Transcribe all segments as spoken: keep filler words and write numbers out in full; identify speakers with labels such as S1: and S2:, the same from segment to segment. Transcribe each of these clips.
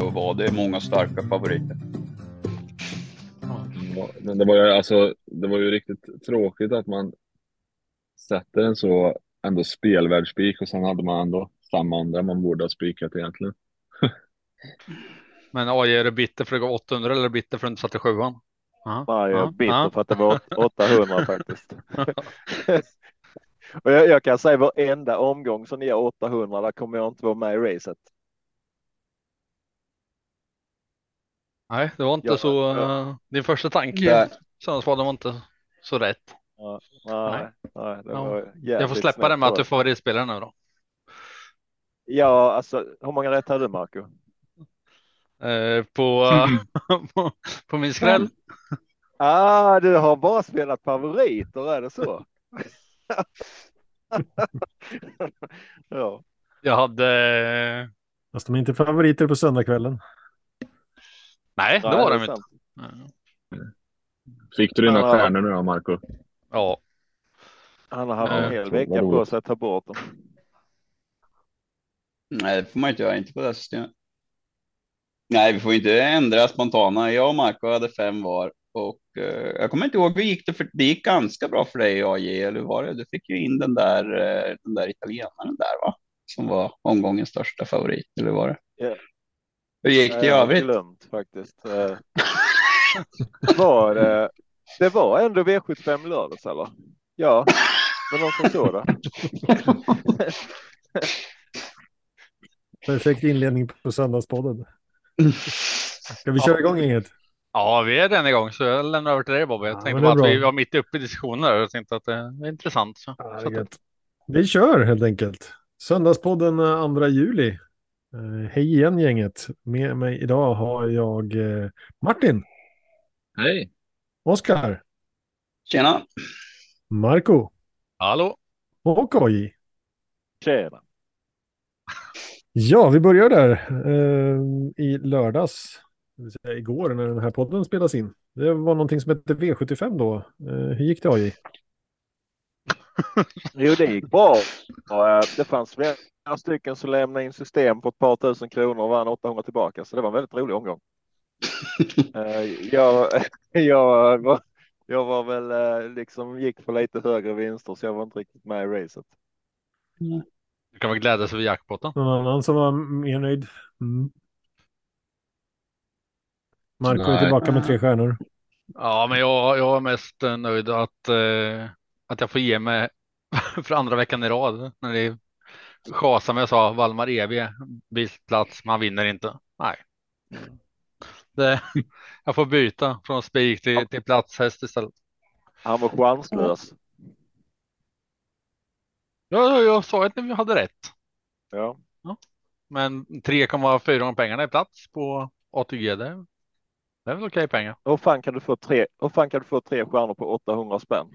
S1: att vara. Det är många starka favoriter.
S2: Ja, men det var ju alltså, det var ju riktigt tråkigt att man sätter en så ändå spelvärd spik och sen hade man ändå samma andra man borde ha spikat egentligen.
S3: Men A J, är det bitter för att det går åttahundra eller är det bitter för att du inte satte sjuan? Ja,
S4: Nej, jag är
S3: ja,
S4: bitter
S3: ja.
S4: för att det var åttahundra faktiskt. Och jag, jag kan säga varenda omgång som ni är åttahundra, där kommer jag inte vara med i racet.
S3: Nej, det var inte
S4: Ja,
S3: så.
S4: ja.
S3: Uh, din första tanke
S1: Nej.
S3: Sundsvallen var inte så rätt.
S4: Ja,
S3: Nej.
S4: nej, nej, det
S3: Ja.
S4: var
S3: Jag får
S4: jävligt
S3: släppa
S4: snett
S3: det med att
S4: på
S3: du är
S4: det.
S3: favoritspelare nu då.
S4: Ja, alltså hur många rätt hade du, Marco?
S3: Uh, på, på, på min skräll.
S4: Ah, du har bara spelat favoriter, är det så? Ja.
S3: Jag hade.
S5: Fast de är inte favoriter på söndagskvällen.
S3: Nej, det
S4: Nej,
S3: var
S4: det är
S3: de inte.
S4: sant.
S2: Fick du dina
S4: Ja.
S2: stjärnor nu då, Marco?
S3: Ja.
S4: Han har haft
S3: Ja,
S4: en hel
S2: vad
S4: vecka på
S2: roligt.
S4: sig att ta bort dem.
S1: Nej, det får man inte göra, inte på det här systemet. Nej, vi får inte ändra spontana. Jag och Marco hade fem var. Och eh, jag kommer inte ihåg hur gick det, för det gick ganska bra för dig, A J, eller hur var det? Du fick ju in den där, eh, den där italienaren där, va? Som var omgångens största favorit, eller hur var det?
S4: Ja.
S1: Hur gick det i
S4: Jag har
S1: övrigt?
S4: glömt faktiskt. Eh, Var det, det var ändå V sjuttiofem lördags, eller? Ja, men någon som såg det.
S5: Perfekt inledning på söndagspodden. Ska vi köra igång inget?
S3: Ja, vi är redan igång så jag lämnar över till dig, Bobby. Jag
S5: Ja,
S3: tänkte
S5: men det är
S3: bara att vi
S5: bra.
S3: var mitt uppe i diskussionen där och jag tänkte att det är intressant. Så.
S5: Ja,
S3: Så
S5: det är
S3: att,
S5: gött. Vi kör helt enkelt. Söndagspodden eh, andra juli. Eh, hej igen gänget. Med mig idag har jag eh, Martin,
S2: Hej!
S5: Oskar,
S1: Tjena!
S5: Marco
S3: hallå?
S5: och O J.
S4: Tjena.
S5: Ja, vi börjar där eh, i lördags, det vill säga igår när den här podden spelas in. Det var någonting som hette V sjuttiofem då. Eh, hur gick det, O J?
S4: Jo, det gick bra. Och, eh, det fanns flera stycken som lämnade in system på ett par tusen kronor och vann åttahundra tillbaka. Så det var en väldigt rolig omgång. Eh, jag, jag, var, jag var väl eh, liksom gick för lite högre vinster så jag var inte riktigt med i racet.
S3: Du kan väl glädjas över jackpotten.
S5: Någon annan som var mer nöjd? Mm. Marco är
S2: Nej.
S5: tillbaka med tre stjärnor.
S3: Ja, men jag, jag är mest eh, nöjd att, eh, att jag får ge mig för andra veckan i rad. När det chasar med jag sa Valmar E V, bilplats, man vinner inte. Nej. Det, jag får byta från spik till, till platshäst istället.
S4: Han var chanslös.
S3: Ja, jag sa att ni hade rätt.
S4: Ja.
S3: Men tre komma fyra gånger pengarna är plats på A T G. Det, det är väl okej pengar.
S4: Hur fan kan du få tre, hur fan kan du få tre stjärnor på åttahundra spänn?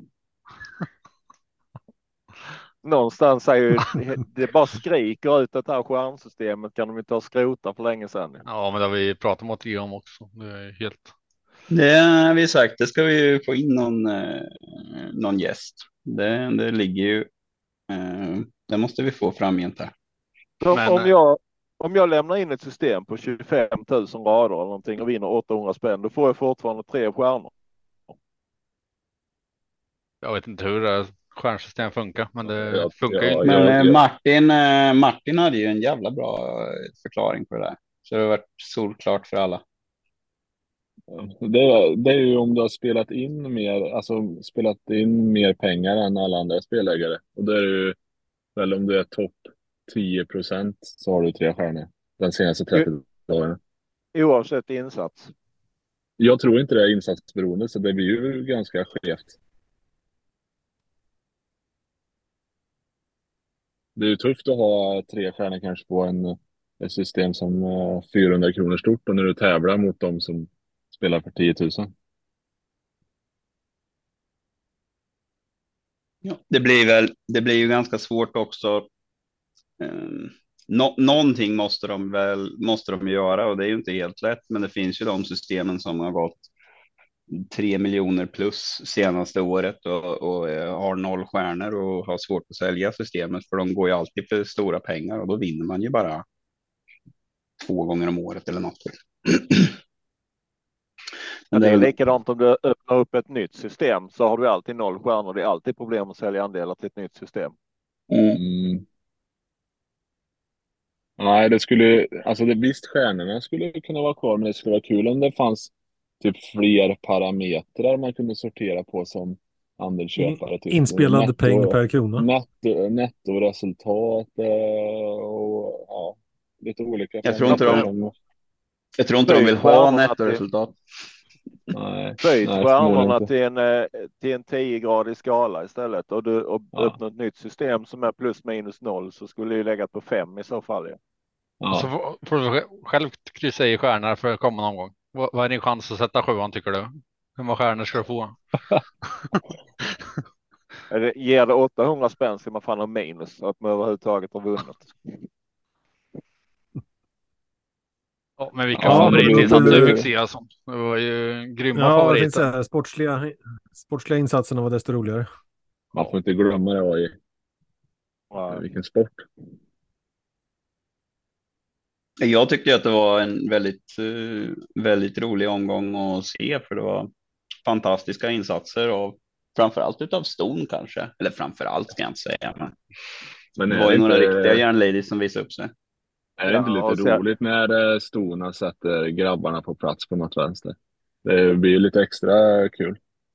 S4: Någonstans är ju det bara skriker ut att det här stjärnsystemet kan de inte ha skrotat för länge sedan.
S3: Ja, men det har vi pratat om A T G om också. Det är helt.
S1: Det har vi sagt, det ska vi ju få in någon, eh, någon gäst. Det, det ligger ju, eh, det måste vi få framgent här.
S4: Så
S3: Men-
S4: om, jag, om jag lämnar in ett system på tjugofem tusen rader eller någonting och vinner åttahundra spänn, då får jag fortfarande tre stjärnor.
S3: Jag vet inte hur det här stjärnsystem funkar, men det
S2: Ja,
S3: funkar
S2: ja,
S3: ju.
S1: Men
S2: ja,
S1: eh,
S2: ja.
S1: Martin, eh, Martin hade ju en jävla bra eh, förklaring på det där. Så det har varit solklart för alla.
S2: Det, det är ju om du har spelat in mer, alltså spelat in mer pengar än alla andra spelägare. Och då är det ju, väl om du är topp tio procent så har du tre stjärnor den senaste trettio dagarna.
S4: Oavsett insats.
S2: Jag tror inte det är insatsberoende, så det blir ju ganska skevt. Det är ju tufft att ha tre stjärnor kanske på en, ett system som är fyrahundra kronor stort och när du tävlar mot dem som spelar för tio tusen.
S1: Ja, det blir väl, det blir ju ganska svårt också. Um, nå, någonting måste de väl måste de göra och det är ju inte helt lätt, men det finns ju de systemen som har gått tre miljoner plus senaste året och, och eh, har noll stjärnor och har svårt att sälja systemet för de går ju alltid för stora pengar och då vinner man ju bara två gånger om året eller något.
S4: Men det är likadant om du öppnar upp ett nytt system så har du alltid noll stjärnor. Det är alltid problem att sälja andelar till ett nytt system.
S2: Mm. Nej, det skulle, alltså det, visst stjärnorna skulle kunna vara kvar, men det skulle vara kul om det fanns typ fler parametrar man kunde sortera på som andelsköpare. Typ
S5: Inspelad
S2: netto,
S5: peng per krona.
S2: Netto, nettoresultat eh, och ja, lite olika.
S1: Jag tror inte de,
S2: som,
S1: jag tror inte de vill
S4: Böj
S1: ha
S4: stjärnorna
S1: nettoresultat.
S2: nej,
S4: Böjt
S2: nej, förmodligen
S4: stjärnorna
S2: inte.
S4: till en, eh, till en tio-gradig skala istället och du och
S2: Ja.
S4: öppnar ett nytt system som är plus minus noll så skulle det legat på fem i så fall. Ja.
S2: Ja.
S3: Och så får får du själv kryssa i stjärnor för kommande omgång. Vad, vad är din chans att sätta sjuan tycker du? Hur många stjärnor ska du få?
S4: Är det- Ger det åttahundra spänn ska man fan ha minus att man överhuvudtaget har vunnit.
S3: Ja, men vilka
S2: Ja,
S3: favoritinsatser
S5: det-
S3: du fick se alltså. Det var ju grymma
S5: Ja, jag tänkte
S3: favoriter.
S5: säga, sportsliga, sportsliga insatserna var desto roligare.
S2: Man får inte glömma det, A I.
S4: Ja.
S2: Vilken sport.
S1: Jag tyckte att det var en väldigt, eh, väldigt rolig omgång att se, för det var fantastiska insatser av framförallt utav Ston kanske, eller framförallt ska jag inte säga, men
S2: Men
S1: det
S2: är
S1: var
S2: det
S1: ju några
S2: inte,
S1: riktiga järnladies som visade upp sig.
S2: är det
S4: Ja,
S2: inte lite
S4: och sen-
S2: roligt när eh, Stona sätter grabbarna på plats på något vänster? Det blir ju lite extra kul.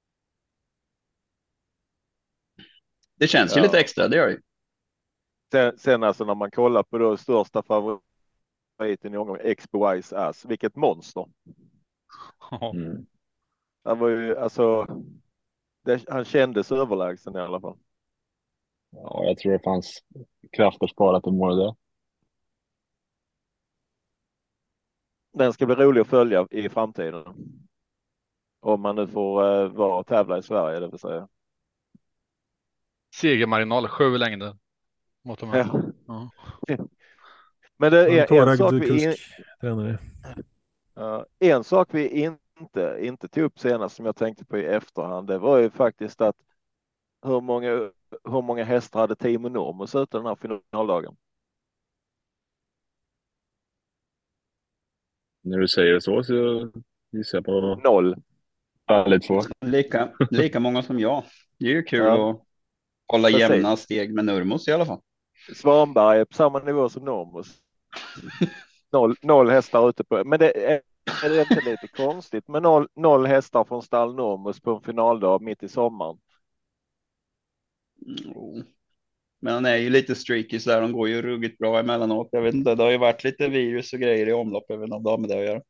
S1: Det känns ju
S4: Ja.
S1: lite extra, det gör det.
S4: Sen, sen alltså när man kollar på då största favoriten i omgången, Expo Wise Ass, vilket monster.
S2: Mm.
S4: Han var ju alltså, det, han kändes överlägsen i alla fall.
S2: Ja, jag tror det fanns krafter sparat i mål där.
S4: Den ska bli rolig att följa i framtiden. Om man nu får uh, vara och tävla i Sverige, det vill säga.
S3: Segermarginal, sju längder. Mot de här.
S4: Ja.
S3: Ja.
S4: Men det
S5: En
S4: är en
S5: tårögd
S4: sak vi in,
S5: kusktränare.
S4: uh, en sak vi inte, inte tog upp senast som jag tänkte på i efterhand, det var ju faktiskt att hur många, hur många hästar hade Team Enormous ute den här finaldagen?
S2: När du säger så så gissar jag på
S4: Noll.
S2: väldigt få.
S1: Lika, lika många som jag. Det är ju kul
S4: Ja.
S1: att hålla
S4: Precis.
S1: jämna steg med Nurmos i alla fall.
S4: Svanberg är på samma nivå som Normos. Noll, noll hästar ute på, men det är, är det inte lite konstigt med noll, noll hästar från stall Normos på en finaldag mitt i sommaren.
S1: Mm. Men han är ju lite streaky så där, de går ju ruggigt bra emellanåt. Jag vet inte, det har ju varit lite virus och grejer i omlopp, även om det har med det att göra.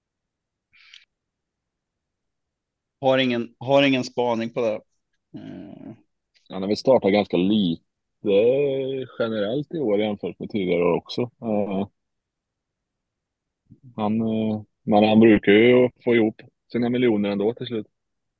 S1: Har ingen, har ingen spaning på det. Mm.
S2: Han har väl startat ganska lite generellt i år jämfört med tidigare år också. Uh, han, uh, men han brukar ju få ihop sina miljoner ändå till slut.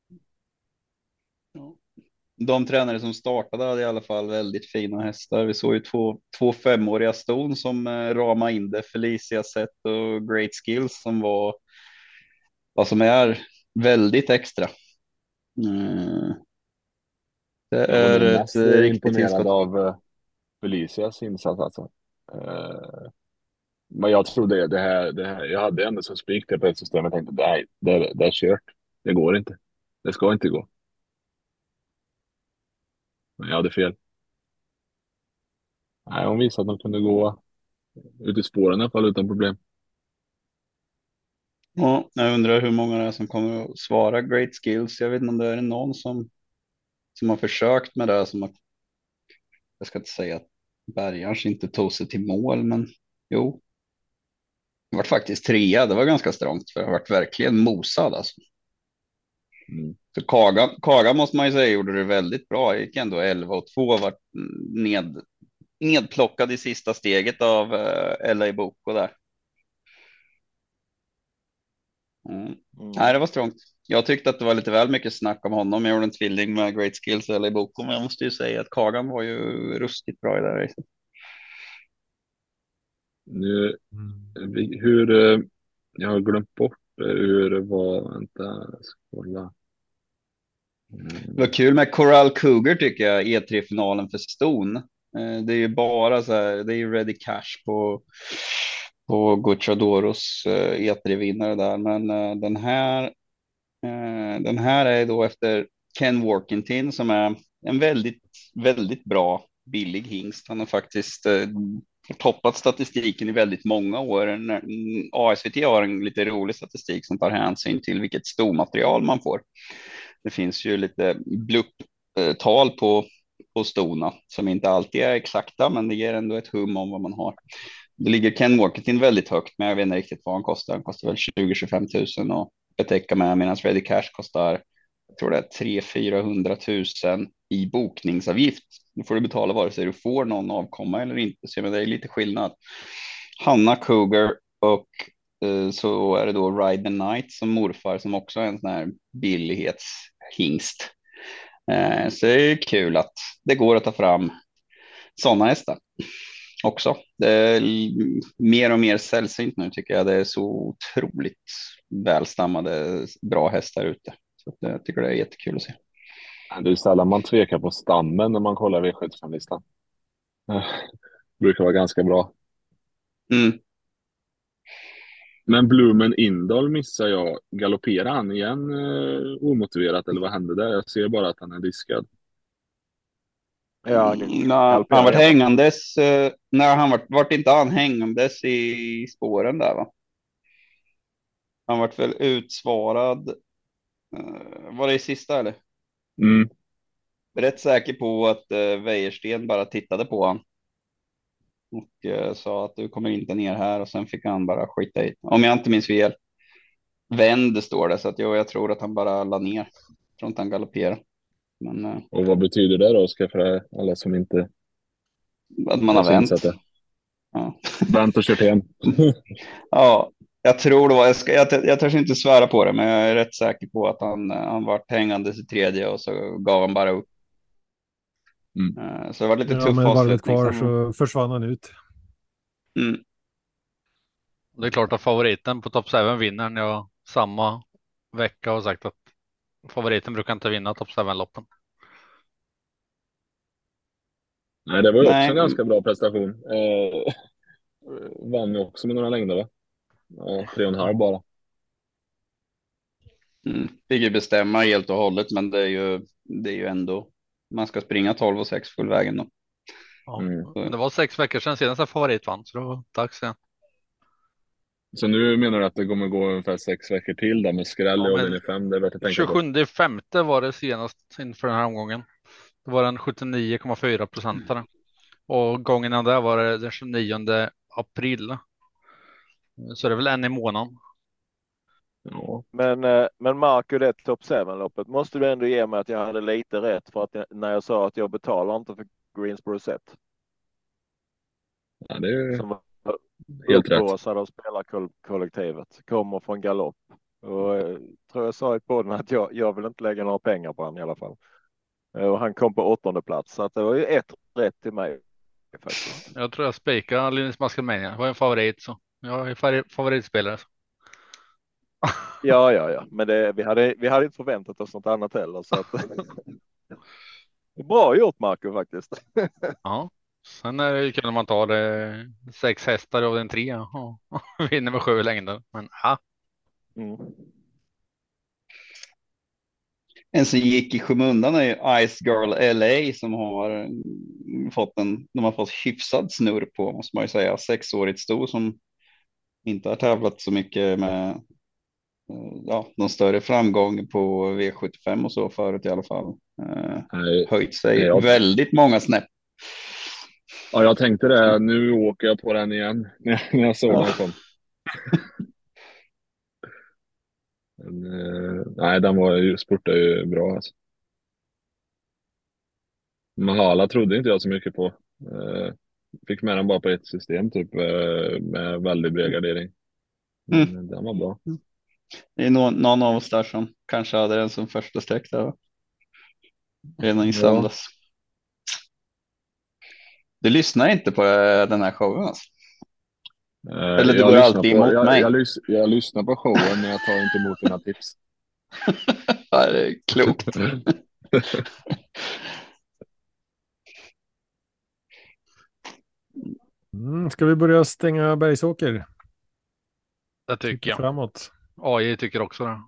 S1: De tränare som startade hade i alla fall väldigt fina hästar. Vi såg ju två, två femåriga ston som eh, ramade in det. Felicia Set och Great Skills som var vad som är väldigt extra. Mm. Det
S2: Jag var
S1: är
S2: nog
S1: ett
S2: mest
S1: eh,
S2: eh,
S1: riktigt
S2: imponerad
S1: tillskott.
S2: av uh, Felicias insats alltså. Uh, men jag trodde det här, det här, jag hade ändå som spik det på ett system. Jag tänkte nej, det, det är kört. Det går inte. Det ska inte gå. Men jag hade fel. Nej, hon visade att de kunde gå ut i spåren i alla fall utan problem.
S1: Ja, jag undrar hur många det är som kommer att svara Great Skills. Jag vet inte om det är någon som, som har försökt med det. Som har, jag ska inte säga att Bergars inte tog sig till mål, men jo. Det var faktiskt trea. Det var ganska strångt för det har varit verkligen mosad alltså.
S2: Mm.
S1: Så Kaga, Kaga måste man ju säga gjorde det väldigt bra. Det gick ändå elva och två, var ned, nedplockad i sista steget av uh, L A Boko där. Mm.
S4: Mm.
S1: Nej, det var strångt. Jag tyckte att det var lite väl mycket snack om honom. Jag gjorde en tvilling med Great Skills och L A Boko, men jag måste ju säga att Kagan var ju ruskigt bra i det här racet.
S2: Nu,
S5: Mm.
S2: vi- hur, eh, jag har glömt bort eh, hur det var, vänta, jag ska kolla.
S1: Det var kul med Coral Cougar tycker jag, E tre-finalen för Ston. Eh, Det är ju bara så här, det är ju ready cash på, på Gocciadoros uh, E tre-vinnare där. Men uh, den här uh, den här är då efter Ken Workington som är en väldigt, väldigt bra billig hingst. Han har faktiskt uh, toppat statistiken i väldigt många år. A S V T har en lite rolig statistik som tar hänsyn till vilket stomaterial man får. Det finns ju lite blupptal på, på stona som inte alltid är exakta, men det ger ändå ett hum om vad man har. Det ligger Ken Workington väldigt högt, men jag vet inte riktigt vad han kostar. Han kostar väl tjugo till tjugofem tusen och betäcka med, medan Ready Cash kostar, jag tror det är tre hundra till fyrahundra tusen i bokningsavgift. Nu får du betala vare sig du får någon avkomma eller inte, så men det är lite skillnad. Hanna Cougar och eh, så är det då Ride the Night som morfar som också är en sån här billighetshingst. Eh, så det är kul att det går att ta fram sådana hästar också. Det är mer och mer sällsynt nu tycker jag. Det är så otroligt välstammade bra hästar ute. Så jag tycker det är jättekul att se.
S2: Det är sällan man tvekar på stammen när man kollar V sjuttiofem-listan. Det brukar vara ganska bra.
S1: Mm.
S2: Men Blumen Indal missar jag. Galopperar han igen eh, omotiverat eller vad hände där? Jag ser bara att han är diskad.
S4: Ja,
S1: Mm, när han var hängandes, eh, när han var, vart inte han hängandes i spåren där va? Han vart väl utsvarad. Eh, var det i sista eller?
S2: Mm.
S1: Rätt säker på att eh, Wäjersten bara tittade på han. Och eh, sa att du kommer inte ner här och sen fick han bara skita i. Om jag inte minns fel. Vänd står det så att jo, jag tror att han bara la ner. Jag tror inte han galopperade. Men, eh,
S2: Och vad betyder det då, Oskar, för alla som inte
S1: att man har vänt.
S2: Ja. Vänt och kört hem.
S1: Ja, jag tror det var, jag, ska, jag, jag törs inte svära på det, men jag är rätt säker på att han, han var hängande i tredje och så gav han bara upp.
S2: Mm.
S1: Så det var lite
S5: ja,
S1: tufft
S5: med varvet kvar
S1: liksom.
S5: så försvann han ut.
S1: Mm.
S3: Det är klart att favoriten på Top sju vinner när jag samma vecka har sagt att favoriten brukar inte vinna Top sju-loppen.
S2: Nej, det var ju
S1: Nej.
S2: också en ganska bra prestation. Eh, vann ju också med några längder va? Ja, tre och en halv bara.
S1: Mm. Fick ju bestämma helt och hållet, men det är ju, det är ju ändå, man ska springa tolv och sex full vägen då.
S3: Ja,
S2: Mm.
S3: det var sex veckor sedan senast favorit vann, så det var dags igen.
S2: Så nu menar du att det kommer gå ungefär sex veckor till där med skräll
S3: Ja,
S2: och V fem? Det är värt att tänka på.
S3: tjugosjunde femte var det senast inför den här omgången. Det var den sjuttionio komma fyra procentare. Och gången innan där var det den tjugonionde april. Så det är väl en i månaden.
S2: Ja.
S4: Men, eh, men Marco, det Top sju-loppet måste du ändå ge mig att jag hade lite rätt för att jag, när jag sa att jag betalar inte för Greensboro Set.
S2: Ja, det är
S4: Som var
S2: helt rätt.
S4: upphaussade av spelarkollektivet. Kommer från galopp. Och eh, tror jag sa i podden att jag, jag vill inte lägga några pengar på han i alla fall. Eh, Och han kom på åttonde plats. Så att det var ju ett rätt till mig. Faktiskt.
S3: Jag tror jag spikade Linus Maskelmania. Det var en favorit så. Jag är far- favoritspelare. Så.
S4: Ja, ja, ja. Men det, vi, hade, vi hade inte förväntat oss något annat heller. Så att... Bra gjort Marco faktiskt.
S3: Ja. Sen är det ju kul när man tar det sex hästar av den tre och vinner med sju längder. Men ja.
S4: Mm.
S1: En som gick i skymundan är ju Ice Girl L A som har fått en, de har fått hyfsad snurr på, måste man ju säga. Sexårigt sto som inte har tävlat så mycket med ja, någon större framgång på V sjuttiofem och så förut i alla fall.
S2: Nej,
S1: Höjt sig
S2: nej, jag...
S1: väldigt många snäpp.
S2: Ja, jag tänkte det. Nu åker jag på den igen när jag såg ja. den kom. Men, eh, nej, den var ju, spurtade ju bra alltså. Mahala trodde inte jag så mycket på. Eh, fick med den bara på ett system typ eh, med väldigt bred gardering. Men mm. den var bra.
S1: Det är någon, någon av oss där som kanske hade den som första streck där. Redan i söndags. Ja. Du lyssnar inte på den här showen alltså? Eller du går alltid emot
S2: jag,
S1: mig?
S2: Jag, jag, jag lyssnar på showen men jag tar inte emot dina tips.
S1: Ja, det är klokt.
S5: Mm, ska vi börja stänga Bergsåker?
S3: Det tycker
S5: Titta
S3: jag.
S5: framåt.
S3: A I tycker också det.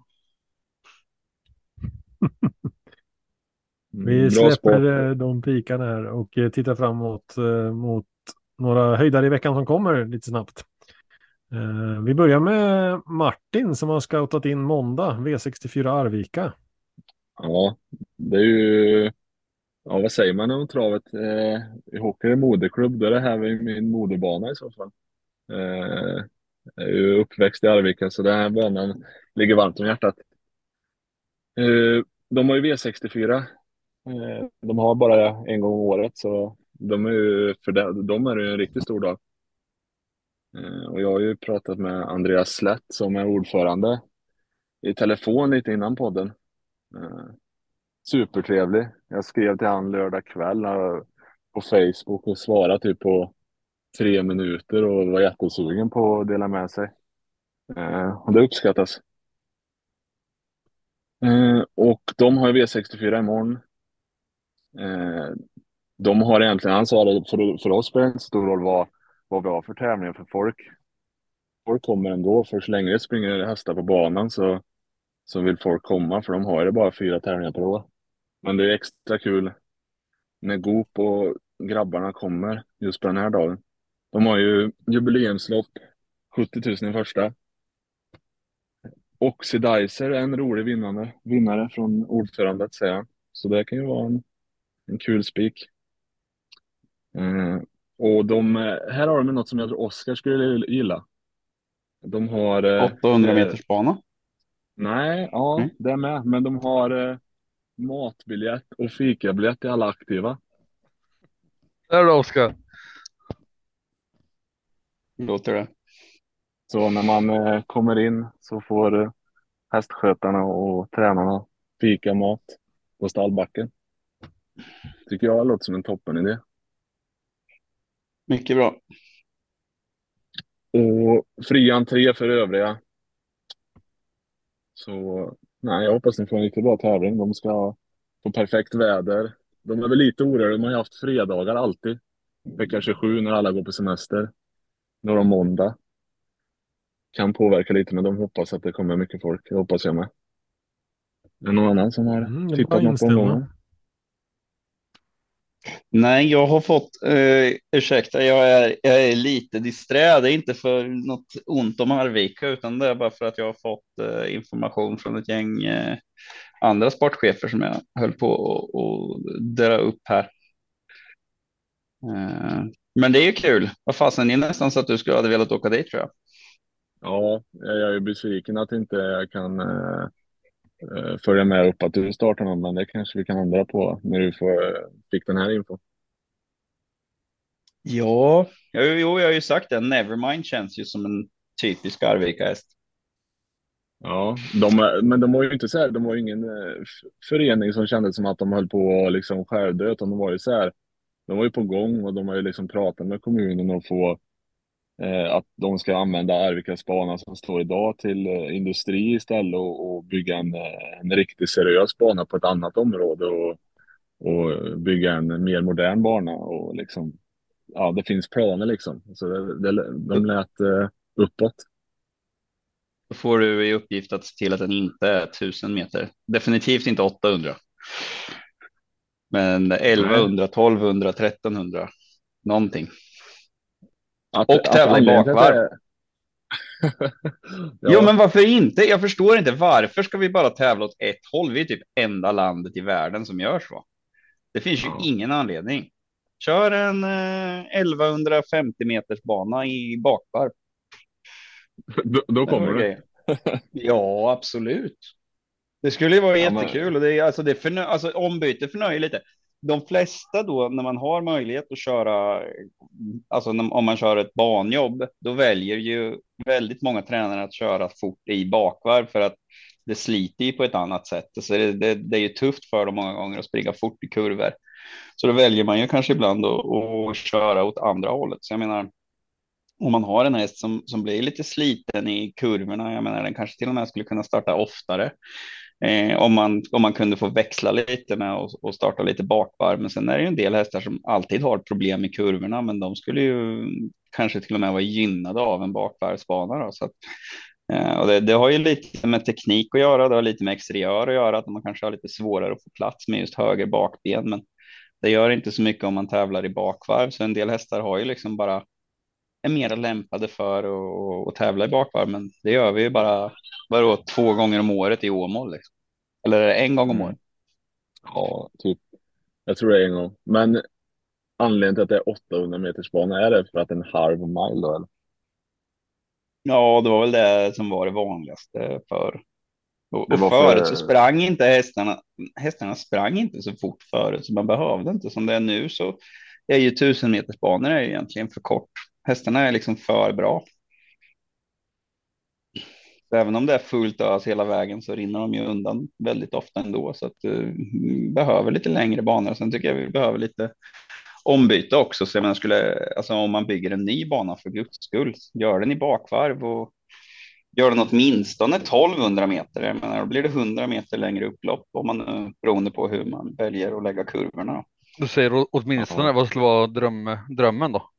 S5: Vi
S2: Mm, bra
S5: släpper
S2: sport.
S5: eh, de pikarna här och eh, tittar framåt eh, mot några höjdare i veckan som kommer lite snabbt. Eh, Vi börjar med Martin som har scoutat in måndag, V sextiofyra Arvika.
S2: Ja, det är ju, ja vad säger man om travet? Eh, I hockey är det moderklubb, då är det här vid min moderbana i så fall. Eh, jag är ju uppväxt i Arvika så den här banan ligger varmt om hjärtat. Eh, de har ju V sextiofyra. Eh, de har bara en gång om året så de är ju, för det, de är det ju en riktigt stor dag. Eh, och jag har ju pratat med Andreas Slätt som är ordförande i telefon lite innan podden. Eh, supertrevlig. Jag skrev till han lördag kväll eh, på Facebook och svarade typ på tre minuter och var jättesugen på att dela med sig. Eh, och det uppskattas. Eh, och de har ju V sextiofyra imorgon. Eh, de har egentligen, han sa det, för, för oss spelar det inte så stor roll vad, vad vi har för tävlingar för folk. Folk kommer ändå, för så länge det springer hästar på banan så, så vill folk komma, för de har ju det bara fyra tävlingar per år. Men det är extra kul när Goop och grabbarna kommer just på den här dagen. De har ju jubileumslopp, sjuttio tusen i första. Oxidizer är en rolig vinnare, vinnare från ordförandet, säger han. Så det kan ju vara en, en kul spik. Eh, och de, här har de något som jag tror Oskar skulle gilla. De har... Eh,
S1: åttahundra
S2: eh,
S1: meters bana.
S2: nej, ja,
S1: Mm.
S2: det är med. Men de har eh, matbiljett och fikabiljett till alla aktiva.
S3: Där då, Oskar.
S1: Låter det.
S2: Så när man eh, kommer in så får eh, hästskötarna och tränarna fika mat på stallbacken. Tycker jag låter som en toppen idé.
S1: Mycket bra.
S2: Och fri entré för övriga. Så nej, jag hoppas ni får en riktigt bra tävling. De ska få perfekt väder. De är väl lite oroliga. De har ju haft fredagar alltid. Vecka tjugosju när alla går på semester. Nu har de måndag. Kan påverka lite, men de hoppas att det kommer mycket folk. Det hoppas jag med. Är det någon annan som har
S5: Mm, det är bra
S2: tittat något på
S5: inställning.
S2: omgången?
S1: Nej, jag har fått, eh, ursäkta, jag är, jag är lite disträ. Det är inte för något ont om Arvika, utan det är bara för att jag har fått eh, information från ett gäng eh, andra sportchefer som jag höll på att och dra upp här. Eh, men det är ju kul. Vad fasen, det är nästan så att du skulle ha velat åka dit, tror jag.
S2: Ja, jag är besviken att inte jag kan eh, eh, följa med upp att du startar någon, men det kanske vi kan ändra på när du får, eh, fick den här info.
S1: Ja, jo, jo, jag har ju sagt det. Nevermind känns ju som en typisk Arvika-häst.
S2: Ja, de, är- men de var ju inte så här, de var ju ingen eh, f- förening som kändes som att de höll på att liksom skärdö, utan de var ju så här, de var ju på gång och de har ju liksom pratat med kommunen och få eh, att de ska använda Arvikas bana som står idag till eh, industri istället och, och bygga en, eh, en riktigt seriös bana på ett annat område och, och bygga en mer modern bana och liksom, ja, det finns planer liksom. Så det, det, de lät eh, uppåt.
S1: Då får du i uppgift att se till att den inte är tusen meter. Definitivt inte åttahundra. Men elvahundra, tolvhundra, trettonhundra. Någonting.
S2: Att,
S1: Och
S2: att
S1: tävla i
S2: anledningen till att
S1: bakvarv.
S2: det-
S1: Jo,
S2: ja,
S1: men varför inte? Jag förstår inte. Varför ska vi bara tävla åt ett håll? Vi är typ enda landet i världen som gör så. Det finns ju
S2: Ja.
S1: ingen anledning. Kör en eh, elvahundrafemtio meters bana i bakvarv.
S2: då, då
S1: Det var
S2: kommer du.
S1: grejen. Ja, absolut. Det skulle ju vara
S2: Ja, men-
S1: jättekul och det är alltså det förnö, alltså ombyte förnöjer lite. De flesta då när man har möjlighet att köra, alltså när, om man kör ett banjobb, då väljer ju väldigt många tränare att köra fort i bakvarv för att det sliter ju på ett annat sätt. Så det, det, det är ju tufft för dem många gånger att springa fort i kurvor. Så då väljer man ju kanske ibland att, att köra åt andra hållet. Så jag menar, om man har en häst som, som blir lite sliten i kurvorna, jag menar den kanske till och med skulle kunna starta oftare. Eh, om, man, om man kunde få växla lite med och, och starta lite bakvarv. Men sen är det ju en del hästar som alltid har problem i kurvorna, men de skulle ju kanske till och med vara gynnade av en bakvarvsbana. Då, så att Eh, och det, det har ju lite med teknik att göra, det har lite med exteriör att göra, att man kanske har lite svårare att få plats med just höger bakben, men det gör inte så mycket om man tävlar i bakvarv, så en del hästar har ju liksom bara är mer lämpade för att, att tävla i bakvarv, men det gör vi ju bara, bara två gånger om året i Åmål liksom. Eller en gång om
S2: Mm.
S1: året.
S2: Ja, typ. Jag tror det är en gång. Men anledningen till att det är åttahundra meters bana, är det för att en halv mile då? Eller?
S1: Ja, det var väl det som var det vanligaste för. Och,
S2: Det
S1: och
S2: var
S1: förut så
S2: för...
S1: sprang inte hästarna, hästarna sprang inte så fort förut, så man behövde inte. Som det är nu så är ju tusen meters banor är ju egentligen för kort. Hästarna är liksom för bra. Så även om det är fullt ös hela vägen så rinner de ju undan väldigt ofta ändå. Så att uh, behöver lite längre banor. Sen tycker jag vi behöver lite ombyte också. Så jag menar, skulle, alltså om man bygger en ny bana för guds skull, gör den i bakvarv och gör den åtminstone tolvhundra meter. Jag menar, då blir det hundra meter längre upplopp om man, uh, beroende på hur man väljer att lägga kurvorna.
S3: Du säger å- åtminstone
S2: Ja.
S3: vad skulle vara dröm, drömmen då?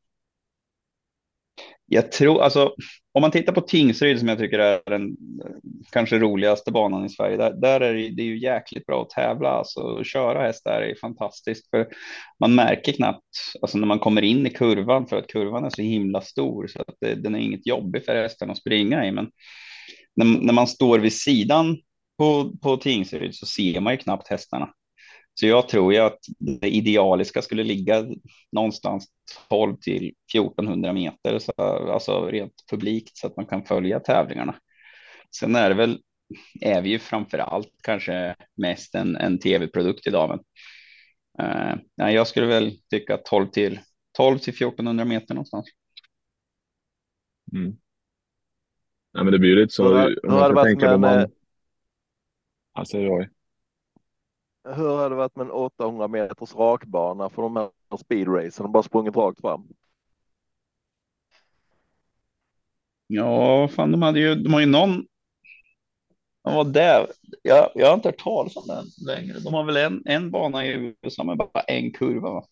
S1: Jag tror, alltså, om man tittar på Tingsryd som jag tycker är den eh, kanske roligaste banan i Sverige, där, där är det, det är ju jäkligt bra att tävla, alltså att köra häst där är fantastiskt, för man märker knappt, alltså när man kommer in i kurvan, för att kurvan är så himla stor så att det, den är inget jobbig för hästen att springa i, men när, när man står vid sidan på, på Tingsryd så ser man ju knappt hästarna. Så jag tror ju att det idealiska skulle ligga någonstans tolv till fjortonhundra meter, så, alltså rent publikt, så att man kan följa tävlingarna. Sen är det väl, är vi ju framför allt kanske mest en, en tv-produkt idag, men uh, nej, jag skulle väl tycka tolv till tolv till fjortonhundra meter någonstans.
S2: Mm. Ja, men det blir ju lite så.
S4: Hur,
S2: Om
S4: hur
S2: man
S4: har det
S2: ska
S4: varit
S2: tänka
S4: med
S2: på
S4: en,
S2: man... Alltså, jag...
S4: hur har det varit med en åttahundra meters rakbana för de här speedracen? De bara sprungit rakt fram.
S1: Ja, fan, de hade ju, de har ju någon, de var där. Jag, jag har inte hört talas om den längre. De har väl en, en bana i U S A med bara en kurva, va?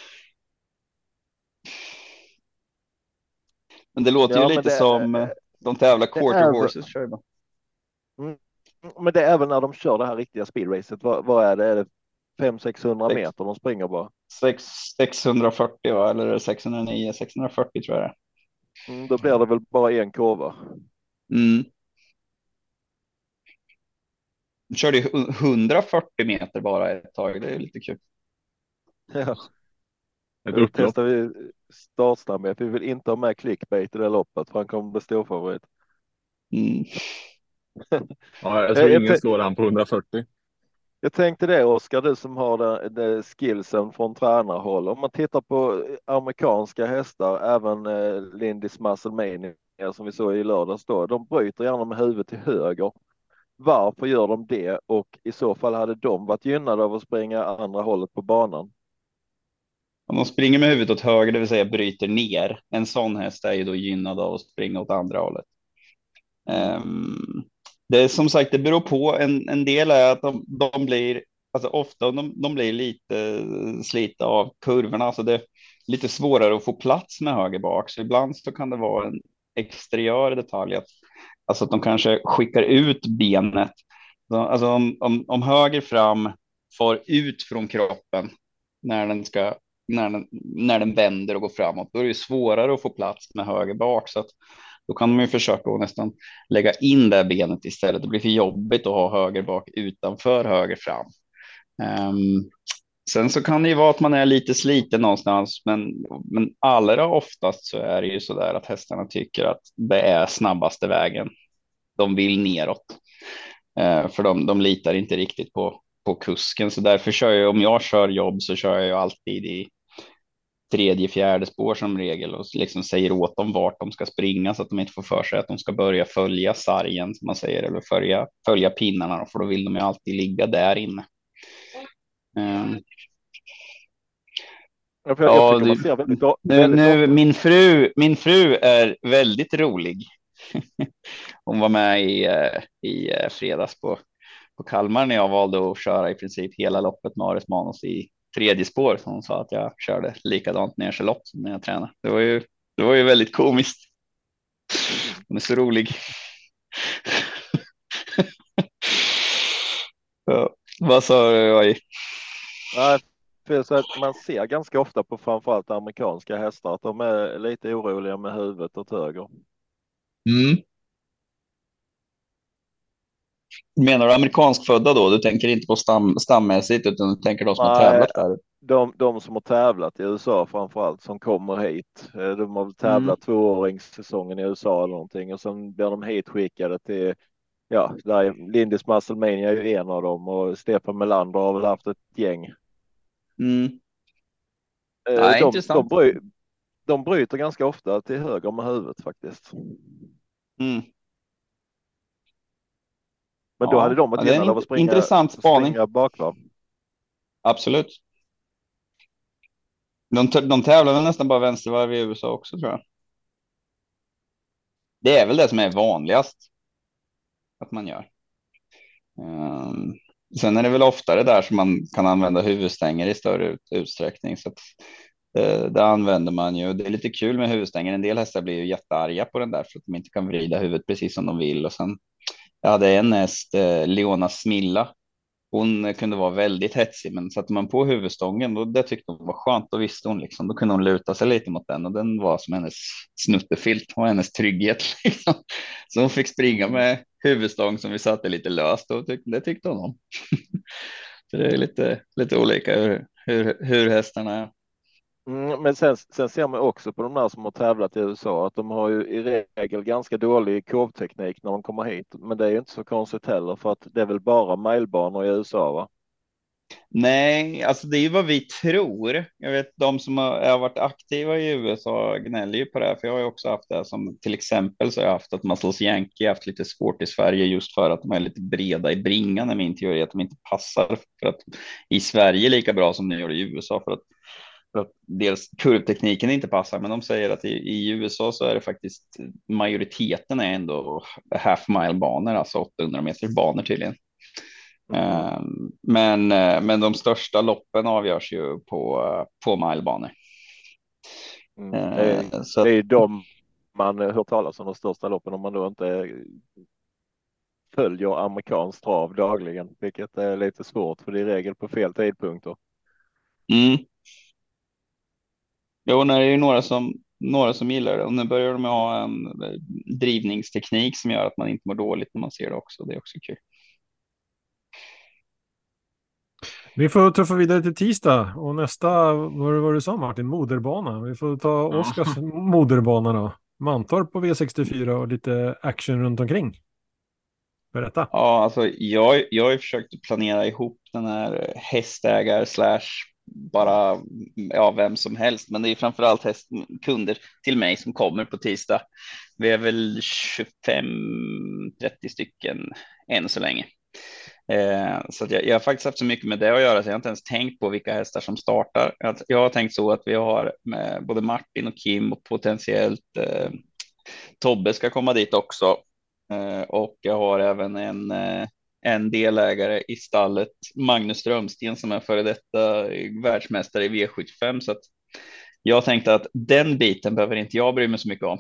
S1: Men det låter ju
S4: Ja, men
S1: lite
S4: det,
S1: som eh, de tävlar
S4: det
S1: quarter
S4: är,
S1: horses. Kör bara.
S4: mm, men det är även när de kör det här riktiga speedracet. Vad, vad är det? Är det fem till sexhundra
S1: Sex-
S4: meter de springer bara?
S1: sex, sexhundrafyrtio, va? Eller sexhundranio, sexhundrafyrtio tror jag det är.
S4: Mm, då blir det väl bara en kurva.
S1: Mm. De körde ju hu- hundrafyrtio meter bara ett tag. Det är lite kul.
S4: Ja.
S2: Ett
S4: Nu
S2: upplopp.
S4: testar vi startsnabbhet. Vi vill inte ha med clickbait i det loppet, för han kommer bli storfavorit.
S1: Mm.
S2: Ja, jag
S4: Jag,
S2: tror
S4: jag,
S2: ingen
S4: tän-
S2: slår han på hundrafyrtio.
S4: jag tänkte det, Oskar, du som har den, den skillsen från tränarhåll. Om man tittar på amerikanska hästar, även eh, Lindis Muscle Mania som vi såg i lördags då, de bryter gärna med huvudet till höger. Varför gör de det? Och i så fall hade de varit gynnade av att springa andra hållet på banan.
S1: Om de springer med huvudet åt höger, det vill säga bryter ner. En sån häst är ju då gynnad av att springa åt andra hållet. Um, det är som sagt, det beror på. En, en del är att de, de blir, alltså ofta de, de blir lite slita av kurvorna. Alltså det är lite svårare att få plats med höger bak. Så ibland så kan det vara en exteriör detalj. Att, alltså att de kanske skickar ut benet. Alltså om, om, om höger fram far ut från kroppen när den ska när den, när den vänder och går framåt, då är det svårare att få plats med höger bak, så att då kan man ju försöka att nästan lägga in det benet istället. Det blir för jobbigt att ha höger bak utanför höger fram. Um, sen så kan det ju vara att man är lite sliten någonstans, men, men allra oftast så är det ju så där att hästarna tycker att det är snabbaste vägen. De vill neråt, uh, för de, de litar inte riktigt på, på kusken, så därför kör jag, om jag kör jobb så kör jag ju alltid i tredje, fjärde spår som regel och liksom säger åt dem vart de ska springa, så att de inte får för sig att de ska börja följa sargen som man säger, eller följa, följa pinnarna, för då vill de ju alltid ligga där inne. Um,
S4: Ja, för jag,
S1: ja,
S4: jag tycker man
S1: du,
S4: ser väldigt,
S1: nu,
S4: väldigt
S1: nu,
S4: ofta.
S1: min, fru, min fru är väldigt rolig. Hon var med i, eh, i eh, fredags på, på Kalmar när jag valde att köra i princip hela loppet med Ares Manos i tredje spår, som hon sa att jag körde likadant ner Charlotte som när jag tränade. Det var ju, det var ju väldigt komiskt. Hon är så rolig. Vad sa du? Oj.
S4: Nej, för så att man ser ganska ofta på framförallt amerikanska hästar att de är lite oroliga med huvudet åt höger.
S1: Mm. Menar du amerikanskfödda då? Du tänker inte på stam, stammässigt utan du tänker de som har
S4: Nej,
S1: tävlat där?
S4: de, de som har tävlat i U S A framförallt som kommer hit. Eh, De har väl
S1: Mm.
S4: tävlat tvååringssäsongen i U S A eller någonting och sen blir de hitskickade till, ja, där Lindis Musclemania är ju en av dem och Stefan Melander har väl haft ett gäng.
S1: Mm.
S4: Eh,
S1: Nej,
S4: De, de,
S1: intressant.
S4: bry, de bryter ganska ofta till höger med huvudet faktiskt.
S1: Mm.
S4: Men då hade
S1: Ja,
S4: de
S1: ja,
S4: varit
S1: det är en
S4: gynnade av att
S1: int-
S4: springa,
S1: intressant spaning.
S4: springa bakvarv.
S1: Absolut. De, t- de tävlar väl nästan bara vänstervarv i U S A också tror jag. Det är väl det som är vanligast att man gör. Um, sen är det väl oftare där som man kan använda huvudstänger i större ut- utsträckning. Så att, eh, det använder man ju. Det är lite kul med huvudstänger. En del hästar blir ju jättearga på den där för att de inte kan vrida huvudet precis som de vill. Och sen, jag hade en häst, eh, Leona Smilla. Hon kunde vara väldigt hetsig, men satte man på huvudstången, då det tyckte hon var skönt. Då visste hon liksom, då kunde hon luta sig lite mot den och den var som hennes snuttefilt och hennes trygghet. Liksom. Så hon fick springa med huvudstång som vi satte lite löst och tyck, det tyckte hon om. Så det är lite, lite olika hur, hur, hur hästarna är.
S4: Mm, men sen, sen ser man också på de där som har tävlat i U S A att de har ju i regel ganska dålig kurvteknik när de kommer hit. Men det är ju inte så konstigt heller för att det är väl bara milebanor i U S A va?
S1: Nej, alltså det är ju vad vi tror. Jag vet de som har, har varit aktiva i U S A gnäller ju på det här, för jag har ju också haft det som till exempel så har jag haft att Muscles Yankee haft lite svårt i Sverige just för att de är lite breda i bringan är min teori att de inte passar för att i Sverige lika bra som de gör i U S A för att, för att dels kurvtekniken inte passar, men de säger att i, i U S A så är det faktiskt majoriteten är ändå half mile banor, alltså åttahundra meters banor tydligen.
S4: Mm.
S1: Men, eh, men de största loppen avgörs ju på, på milebanor.
S4: Mm. Det är,
S1: Eh, Så
S4: det
S1: att,
S4: är de man hör talas om de största loppen om man då inte följer amerikansk trav dagligen, vilket är lite svårt för det är i regel på fel tidpunkter.
S1: mm. Jo, det är ju några som, några som gillar det och nu börjar de ha en drivningsteknik som gör att man inte mår dåligt när man ser det också. Det är också kul.
S5: Vi får tuffa vidare till tisdag och nästa, vad var det vad du sa Martin, moderbana. Vi får ta Oskars moderbana då. Mantorp på V sextiofyra och lite action runt omkring. Berätta.
S1: Ja, alltså jag, jag har ju försökt planera ihop den här hästägare slash bara ja, vem som helst, men det är framförallt häst, kunder till mig som kommer på tisdag. Vi är väl tjugofem trettio stycken än så länge. Eh, så att jag, jag har faktiskt haft så mycket med det att göra så jag har inte ens tänkt på vilka hästar som startar. Jag, jag har tänkt så att vi har med både Martin och Kim och potentiellt eh, Tobbe ska komma dit också. Eh, och jag har även en, eh, en delägare i stallet, Magnus Strömsten, som är före detta världsmästare i V sjuttiofem. Så att jag tänkte att den biten behöver inte jag bry mig så mycket om.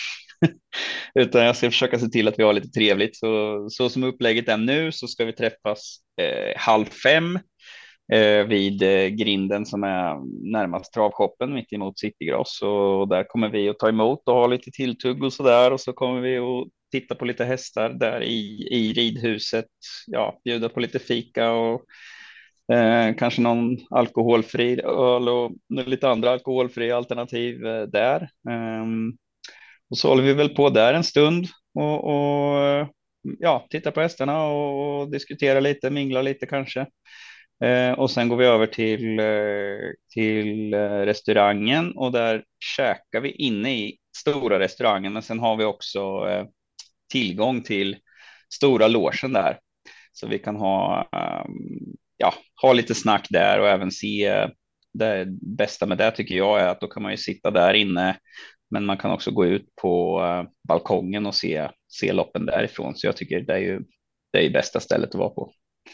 S1: Utan jag ska försöka se till att vi har lite trevligt. Så, så som upplägget är nu så ska vi träffas eh, halv fem eh, vid eh, grinden som är närmast travshoppen mitt emot Citygross. Och där kommer vi att ta emot och ha lite tilltugg och så där. Och så kommer vi att titta på lite hästar där i, i ridhuset. Ja, bjuda på lite fika och eh, kanske någon alkoholfri öl och lite andra alkoholfria alternativ eh, där. Um, och så håller vi väl på där en stund och, och ja, titta på hästarna och, och diskutera lite, mingla lite kanske. Eh, och sen går vi över till, eh, till eh, restaurangen och där käkar vi inne i stora restaurangen. Men sen har vi också eh, tillgång till stora logen där. Så vi kan ha, um, ja, ha lite snack där och även se. Det bästa med det tycker jag är att då kan man ju sitta där inne. Men man kan också gå ut på uh, balkongen och se, se loppen därifrån. Så jag tycker det är ju det är bästa stället att vara på.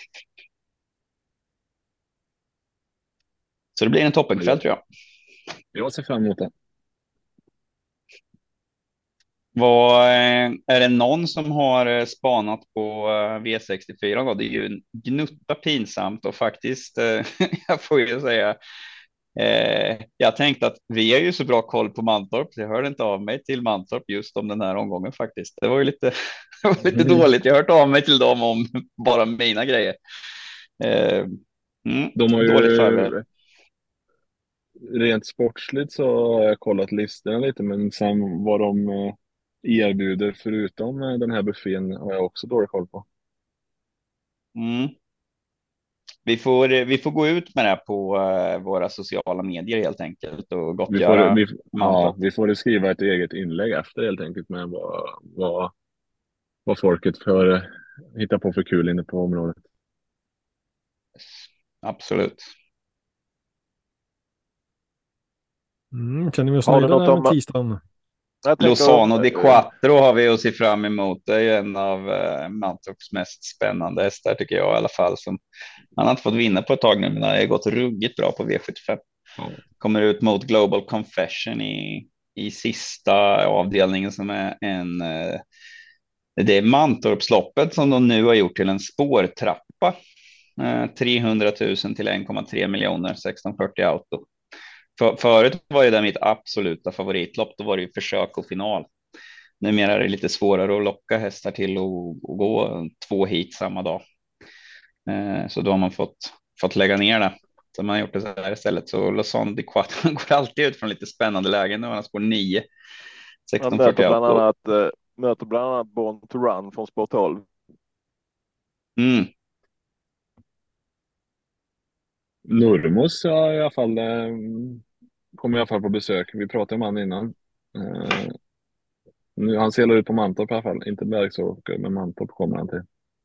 S1: Så det blir en toppenkväll tror jag.
S2: Jag ser fram emot det.
S1: Vad, eh, är det någon som har eh, spanat på eh, V sextiofyra då? Det är ju en gnutta pinsamt och faktiskt, eh, jag får ju säga, eh, jag tänkte att vi har ju så bra koll på Mantorp, så jag hörde inte av mig till Mantorp just om den här omgången faktiskt. Det var ju lite, det var lite dåligt. Jag har hört av mig till dem om bara mina grejer. Eh, mm,
S2: De har
S1: dåligt
S2: ju
S1: förberedd.
S2: rent sportsligt så har jag kollat listorna lite, men sen vad de eh, erbjuder förutom eh, den här buffén har jag också dålig koll på.
S1: Mm. Vi får, vi får gå ut med det på uh, våra sociala medier helt enkelt och
S2: Vi får,
S1: gottgöra
S2: vi, ja,
S1: Mantorp.
S2: vi får skriva ett eget inlägg efter helt enkelt med vad, vad, vad folket får eh, hitta på för kul inne på området.
S1: Absolut.
S5: Mm, känner vi oss
S4: Har du
S5: nöjda
S4: något
S5: där med
S4: om-
S5: tisdagen?
S4: Jag tänker,
S1: Lozano di
S4: eh,
S1: Quattro har vi att se fram emot. Det är ju en av uh, Mantorps mest spännande hästar tycker jag i alla fall. Som, han har inte fått vinna på ett tag nu, men han har gått ruggigt bra på V sjuttiofem.
S2: Ja.
S1: Kommer ut mot Global Confession i, i sista avdelningen som är en uh, det är Mantorpsloppet som de nu har gjort till en spårtrappa. Eh, trehundratusen till en komma tre miljoner, sexton fyrtio auto. För, förut var det där mitt absoluta favoritlopp, då var det ju försök och final. Numera är det lite svårare att locka hästar till att, att gå två hit samma dag. Eh, så då har man fått, fått lägga ner det. Så man har gjort det så här istället. Så Lozano di Quattro går alltid ut från lite spännande lägen. Nu har han spår nio.
S4: han
S1: sexton
S4: möter
S1: fyrtio
S4: bland
S1: auto.
S4: annat eh, möter bland annat Born to Run från Sport tolv.
S1: Mm.
S2: Nurmos ja, i alla fall eh, kommer i alla fall på besök. Vi pratade om han innan. Eh, nu, han ser ut på Mantorp i alla fall. Inte Bergsåker, men Mantorp kommer han till.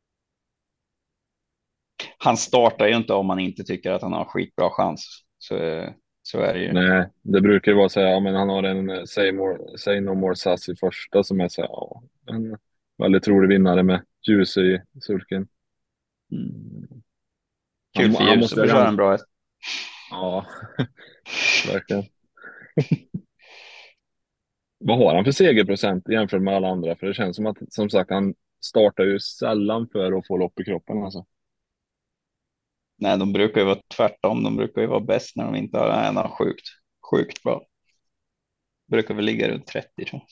S1: Han startar ju inte om man inte tycker att han har skitbra chans. Så, så är det ju.
S2: Nej, det brukar ju vara så här, ja, men han har en eh, Say, more, say No More Sass i första som är så här, ja, en väldigt rolig vinnare med ljus i sulken.
S1: Mm.
S2: Han-
S1: Kul för
S2: han
S1: ljus
S2: måste-
S1: att få köra en bra häst.
S2: Ja, verkligen. Vad har han för segerprocent jämfört med alla andra? För det känns som att, som sagt, han startar ju sällan för att få lopp i kroppen alltså.
S1: Nej, de brukar ju vara tvärtom. De brukar ju vara bäst när de inte har en av sjukt, sjukt bra. Brukar väl ligga runt trettio tror jag.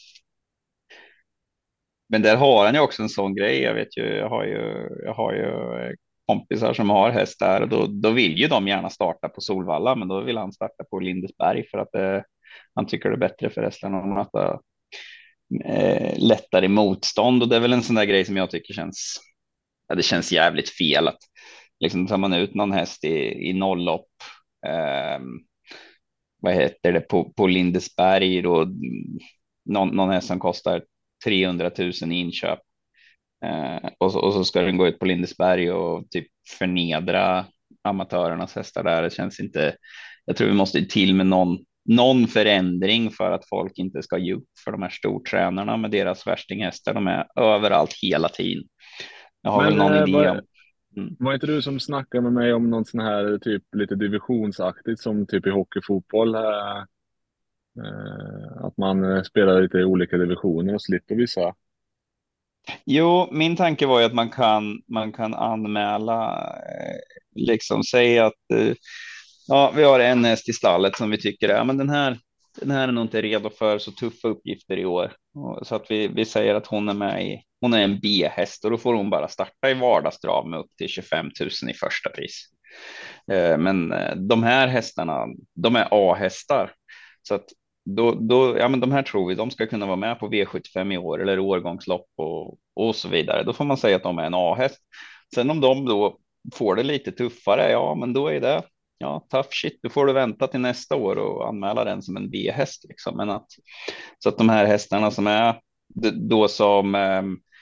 S1: Men där har han ju också en sån grej. Jag vet ju, jag har ju, jag har ju kompisar som har häst där och då, då vill ju de gärna starta på Solvalla, men då vill han starta på Lindesberg för att det, han tycker det är bättre för hästarna att möta eh, lättare motstånd och det är väl en sån där grej som jag tycker känns, ja, det känns jävligt fel att liksom tar man ut någon häst i, i nolllopp, eh, vad heter det, på, på Lindesberg då, någon, någon häst som kostar trehundratusen i inköp. Eh, och, så, och så ska den gå ut på Lindesberg och typ förnedra amatörernas hästar där. Det känns inte, jag tror vi måste till med någon, någon förändring för att folk inte ska ge upp för de här stortränarna med deras värstinghästar. De är överallt hela tiden. Jag har
S2: Men,
S1: väl någon
S2: eh,
S1: idé
S2: vad-
S1: om. Mm.
S2: Var inte du som snackade med mig om någon sån här typ lite divisionsaktigt som typ i hockey, fotboll? Eh, eh, att man eh, spelar lite i olika divisioner och slipper vissa.
S1: Jo, min tanke var ju att man kan, man kan anmäla, eh, liksom säga att eh, ja, vi har en häst i stallet som vi tycker är, men den här, den här är nog inte redo för så tuffa uppgifter i år. Och, så att vi, vi säger att hon är med i, hon är en B-häst och då får hon bara starta i vardagsdrav med upp till tjugofem tusen i första pris. Eh, men eh, de här hästarna, de är A-hästar. Så att då, då, ja men de här tror vi, de ska kunna vara med på V sjuttiofem i år eller årgångslopp och, och så vidare. Då får man säga att de är en A-häst. Sen om de då får det lite tuffare, ja men då är det, ja tough shit, då får du vänta till nästa år och anmäla den som en B-häst liksom. Men att, så att de här hästarna som är d- då som, eh,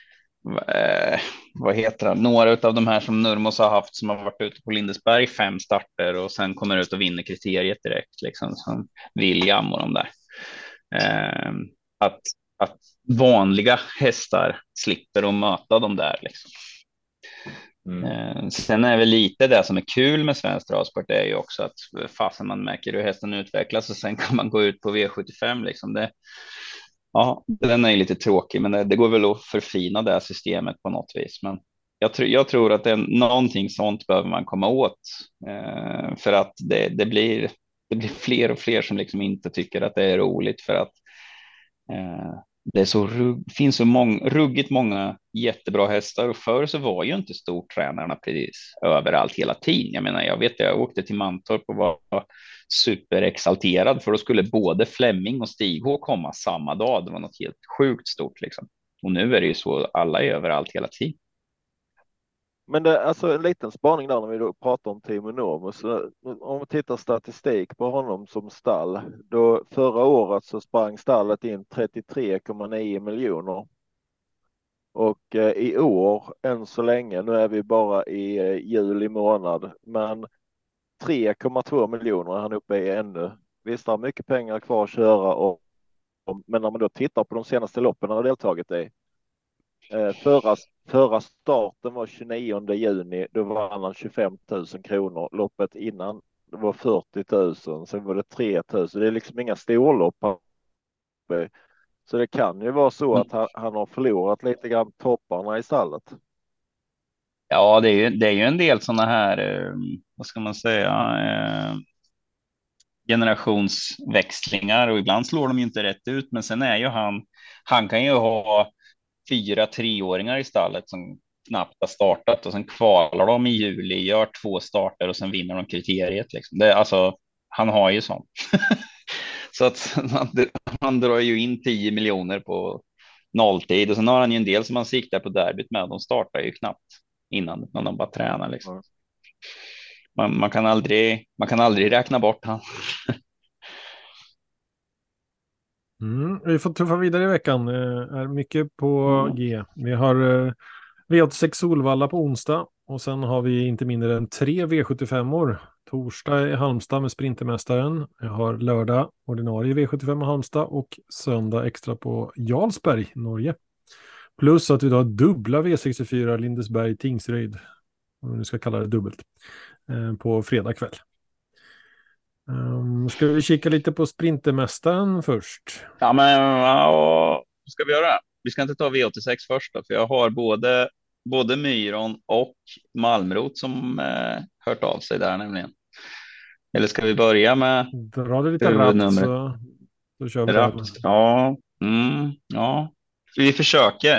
S1: eh, vad heter det, några av de här som Nurmos har haft som har varit ute på Lindesberg fem starter och sen kommer ut och vinner kriteriet direkt liksom som William och de där. Eh, att, att vanliga hästar slipper att möta dem där liksom.
S2: Mm.
S1: Eh, sen är väl lite det som är kul med svensk travsport är ju också att fasen man märker hur hästen utvecklas och sen kan man gå ut på V sjuttiofem liksom det. ja, den är ju lite tråkig, men det, det går väl att förfina det här systemet på något vis. Men jag, tr jag tror att det är någonting sånt behöver man komma åt, eh, för att det, det blir det blir fler och fler som liksom inte tycker att det är roligt, för att eh, det är så rugg, finns så många, ruggigt många jättebra hästar, och förr så var ju inte stortränarna precis överallt hela tiden. Jag menar, jag vet jag åkte till Mantorp och var superexalterad, för då skulle både Fleming och Stig H komma samma dag. Det var något helt sjukt stort liksom. Och nu är det ju så, alla är överallt hela tiden.
S4: Men det, alltså en liten spaning där när vi då pratar om Timo Nurmos. Om vi tittar statistik på honom som stall. Då förra året så sprang stallet in trettiotre komma nio miljoner. Och eh, i år, än så länge, nu är vi bara i eh, juli månad, men tre komma två miljoner är han uppe i ännu. Visst har mycket pengar kvar att köra, och, och, men när man då tittar på de senaste loppen han har deltagit i. Eh, förra, förra starten var tjugonionde juni, då vann han tjugofem tusen kronor. Loppet innan det var fyrtio tusen, sen var det tre tusen. Det är liksom inga storlopp. Så det kan ju vara så att han, han har förlorat lite grann topparna i stallet.
S1: Ja, det är ju, det är ju en del sådana här, eh, vad ska man säga, eh, generationsväxlingar, och ibland slår de ju inte rätt ut, men sen är ju han, han kan ju ha fyra treåringar i stallet som knappt har startat, och sen kvalar de i juli, gör två starter och sen vinner de kriteriet liksom. Det, alltså, han har ju sånt. Så att han, han drar ju in tio miljoner på nolltid, och sen har han ju en del som han siktar på derbyt med. De startar ju knappt innan, när de bara tränar liksom. Man, man kan aldrig, man kan aldrig räkna bort han.
S5: Mm, vi får tuffa vidare i veckan. Det är mycket på
S1: Mm.
S5: G. Vi har eh, V åttiosex Solvalla på onsdag, och sen har vi inte mindre än tre V sjuttiofem-or. Torsdag i Halmstad med Sprintermästaren. Jag har lördag ordinarie V sjuttiofem i Halmstad och söndag extra på Jarlsberg, Norge. Plus att vi har dubbla V sextiofyra Lindesberg Tingsryd, om vi nu ska kalla det dubbelt, eh, på fredag kväll. Um, ska vi kika lite på Sprintermästaren först?
S1: Ja, men ja, vad ska vi göra? Vi ska inte ta V åttiosex först då, för jag har både, både Myron och Malmrot som eh, hört av sig där nämligen. Eller ska vi börja med
S5: Dra det lite rappt så, så kör vi
S1: rappt?
S5: det.
S1: Ja, mm, ja, vi försöker.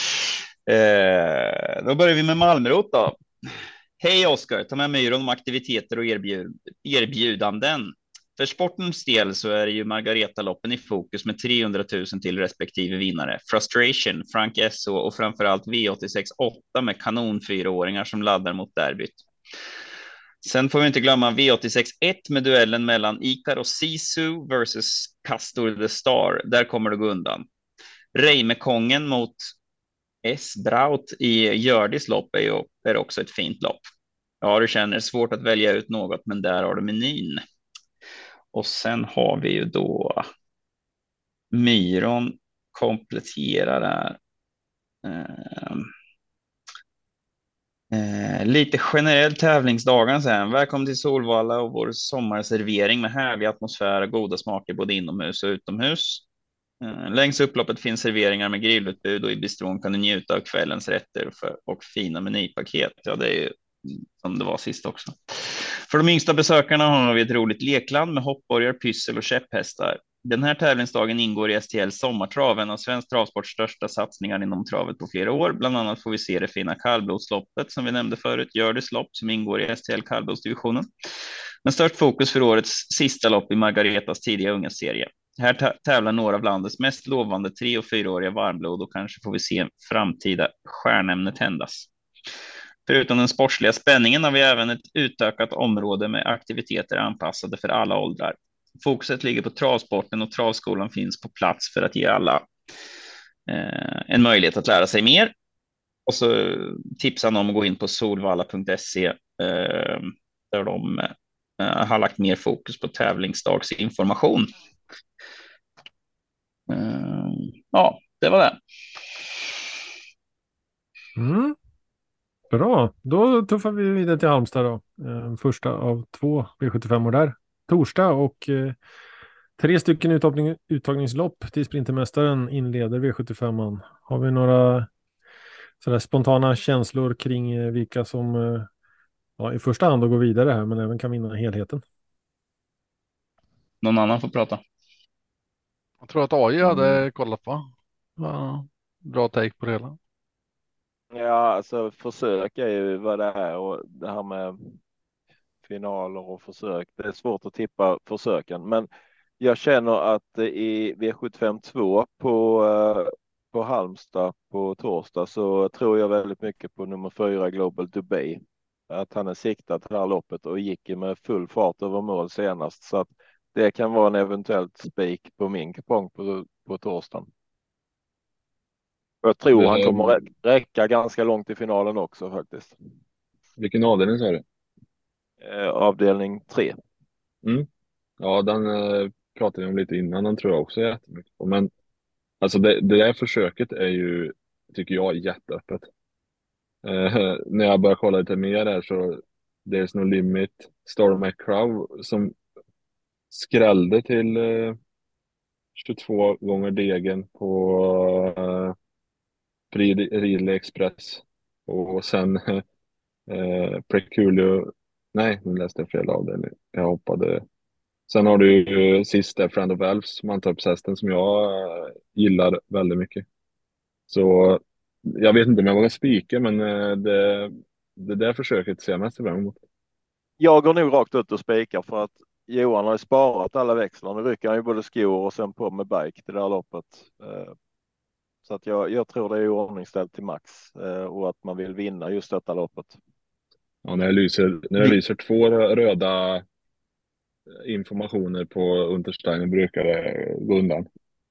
S1: Eh, då börjar vi med Malmrot då. Hej Oskar, ta med Myron om aktiviteter och erbjud, erbjudanden. För sportens del så är det ju Margareta-loppen i fokus med trehundratusen till respektive vinnare. Frustration, Frank S O och framförallt V åttiosex åtta med kanon fyraåringar som laddar mot derbyt. Sen får vi inte glömma V åttiosex ett med duellen mellan Ikar och Sisu versus Castor the Star. Där kommer det gå undan. Reimekongen mot S. Braut i Gördis lopp är, ju, är också ett fint lopp. Ja, du känner svårt att välja ut något, men där har du menyn. Och sen har vi ju då Myron kompletterar där. Eh, eh, lite generell tävlingsdagen sen. Välkommen till Solvalla och vår sommarservering med härlig atmosfär och goda smaker både inomhus och utomhus. Eh, längs upploppet finns serveringar med grillutbud, och i bistron kan du njuta av kvällens rätter för, och fina menypaket. Ja, det är ju som det var sist också. För de yngsta besökarna har vi ett roligt lekland med hoppborgar, pyssel och käpphästar. Den här tävlingsdagen ingår i S T L Sommartrav, en av svensk travsports största satsningar inom travet på flera år. Bland annat får vi se det fina kallblodsloppet som vi nämnde förut, Gördis lopp, som ingår i S T L kallblodsdivisionen. Men störst fokus för årets sista lopp i Margaretas tidiga unghästserie. Här tävlar några av landets mest lovande tre- och fyraåriga varmblod, och kanske får vi se framtida stjärnämne tändas. Förutom den sportsliga spänningen har vi även ett utökat område med aktiviteter anpassade för alla åldrar. Fokuset ligger på travsporten, och travskolan finns på plats för att ge alla eh, en möjlighet att lära sig mer. Och så tipsar han om att gå in på solvalla punkt se eh, där de eh, har lagt mer fokus på tävlingsdagsinformation. Eh, ja, det var det.
S5: Mm. Bra, då tuffar vi vidare till Halmstad då. Eh, första av två V sjuttiofem-år där. Torsdag, och eh, Tre stycken uttagning, uttagningslopp till Sprintermästaren inleder V sjuttiofem. Har vi några sådär spontana känslor kring eh, vilka som eh, ja, i första hand då går vidare här, men även kan vinna helheten?
S1: Någon annan får prata.
S3: Jag tror att A J hade
S2: Mm.
S3: kollat på. Ja, bra take på det hela.
S4: Ja, alltså försök är ju vad det är och det här med finaler och försök. Det är svårt att tippa försöken, men jag känner att i V sjuttiofem två på, eh, på Halmstad på torsdag så tror jag väldigt mycket på nummer fyra Global Dubai. Att han är siktad till det här loppet och gick med full fart över mål senast. Så att det kan vara en eventuellt spik på min kupong på, på torsdagen. Jag tror han kommer rä- räcka ganska långt i finalen också faktiskt.
S2: Vilken avdelning sa du?
S4: Eh, avdelning tre.
S2: Mm. Ja, den eh, pratade vi om lite innan. Den tror jag också är jättemycket på. Men alltså det, det där försöket är ju, tycker jag, jätteöppet. Eh, när jag börjar kolla lite mer där så There's No Limit, Storm McCrow som skrällde till eh, tjugotvå gånger degen på eh, Rid- Ridley Express. Och sen eh, Preculio, nej, nu läste jag fel avdelning. Jag hoppade. Sen har du ju sist där Friend of Elves, Mantorpshästen som jag eh, gillar väldigt mycket. Så jag vet inte om jag vågar spika, men eh, det, det där försöket ser jag mest fram emot.
S4: Jag går nog rakt ut och spikar för att Johan har ju sparat alla växlar. Nu rycker han ju både skor och sen på med bike till det här loppet. Eh, Så att jag, jag tror det är ordningställt till max eh, och att man vill vinna just detta loppet.
S2: Ja, när jag lyser, när jag lyser två röda informationer på Untersteiner brukar det gå undan.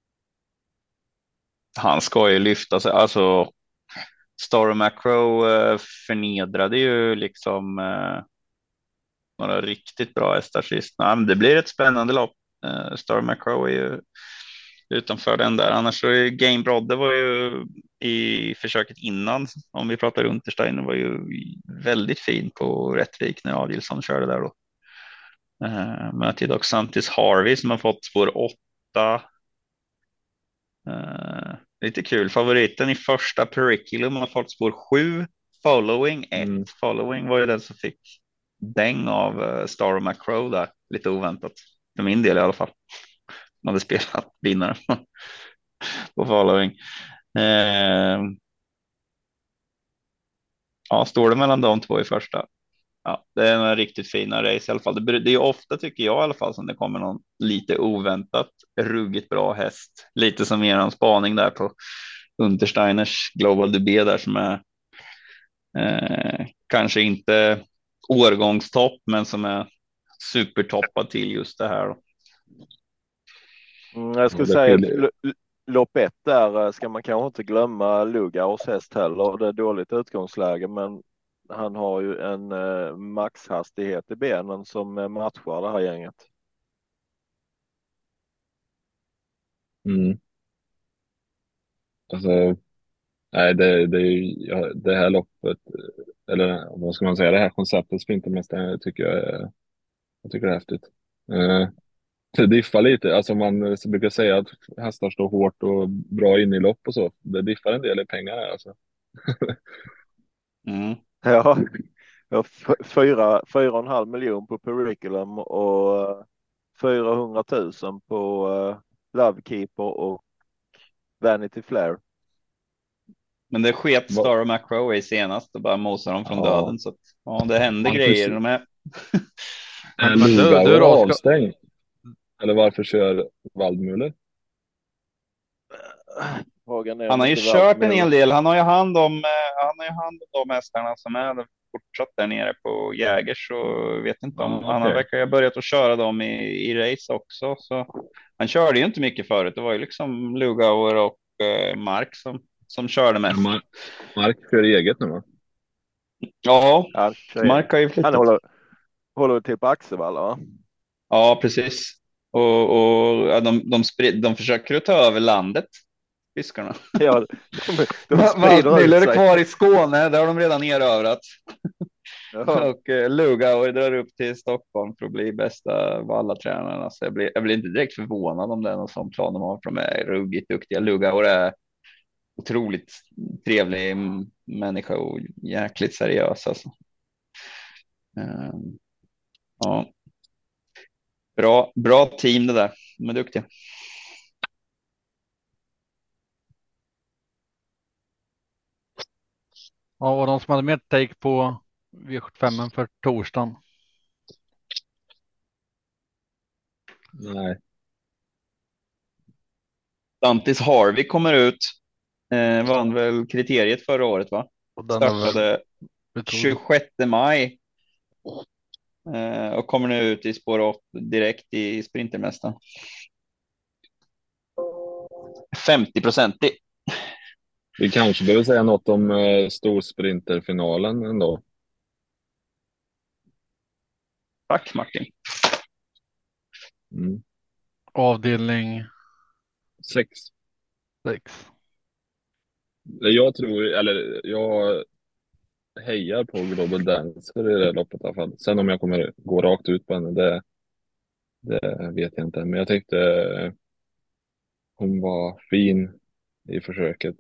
S1: Han ska ju lyfta sig. Alltså, Star Macro eh, förnedrade ju liksom eh, några riktigt bra hästar sist. Nej, men det blir ett spännande lopp. Eh, Star Macro är ju utanför den där. Annars så är Game Brodde var ju i försöket innan, om vi pratar Untersteiner, var ju väldigt fin på Rättvik när Adilsson körde där då. Eh, möter dock Santis Harvey som har fått spår åtta. Uh, lite kul. Favoriten i första Periculum har fått spår sju. Following ett.
S2: Mm.
S1: Following var ju den som fick däng av uh, Star Macro där. Lite oväntat. För min del i alla fall. Man hade spelat vinnare på Following. Uh, ja, står det mellan de två i första? Ja, det är en riktigt fina race i alla fall. Det, det är ofta, tycker jag i alla fall, som det kommer någon lite oväntat ruggigt bra häst. Lite som er spaning där på Untersteiners Global D B där som är eh, kanske inte årgångstopp, men som är supertoppad till just det här. Då.
S4: Mm, jag skulle
S2: Ja,
S4: säga
S2: till...
S4: att lopp ett där ska man kanske inte glömma Lugaus häst heller. Det är dåligt utgångsläge, men han har ju en eh, maxhastighet i benen som matchar det här gänget.
S2: Mm. Alltså, nej, det, det, är ju- ja, det här loppet, eller vad ska man säga, det här konceptet Sprintermästaren tycker jag är, jag tycker det är häftigt. Eh, det diffar lite, alltså man brukar säga att hästar står hårt och bra in i lopp och så. Det diffar en del i pengar här alltså.
S1: Mm.
S4: Ja, ja f- fyra, fyra och en halv miljon på Periculum och eh, fyrahundratusen på uh, Lovekeeper och Vanity Flair.
S1: Men det sket
S2: Va-
S1: Star Macro i senast och bara mosade dem från
S2: Ja.
S1: döden. Så att, ja, det händer
S2: Varför
S1: grejer.
S2: se-
S1: De är...
S2: Är
S3: Men- men du-
S2: Lugauer
S3: du då, ska-
S2: avstängd? Eller varför kör Waldmüller?
S4: Frågan är
S1: Han
S4: om
S1: har ju
S4: inte
S1: kört en
S4: Waldmüller-
S1: hel del. Han har ju hand om, eh, han har ju hand om de hästarna som är fortsatt där nere på Jägers. Så vet inte om
S2: Ja,
S1: han har
S2: okej.
S1: verkar ha börjat att köra dem i, i race också. Så han körde ju inte mycket förut. Det var ju liksom Lugauer och eh, Mark som, som körde mest.
S2: Mar- Mark kör eget nu va?
S1: Ja,
S4: Han, kör
S1: Mark har ju
S4: han
S1: flyttat.
S4: håller, håller till på Axevalla, va?
S1: Ja, precis. Och, och ja, de, de, sprid, de försöker att ta över landet, fiskarna.
S4: Ja, de, de
S1: Waldmüller
S4: sprider ut
S1: är
S4: sig.
S1: kvar i Skåne, där har de redan erövrat.
S4: Ja.
S1: Och eh, Lugauer drar upp till Stockholm för att bli bästa vallatränaren. Alltså jag, blir, jag blir inte direkt förvånad om det är någon sån plan de har, för de är ruggigt duktiga. Lugauer är otroligt trevlig m- människa och jäkligt seriös. Alltså. Ehm, ja. Bra, bra team det där. De är duktiga.
S3: Ja, och de som hade mer take på V sjuttiofem för torsdagen.
S2: Nej.
S1: Dantis Harvey kommer ut. Eh, vann väl kriteriet förra året, va?
S3: Och den är väl
S1: Startade
S3: betrodd.
S1: tjugosjätte maj. Eh, och kommer nu ut i spår åtta direkt i Sprintermästaren. femtio procent.
S2: Vi kanske behöver säga något om eh, storsprinterfinalen ändå.
S1: Tack Martin.
S2: Mm.
S3: Avdelning
S2: Sex.
S3: sex.
S2: Jag tror, eller jag hejar på Global Dancer i det loppet i alla fall. Sen om jag kommer gå rakt ut på henne, det, det vet jag inte. Men jag tyckte eh, hon var fin i försöket.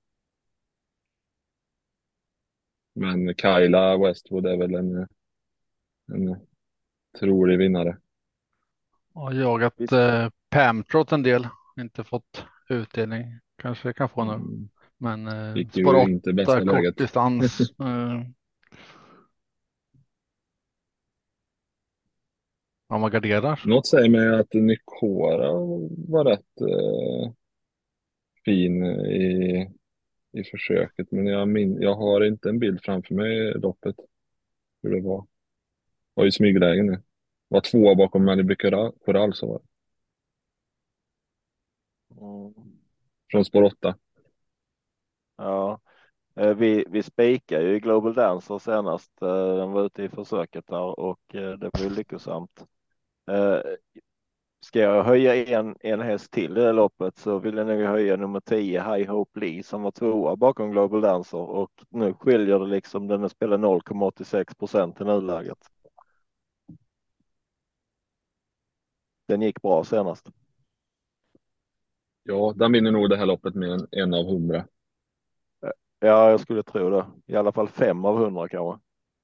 S2: Men Kyla Westwood är väl en, en trolig vinnare.
S3: Har jagat
S4: Visst.
S3: eh, Pamtrot en del. Inte fått utdelning. Kanske kan få nu.
S2: Mm.
S3: Men eh,
S2: Fick
S3: spår
S2: ju inte bästa
S3: åtta,
S2: läget.
S3: kort distans. eh, om man garderar.
S2: Något säger mig att Nykora var rätt eh, fin i, i försöket. Men jag, min, jag har inte en bild framför mig i loppet. Hur det var. Var ju smyglägen nu. Var två bakom Malibu Coral så var det.
S4: Mm.
S2: Från spår åtta.
S4: Ja. Eh, Vi, vi spikar ju i Global Dancer senast. eh, Den var ute i försöket där och eh, det var ju lyckosamt. Eh, Ska jag höja en, en häst till i det loppet så vill jag nog höja nummer tio High Hope Lee som var tvåa bakom Global Dancer och nu skiljer det liksom, den spelar noll komma åttiosex procent i nuläget. Den gick bra senast.
S2: Ja, den vinner nog det här loppet med en, en av hundra.
S4: Ja, jag skulle tro det. I alla fall fem av hundra kanske.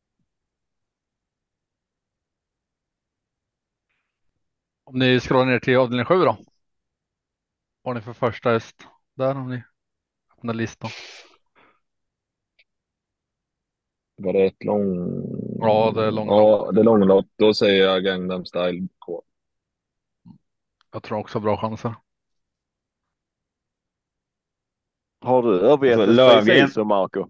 S3: Om ni scrollar ner till avdelning sju då. Vad har ni för första häst där om ni öppnar listan?
S2: Var det ett lång...
S3: Ja, det är långlopp.
S2: Ja, det är långlopp. Då säger jag Gangnam Style K.
S3: Jag tror också bra chanser.
S4: Har du övergett
S1: Alltså,
S4: en
S1: Löfgren-
S4: precis så Marco?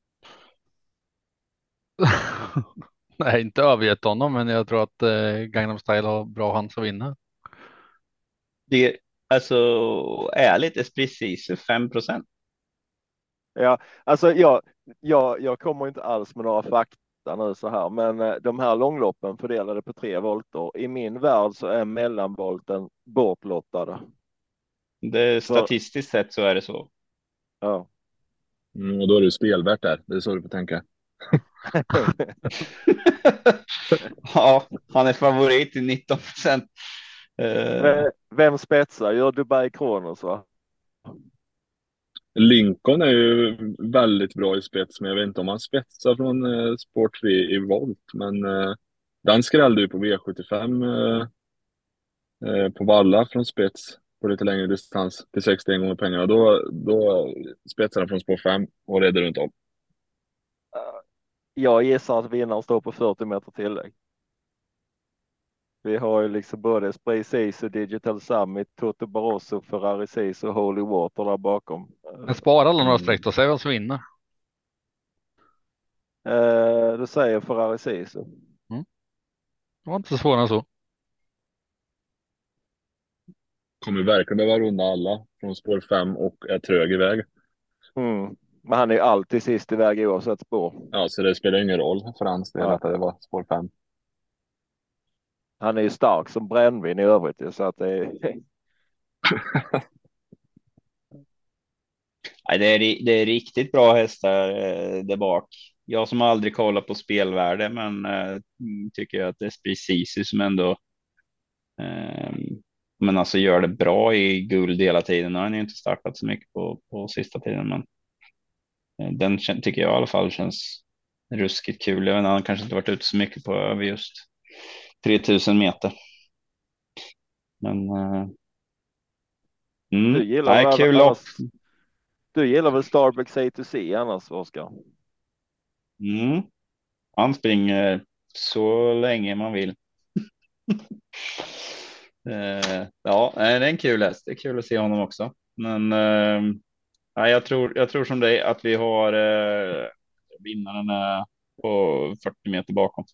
S3: Nej, inte övergett honom, men jag tror att eh, Gangnam Style har bra chans att vinna.
S1: Det, alltså ärligt, är precis fem procent.
S4: Ja, alltså jag, jag, jag kommer inte alls med några fakta nu så här, men eh, de här långloppen fördelade på tre volter. I min värld så är mellanvolten bortlottade.
S1: Det,
S4: Så-
S1: statistiskt sett så är det så.
S4: Ja.
S2: Mm, och då är det ju spelvärt där. Det är så du får tänka.
S1: Ja, han är favorit i nitton procent. Eh,
S4: Vem- Vem spetsar? Gör Dubai Kronos va?
S2: Lincoln är ju väldigt bra i spets, men jag vet inte om han spetsar från eh, sport tre i volt. Men eh, den skrällde ju på V sjuttiofem eh, eh, på Valla från spets på lite längre distans till sextio gånger pengarna. Då, då spetsar han från spår fem och redde runt om.
S4: Jag gissar att vinnaren står på fyrtio meter tillägg. Vi har ju liksom både Spray Sisu, Digital Summit, Toto Barroso, Ferrari Sisu och Holy Water där bakom.
S3: Men spara alla några
S2: Mm.
S3: streck och säg vem som vinner.
S4: Eh, du säger Ferrari Sisu.
S3: Det var inte så svårare än så.
S2: Kommer verkligen behöva runda alla från spår fem och är trög iväg.
S4: Mm. Men han är ju alltid sist iväg oavsett spår.
S2: Ja, så det spelar ingen roll för hans del
S4: Ja.
S2: att det var spår fem.
S4: Han är ju stark som brännvin i övrigt ju, så att det är...
S1: Nej, det är, ri- det är riktigt bra hästar eh, där bak. Jag som aldrig kollar på spelvärde, men eh, mm, tycker att det är precis som ändå eh, men alltså gör det bra i guld hela tiden. Nu har han ju inte startat så mycket på, på sista tiden, men eh, den kän- tycker jag i alla fall känns ruskigt kul. Jag vet inte, han kanske inte varit ute så mycket på över just tre tusen meter. Men eh,
S4: Du
S1: mm,
S4: gillar
S1: nej,
S4: väl
S1: kul lopp.
S4: annars, du gillar väl Starbucks A to C annars, Oskar?
S1: Mm. Han springer så länge man vill. Eh, ja, nej, det är en kul häst. Det är kul att se honom också. Men eh, nej, jag tror, jag tror som dig att vi har eh, vinnaren eh, på fyrtio meter bakom.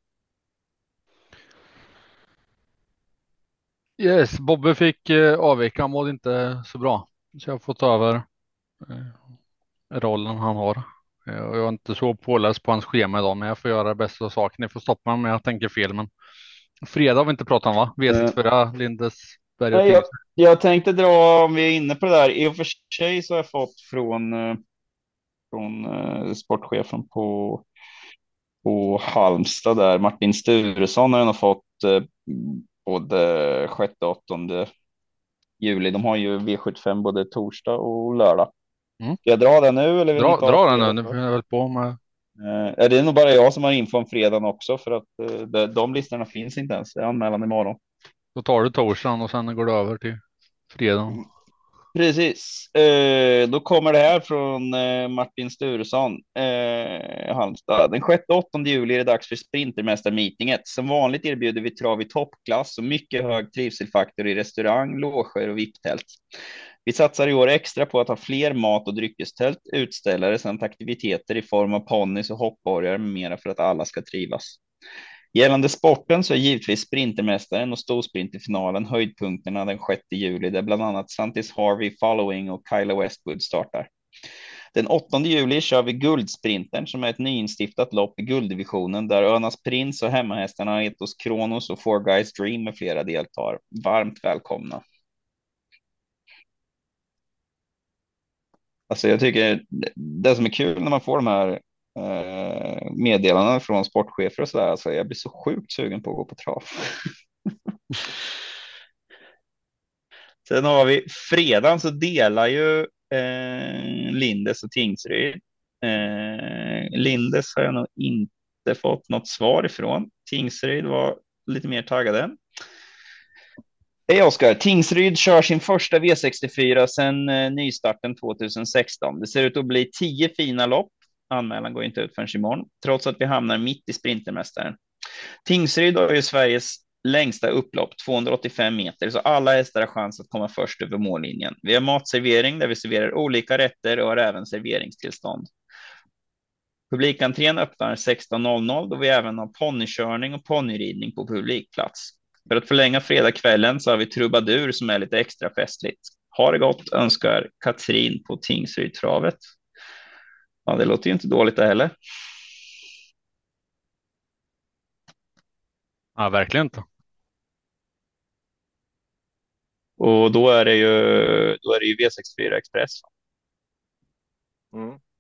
S3: Yes, Bobbe fick eh, avvika, han mådde inte så bra. Så jag har fått över eh, rollen han har. Eh, och jag är inte så påläst på hans schema idag, men jag får göra det bästa av saken. Ni får stoppa mig om jag tänker fel, men fredag har vi inte pratat om, va? V
S1: Eh,
S3: sextiofyra, Lindesberg och
S1: nej, jag,
S3: Tingsryd.
S1: jag tänkte dra, om vi är inne på det där. I och för sig så har jag fått från, eh, från eh, sportchefen på, på Halmstad där, Martin Sturesson, har jag nog fått eh, både sjätte och åttonde juli. De har ju V sjuttiofem både torsdag och lördag.
S3: Mm.
S1: Ska jag dra den nu eller vill ni
S3: Dra,
S1: ta
S3: dra den nu,
S1: fredag?
S3: nu får jag väl på med.
S1: Eh, är det nog bara jag som har info om fredagen också, för att eh, de, de listorna finns inte ens. Det är anmälan imorgon.
S3: Då tar du torsdagen och sen går du över till fredagen.
S1: Precis. Eh, då kommer det här från eh, Martin Sturesson, eh, Halmstad. Den sjätte och åttonde juli är det dags för Sprintermästarmeetinget. Som vanligt erbjuder vi trav i toppklass och mycket hög trivselfaktor i restaurang, loger och V I P-tält. Vi satsar i år extra på att ha fler mat- och dryckestält, utställare samt aktiviteter i form av ponnys och hoppborgar med mera för att alla ska trivas. Gällande sporten så är givetvis Sprintermästaren och storsprint i finalen höjdpunkterna den sjätte juli, där bland annat Santis Harvey Following och Kyla Westwood startar. Den åttonde juli kör vi Guldsprinten som är ett nyinstiftat lopp i gulddivisionen där Önas Prins och hemmahästarna Etos Kronos och Four Guys Dream med flera deltar. Varmt välkomna. Alltså jag tycker det som är kul när man får de här eh, meddelandena från sportchefer och sådär, alltså jag blir så sjukt sugen på att gå på trav. Sen har vi fredagen, så delar ju eh, Lindes och Tingsryd. Eh, Lindes har jag nog inte fått något svar ifrån. Tingsryd var lite mer taggade. Hej Oskar, Tingsryd kör sin första V sextiofyra sedan eh, nystarten tjugohundrasexton. Det ser ut att bli tio fina lopp. Anmälan går inte ut förrän imorgon, trots att vi hamnar mitt i Sprintermästaren. Tingsryd har ju Sveriges längsta upplopp, tvåhundraåttiofem meter, så alla hästar har chans att komma först över mållinjen. Vi har matservering där vi serverar olika rätter och har även serveringstillstånd. Publikentrén öppnar sexton noll noll då vi även har ponnykörning och ponnyridning på publikplats. För att förlänga fredagskvällen så har vi trubadur som är lite extra festligt. Ha det gott, önskar Katrin på Tingsrydtravet. Ja, det låter ju inte dåligt det heller.
S3: Ja, verkligen inte.
S1: Och då är det ju, då är det ju V sextiofyra Express.
S4: Mm.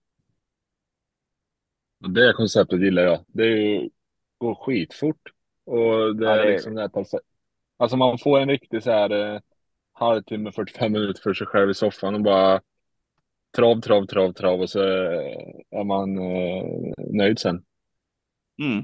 S2: Det konceptet gillar jag. Det är ju, går skitfort. Och det
S4: Ja,
S2: är
S4: det
S2: liksom det här perfekt. Alltså man får en riktig så här eh, halvtimme, fyrtiofem minuter för sig själv i soffan och bara trav, trav, trav, trav och så eh, är man eh, nöjd sen.
S1: Mm.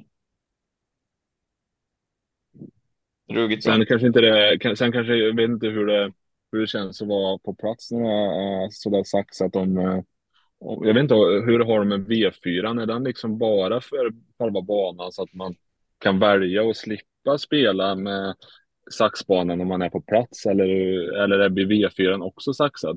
S1: Ruggigt bra.
S2: Sen kanske inte det, kan- sen kanske, jag vet inte hur det, hur det känns att vara på plats när det är sådär saxat om, eh, om, jag vet inte hur det har de med V fyra, är den liksom bara för själva banan så att man kan välja och slippa spela med saxbanan om man är på plats eller, eller är V fyra också saxad?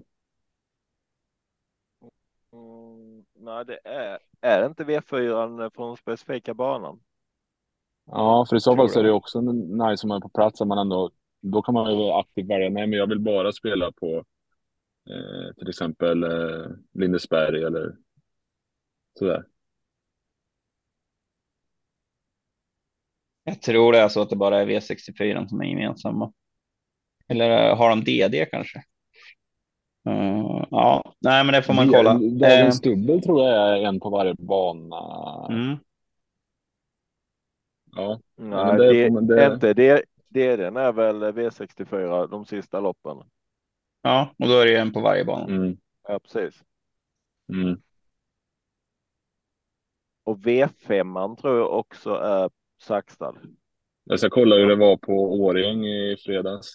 S4: Mm, nej, det är, är det inte V fyra från den specifika banan?
S2: Ja, för i så fall
S1: Tror
S2: så är det
S1: det.
S2: också nice om man är på plats, att man ändå, då kan man ju aktivt välja, nej men jag vill bara spela på eh, till exempel eh, Lindesberg eller sådär.
S1: Jag tror det är så att det bara är V sextiofyra som är gemensamma. Eller har de D D kanske? Uh, ja, nej, men det får man
S2: Vi,
S1: kolla. Uh,
S2: dagens dubbel tror jag är en på varje bana.
S1: mm.
S2: Ja, ja men
S4: Nej,
S2: det får
S4: det
S2: man.
S4: är
S2: Det,
S4: inte det. Det är den är väl V sextiofyra de sista loppen.
S1: Ja, och då är det en på varje bana.
S2: mm,
S4: Ja, precis.
S2: mm.
S4: Och V fem tror jag också är saxad.
S2: Jag ska kolla hur det var på Årjäng i fredags.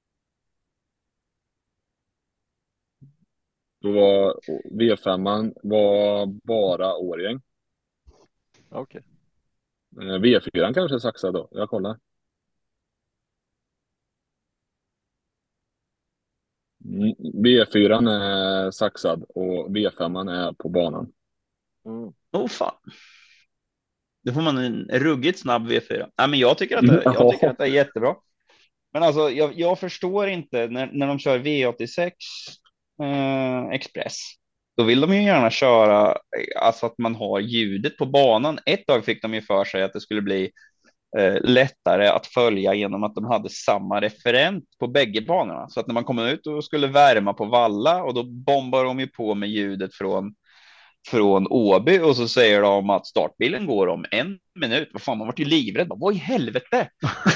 S2: Då var V fem var bara Årjäng.
S4: Okej.
S2: Eh, V fyra kanske är saxad då. Jag kollar. Mm, V fyra är saxad och V fem är på banan.
S4: Mm.
S1: Oh fan. Då får man en ruggigt snabb V fyra. Ja, men jag tycker att
S2: Mm,
S1: det, jag tycker
S2: ja.
S1: att det är jättebra. Men alltså, jag, jag förstår inte när, när de kör V åttiosex eh, Express. Då vill de ju gärna köra, eh, alltså att man har ljudet på banan. Ett tag fick de ju för sig att det skulle bli eh, lättare att följa genom att de hade samma referent på bägge banorna. Så att när man kom ut och skulle värma på Valla och då bombar de ju på med ljudet från från Åby och så säger de att startbilen går om en minut. Vad fan, man vart ju livrädd. Vad i helvete?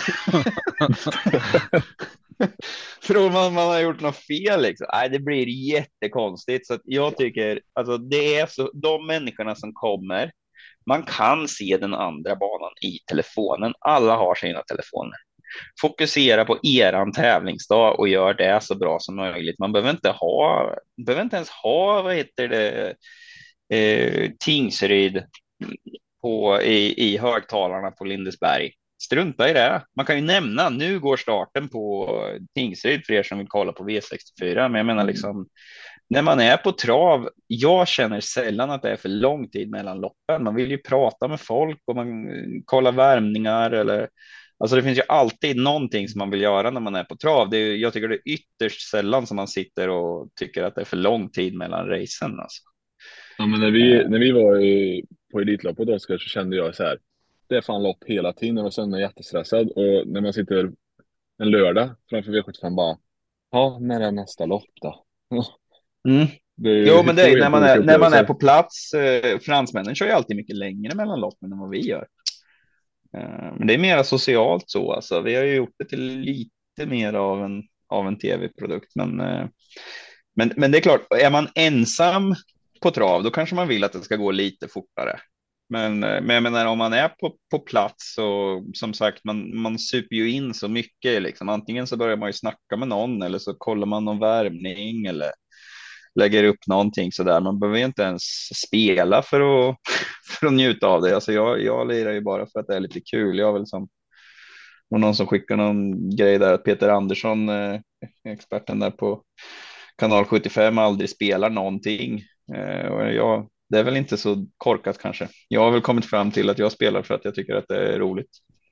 S1: Tror man man har gjort något fel liksom. Nej, det blir jättekonstigt. Så att jag tycker, alltså det är så, de människorna som kommer, man kan se den andra banan i telefonen. Alla har sina telefoner. Fokusera på eran tävlingsdag och gör det så bra som möjligt. Man behöver inte ha, behöver inte ens ha, vad heter det, eh, Tingsryd på, i, i högtalarna på Lindesberg. Strunta i det. Man kan ju nämna, nu går starten på Tingsryd för er som vill kolla på V sextiofyra. Men jag menar liksom, när man är på trav, jag känner sällan att det är för lång tid mellan loppen. Man vill ju prata med folk och man kollar värmningar eller alltså det finns ju alltid någonting som man vill göra när man är på trav. Det är, jag tycker det är ytterst sällan som man sitter och tycker att det är för lång tid mellan racen. Alltså.
S2: Ja, men när vi, när vi var i, på Elitloppet, Oskar, så kände jag så här. Det är fan lopp hela tiden och sen är jag jättestressad. Och när man sitter en lördag framför V sjuttiofem bara. Ja, när är nästa lopp då?
S1: Mm.
S2: Det är
S1: Jo, men det är, när, man är, när man är
S2: på...
S1: på plats. Eh, fransmännen kör ju alltid mycket längre mellan loppen än vad vi gör. Eh, men det är mer socialt så. Alltså. Vi har ju gjort det till lite mer av en, av en tv-produkt. Men, eh, men, men det är klart, är man ensam på trav, då kanske man vill att det ska gå lite fortare. Men, eh, men jag menar, om man är på, på plats och som sagt, man, man super ju in så mycket. Liksom. Antingen så börjar man ju snacka med någon eller så kollar man någon värmning eller lägger upp någonting så där. Man behöver ju inte ens spela för att, för att njuta av det. Alltså jag, jag lirar ju bara för att det är lite kul. Jag har väl som och någon som skickar någon grej där att Peter Andersson, eh, experten där på kanal sjuttiofem, aldrig spelar någonting. Eh, och jag, det är väl inte så korkat kanske. Jag har väl kommit fram till att jag spelar för att jag tycker att det är roligt.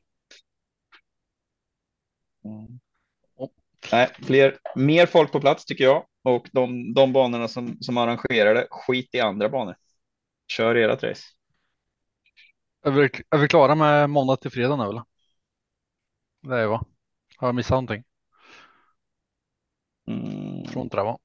S1: Mm. Nej, fler, mer folk på plats tycker jag. Och de, de banorna som, som arrangerar det, skit i andra banor. Kör ert race.
S3: Är vi, är vi klara med måndag till fredag nu eller? Det är va? Har jag missat någonting?
S1: Mm.
S3: Tror inte det va?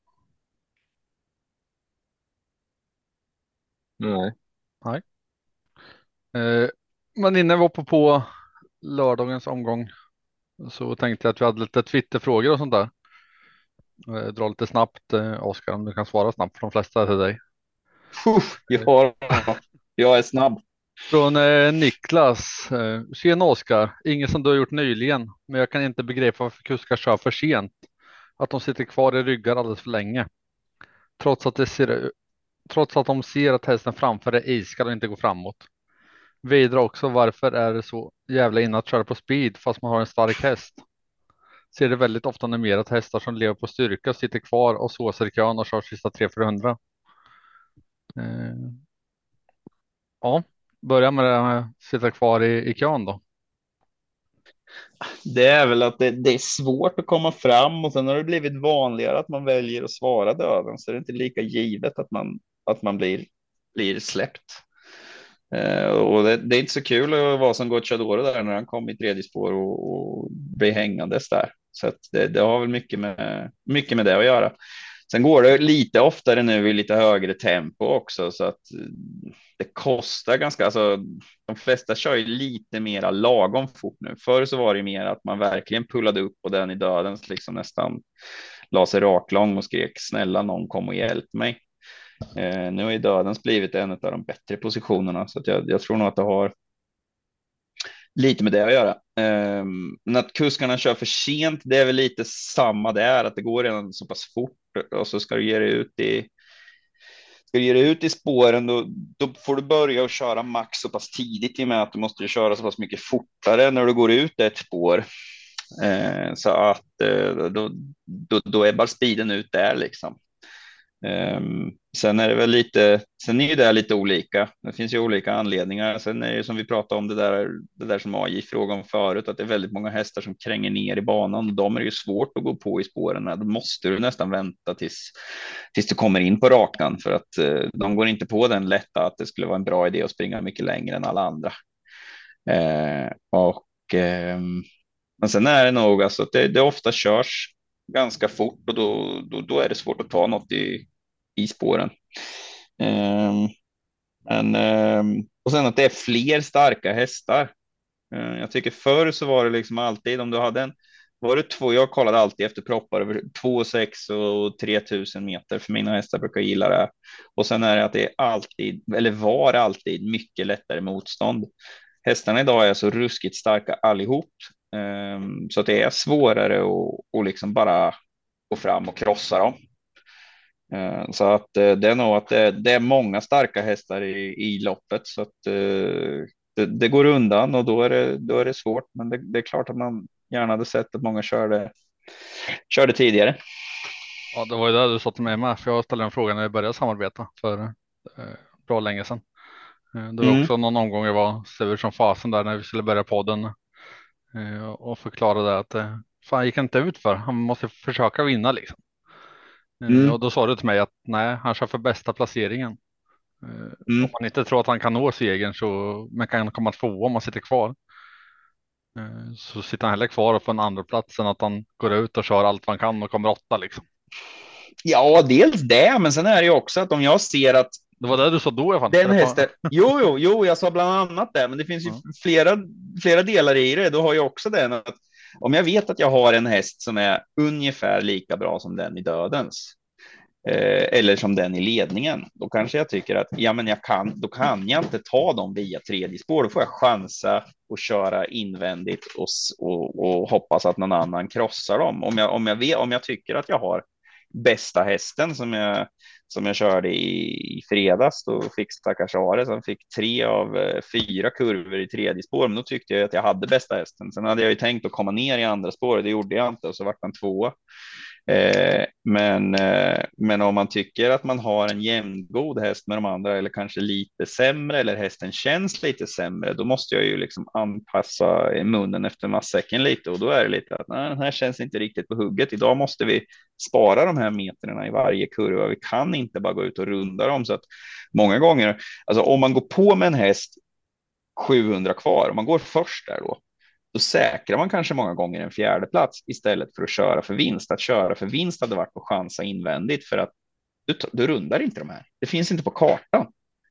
S2: Nej.
S3: Nej. Eh, men innan vi var på, på lördagens omgång så tänkte jag att vi hade lite Twitterfrågor och sånt där. Eh, dra lite snabbt, eh, Oskar, om du kan svara snabbt för de flesta är till dig.
S1: Uff, jag, jag är snabb.
S3: Från eh, Niklas. Eh, Tjena Oskar, inget som du har gjort nyligen, men jag kan inte begripa varför kuskar kör för sent. Att de sitter kvar i ryggar alldeles för länge. Trots att, det ser, trots att de ser att hästen framför är iskall och inte går framåt. Vidare också, varför är det så jävla inne att köra på speed fast man har en stark häst? Ser det väldigt ofta animerat hästar som lever på styrka sitter kvar och såsar i kön och kör sista tre fyrahundra. Eh, ja, börja med det med att sitta kvar i, i kön då.
S1: Det är väl att det, det är svårt att komma fram och sen har det blivit vanligare att man väljer att svara döden så det är inte lika givet att man, att man blir, blir släppt. Eh, och det, det är inte så kul att vara som Gocciadoro där när han kom i tredje spår och, och blir hängandes där. Så att det, det har väl mycket med, mycket med det att göra. Sen går det lite oftare nu i lite högre tempo också, så att det kostar ganska, alltså de flesta kör ju lite mera lagom fort nu. Förr så var det mer att man verkligen pullade upp på den i dödens, liksom nästan la sig raklång och skrek snälla någon kom och hjälp mig. Eh, nu har ju dödens blivit en av de bättre positionerna, så att jag, jag tror nog att det har lite med det att göra. Um, men att kuskarna kör för sent, det är väl lite samma där, att det går redan så pass fort och så ska du ge dig ut i ska du ge dig ut i spåren, då, då får du börja att köra max så pass tidigt, i och med att du måste köra så pass mycket fortare när du går ut ett spår. Uh, så att uh, då, då, då är bara speeden ut där liksom. Um, sen är det väl lite, sen är ju det lite olika. Det finns ju olika anledningar. Sen är det som vi pratade om det där, det där som A J frågade om förut, att det är väldigt många hästar som kränger ner i banan. De är ju svårt att gå på i spåren. Då måste du nästan vänta tills, tills du kommer in på rakan, för att uh, de går inte på den lätta att det skulle vara en bra idé att springa mycket längre än alla andra. Uh, och um, men sen är det nog alltså att det, det ofta körs ganska fort, och då, då, då är det svårt att ta något i, i spåren. Um, men, um, och sen att det är fler starka hästar. Uh, jag tycker förr så var det liksom alltid, om du hade en, var det två, jag kollade alltid efter proppar över två sex och tre tusen meter, för mina hästar brukar gilla det. Och sen är det att det är alltid, eller var alltid, mycket lättare motstånd. Hästarna idag är så ruskigt starka allihop. Um, så att det är svårare att, att liksom bara gå fram och krossa dem. Uh, så att uh, det är nog att det, det är många starka hästar i, i loppet, så att uh, det, det går undan, och då är det, då är det svårt. Men det, det är klart att man gärna hade sett att många körde, körde tidigare.
S3: Ja, det var ju det du sa till mig med, för jag ställde en fråga när vi började samarbeta för eh, bra länge sedan. Eh, det var
S1: Mm.
S3: också någon omgång jag var sur som fasen där när vi skulle börja podden eh, och förklarade att eh, fan gick inte ut för, han måste försöka vinna liksom. Eh,
S1: Mm.
S3: och då sa du till mig att nej, han kör för bästa placeringen. Eh,
S1: Mm.
S3: Om man inte tror att han kan nå segern, så man kan komma två om man sitter kvar. Eh, så sitter han heller kvar och får en andra plats än att han går ut och kör allt man kan och kommer åtta liksom.
S1: Ja, dels det, men sen är det ju också att om jag ser att
S3: Det var det du sa då jag fann.
S1: den hästen, jo, jo, jo, jag sa bland annat det, men det finns ju
S3: Ja.
S1: flera, flera delar i det. Då har jag också den att om jag vet att jag har en häst som är ungefär lika bra som den i dödens, eh, eller som den i ledningen, då kanske jag tycker att ja, men jag kan, då kan jag inte ta dem via tredje spår. Då får jag chansa och köra invändigt och, och, och hoppas att någon annan krossar dem. Om jag, om jag, vet, om jag tycker att jag har bästa hästen, som jag, som jag körde i, i fredags, då fick stackars Ares, han fick tre av eh, fyra kurvor i tredje spår, men då tyckte jag att jag hade bästa hästen. Sen hade jag ju tänkt att komma ner i andra spår, det gjorde jag inte, och så vart han tvåa. Eh, men, eh, men om man tycker att man har en jämngod häst med de andra, eller kanske lite sämre, eller hästen känns lite sämre, då måste jag ju liksom anpassa munnen efter matsäcken lite, och då är det lite att nej, den här känns inte riktigt på hugget. Idag måste vi spara de här metrarna i varje kurva. Vi kan inte bara gå ut och runda dem. Så att många gånger, alltså om man går på med en häst sjuhundra kvar, om man går först där då, då säkrar man kanske många gånger en fjärde plats istället för att köra för vinst. Att köra för vinst hade varit att chansa invändigt, för att du, du rundar inte de här. Det finns inte på kartan.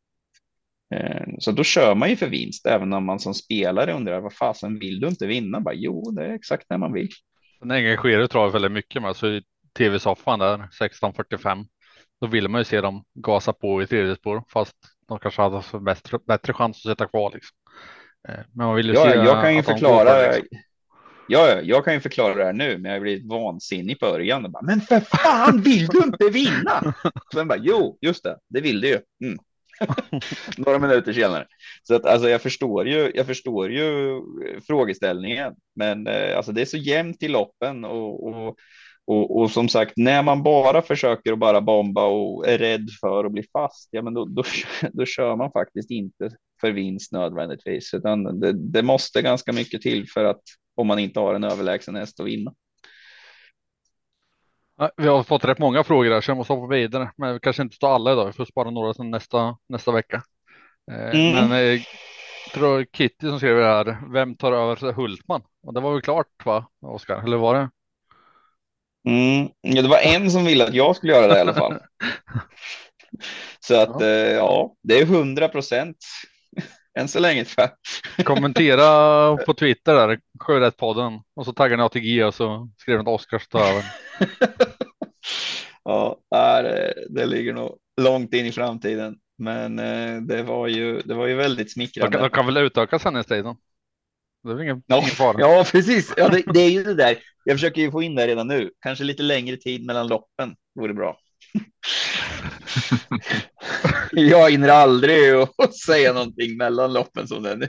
S1: Så då kör man ju för vinst, även om man som spelare undrar vad fasen vill du inte vinna? Bara, jo, det är exakt när man vill.
S3: Den engagerar tror jag väldigt mycket med. Så i tv-soffan där sexton fyrtiofem, då vill man ju se dem gasa på i tredje spår, fast de kanske hade så bättre, bättre chans att sätta kvar liksom. Men man vill ju
S1: ja,
S3: se
S1: jag kan ju
S3: att de
S1: förklara
S3: går för, liksom.
S1: Ja, jag kan ju förklara det här nu, men jag blir vansinnig i början. Och bara, men för fan, vill du inte vinna? Så jag bara, jo, just det, det vill du ju. Mm. Några minuter senare. Så att, alltså, jag förstår ju, jag förstår ju frågeställningen, men eh, alltså, det är så jämnt i loppen, och, och, och, och som sagt, när man bara försöker att bara bomba och är rädd för att bli fast, ja, men då, då, då kör man faktiskt inte för vinst nödvändigtvis, utan det, det måste ganska mycket till för att, om man inte har en överlägsen häst att vinna.
S3: Vi har fått rätt många frågor där, så jag måste hoppa vidare. Men vi kanske inte tar alla idag. Vi får spara några till nästa, nästa vecka. Mm. Men jag tror Kitty som skrev det här. Vem tar över Hultman? Och det var väl klart, va, Oskar? Eller var det?
S1: Mm. Ja, det var en som ville att jag skulle göra det i alla fall. Så att
S3: Ja.
S1: eh, ja, det är hundra procent än så länge tror jag.
S3: Kommentera på Twitter där, Sjörättspodden. Och så taggar ni A T G och så skriver ni att Oskar ska ta över.
S1: Ja, det, det ligger nog långt in i framtiden. Men eh, det var ju, det var ju väldigt
S3: De
S1: smickrande.
S3: kan, de kan väl utöka sändningstiden? Det är väl ingen,
S1: Ja,
S3: ingen fara.
S1: ja, precis. Ja, det, det är ju det där. Jag försöker ju få in det redan nu. Kanske lite längre tid mellan loppen vore bra. Jag hinner aldrig att säga någonting mellan loppen som det är nu.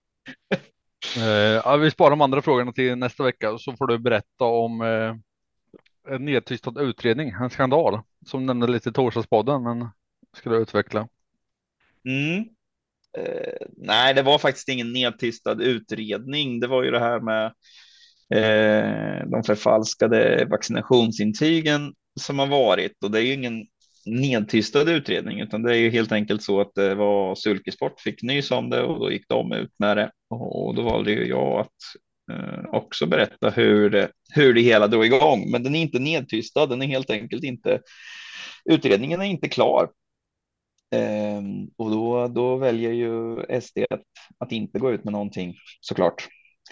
S3: Eh, ja, vi sparar de andra frågorna till nästa vecka så får du berätta om eh, en nedtystad utredning, en skandal som nämnde lite i torsdagspodden, men ska du utveckla?
S1: Mm. Eh, nej, det var faktiskt ingen nedtystad utredning. Det var ju det här med eh, de förfalskade vaccinationsintygen som har varit. Och det är ju ingen nedtystad utredning, utan det är ju helt enkelt så att det var Sulkesport fick nys om det och då gick de ut med det. Och då valde ju jag att eh, också berätta hur det, hur det hela drog igång. Men den är inte nedtystad, den är helt enkelt inte, utredningen är inte klar. Ehm, och då, då väljer ju S D att, att inte gå ut med någonting såklart.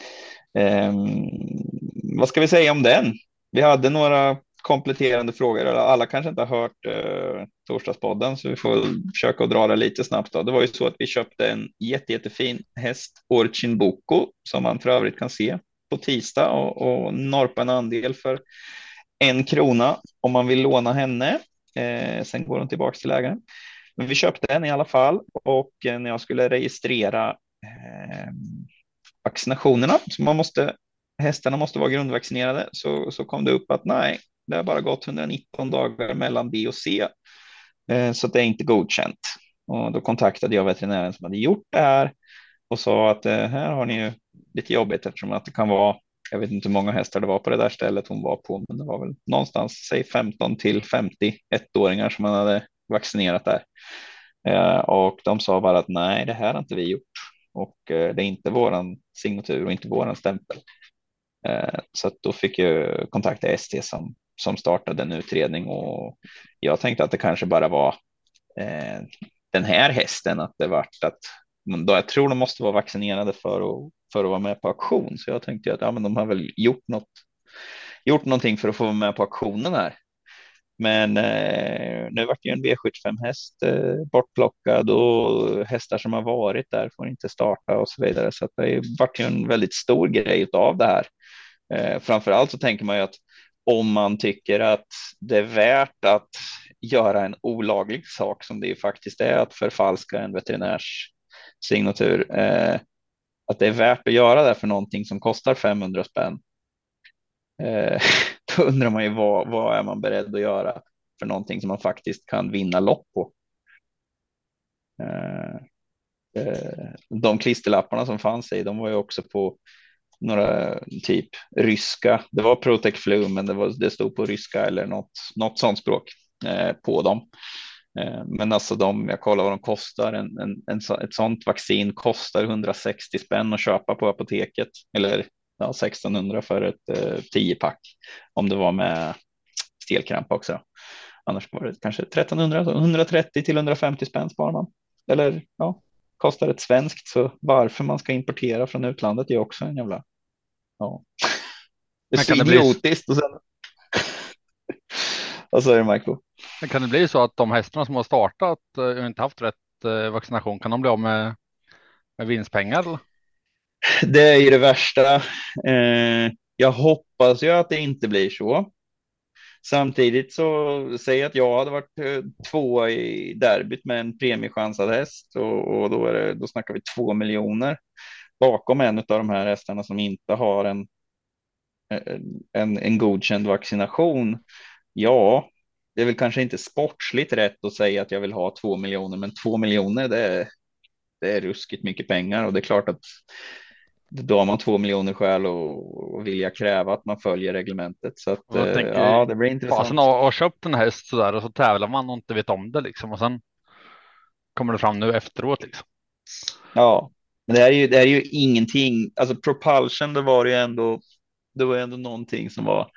S1: Ehm, vad ska vi säga om den? Vi hade några kompletterande frågor. Alla kanske inte har hört eh, torsdagspodden så vi får försöka att dra det lite snabbt. Då. Det var ju så att vi köpte en jätte, jättefin häst, Orchin Boko, som man för övrigt kan se på tisdag och, och norpa en andel för en krona om man vill låna henne. Eh, sen går hon tillbaka till ägaren. Men vi köpte den i alla fall och när jag skulle registrera eh, vaccinationerna, så man måste, hästarna måste vara grundvaccinerade, så, så kom det upp att nej, det har bara gått hundranitton dagar mellan B och C, eh, så det är inte godkänt. Och då kontaktade jag veterinären som hade gjort det här och sa att eh, här har ni ju lite jobbigt eftersom att det kan vara, jag vet inte hur många hästar det var på det där stället hon var på, men det var väl någonstans, säg femton till femtio ettåringar som man hade vaccinerat där. Eh, och de sa bara att nej, det här har inte vi gjort och eh, det är inte våran signatur och inte våran stämpel. Eh, så att då fick jag kontakta S T som, som startade en utredning och jag tänkte att det kanske bara var eh, den här hästen, att det vart att då jag tror de måste vara vaccinerade för att, för att vara med på auktion. Så jag tänkte att ja, men de har väl gjort något, gjort någonting för att få vara med på auktionen här. Men eh, nu vart det ju en V sjuttiofem häst eh, bortplockad och hästar som har varit där får inte starta och så vidare. Så att det vart ju en väldigt stor grej av det här. Eh, framförallt så tänker man ju att om man tycker att det är värt att göra en olaglig sak som det ju faktiskt är att förfalska en veterinärs signatur, eh, att det är värt att göra det för någonting som kostar femhundra spänn. Eh, då undrar man ju vad, vad är man beredd att göra för någonting som man faktiskt kan vinna lopp på. Eh, eh, de klisterlapparna som fanns i, de var ju också på några typ ryska, det var Protec Flu, men det, var, det stod på ryska eller något, något sånt språk eh, på dem. Eh, men alltså de, jag kollar vad de kostar, en, en, en, ett sånt vaccin kostar hundrasextio spänn att köpa på apoteket, eller ja, sextonhundra för ett eh, tio pack om det var med stelkramp också. Annars var det kanske trettonhundra, så hundratrettio till hundrafemtio spänn sparar man. Eller ja, kostar ett svenskt, så varför man ska importera från utlandet är också en jävla, ja. Det är
S3: Men
S1: så
S3: kan det bli-
S1: idiotiskt. Och sen... Vad säger du, Michael?
S3: Men kan det bli så att de hästarna som har startat eh, och inte haft rätt eh, vaccination, kan de bli av med, med vinstpengar? Eller?
S1: Det är ju det värsta. Eh, jag hoppas ju att det inte blir så. Samtidigt så säger att jag hade varit eh, två i derbyt med en premiechansad häst och, och då, är det, då snackar vi två miljoner bakom en av de här hästarna som inte har en, en, en godkänd vaccination. Ja, det är väl kanske inte sportsligt rätt att säga att jag vill ha två miljoner, men två miljoner det är, det är ruskigt mycket pengar och det är klart att då har man två miljoner skäl och, och vilja kräva att man följer reglementet. Så att,
S3: Jag
S1: eh,
S3: tänker,
S1: ja, det blir intressant.
S3: fasen har, har köpt en häst sådär och så tävlar man och inte vet om det liksom och sen kommer det fram nu efteråt liksom.
S1: Ja, men det här är ju, det här är ju ingenting. Alltså Propulsion, det var ju ändå, det var ändå någonting som var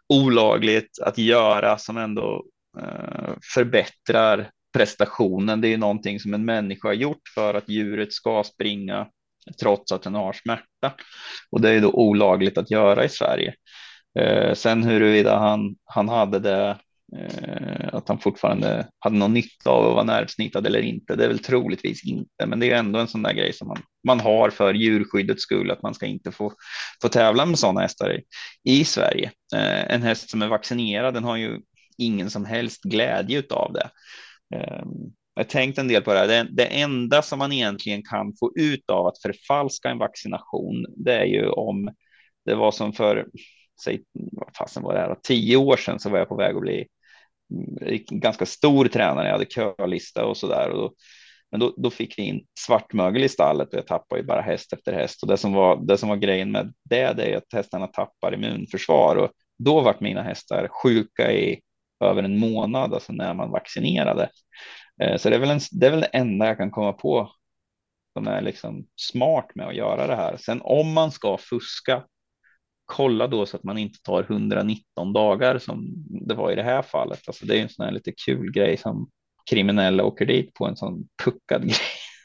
S1: olagligt att göra som ändå eh, förbättrar prestationen. Det är någonting som en människa har gjort för att djuret ska springa trots att den har smärta. Och det är då olagligt att göra i Sverige. Eh, sen huruvida han, han hade det, eh, att han fortfarande hade någon nytta av att vara nervsnittad eller inte, det är väl troligtvis inte. Men det är ändå en sån där grej som man, man har för djurskyddets skull, att man ska inte få, få tävla med sådana hästar i, i Sverige. Eh, en häst som är vaccinerad, den har ju ingen som helst glädje av det. Eh, jag har tänkt en del på det här. Det, det enda som man egentligen kan få ut av att förfalska en vaccination, det är ju om det var som för, säg, vad fasen var det här, tio år sedan så var jag på väg att bli en ganska stor tränare. Jag hade kölista och så där. Och då, men då, då fick vi in svartmögel i stallet och jag tappade ju bara häst efter häst. Och det som var, det som var grejen med det, det är att hästarna tappar immunförsvar. Och då var mina hästar sjuka i över en månad, alltså när man vaccinerade. Så det är väl, en, det är väl det enda jag kan komma på som är liksom smart med att göra det här. Sen om man ska fuska, kolla då så att man inte tar etthundranitton dagar som det var i det här fallet. Alltså det är en sån här lite kul grej som kriminella åker dit på, en sån puckad grej.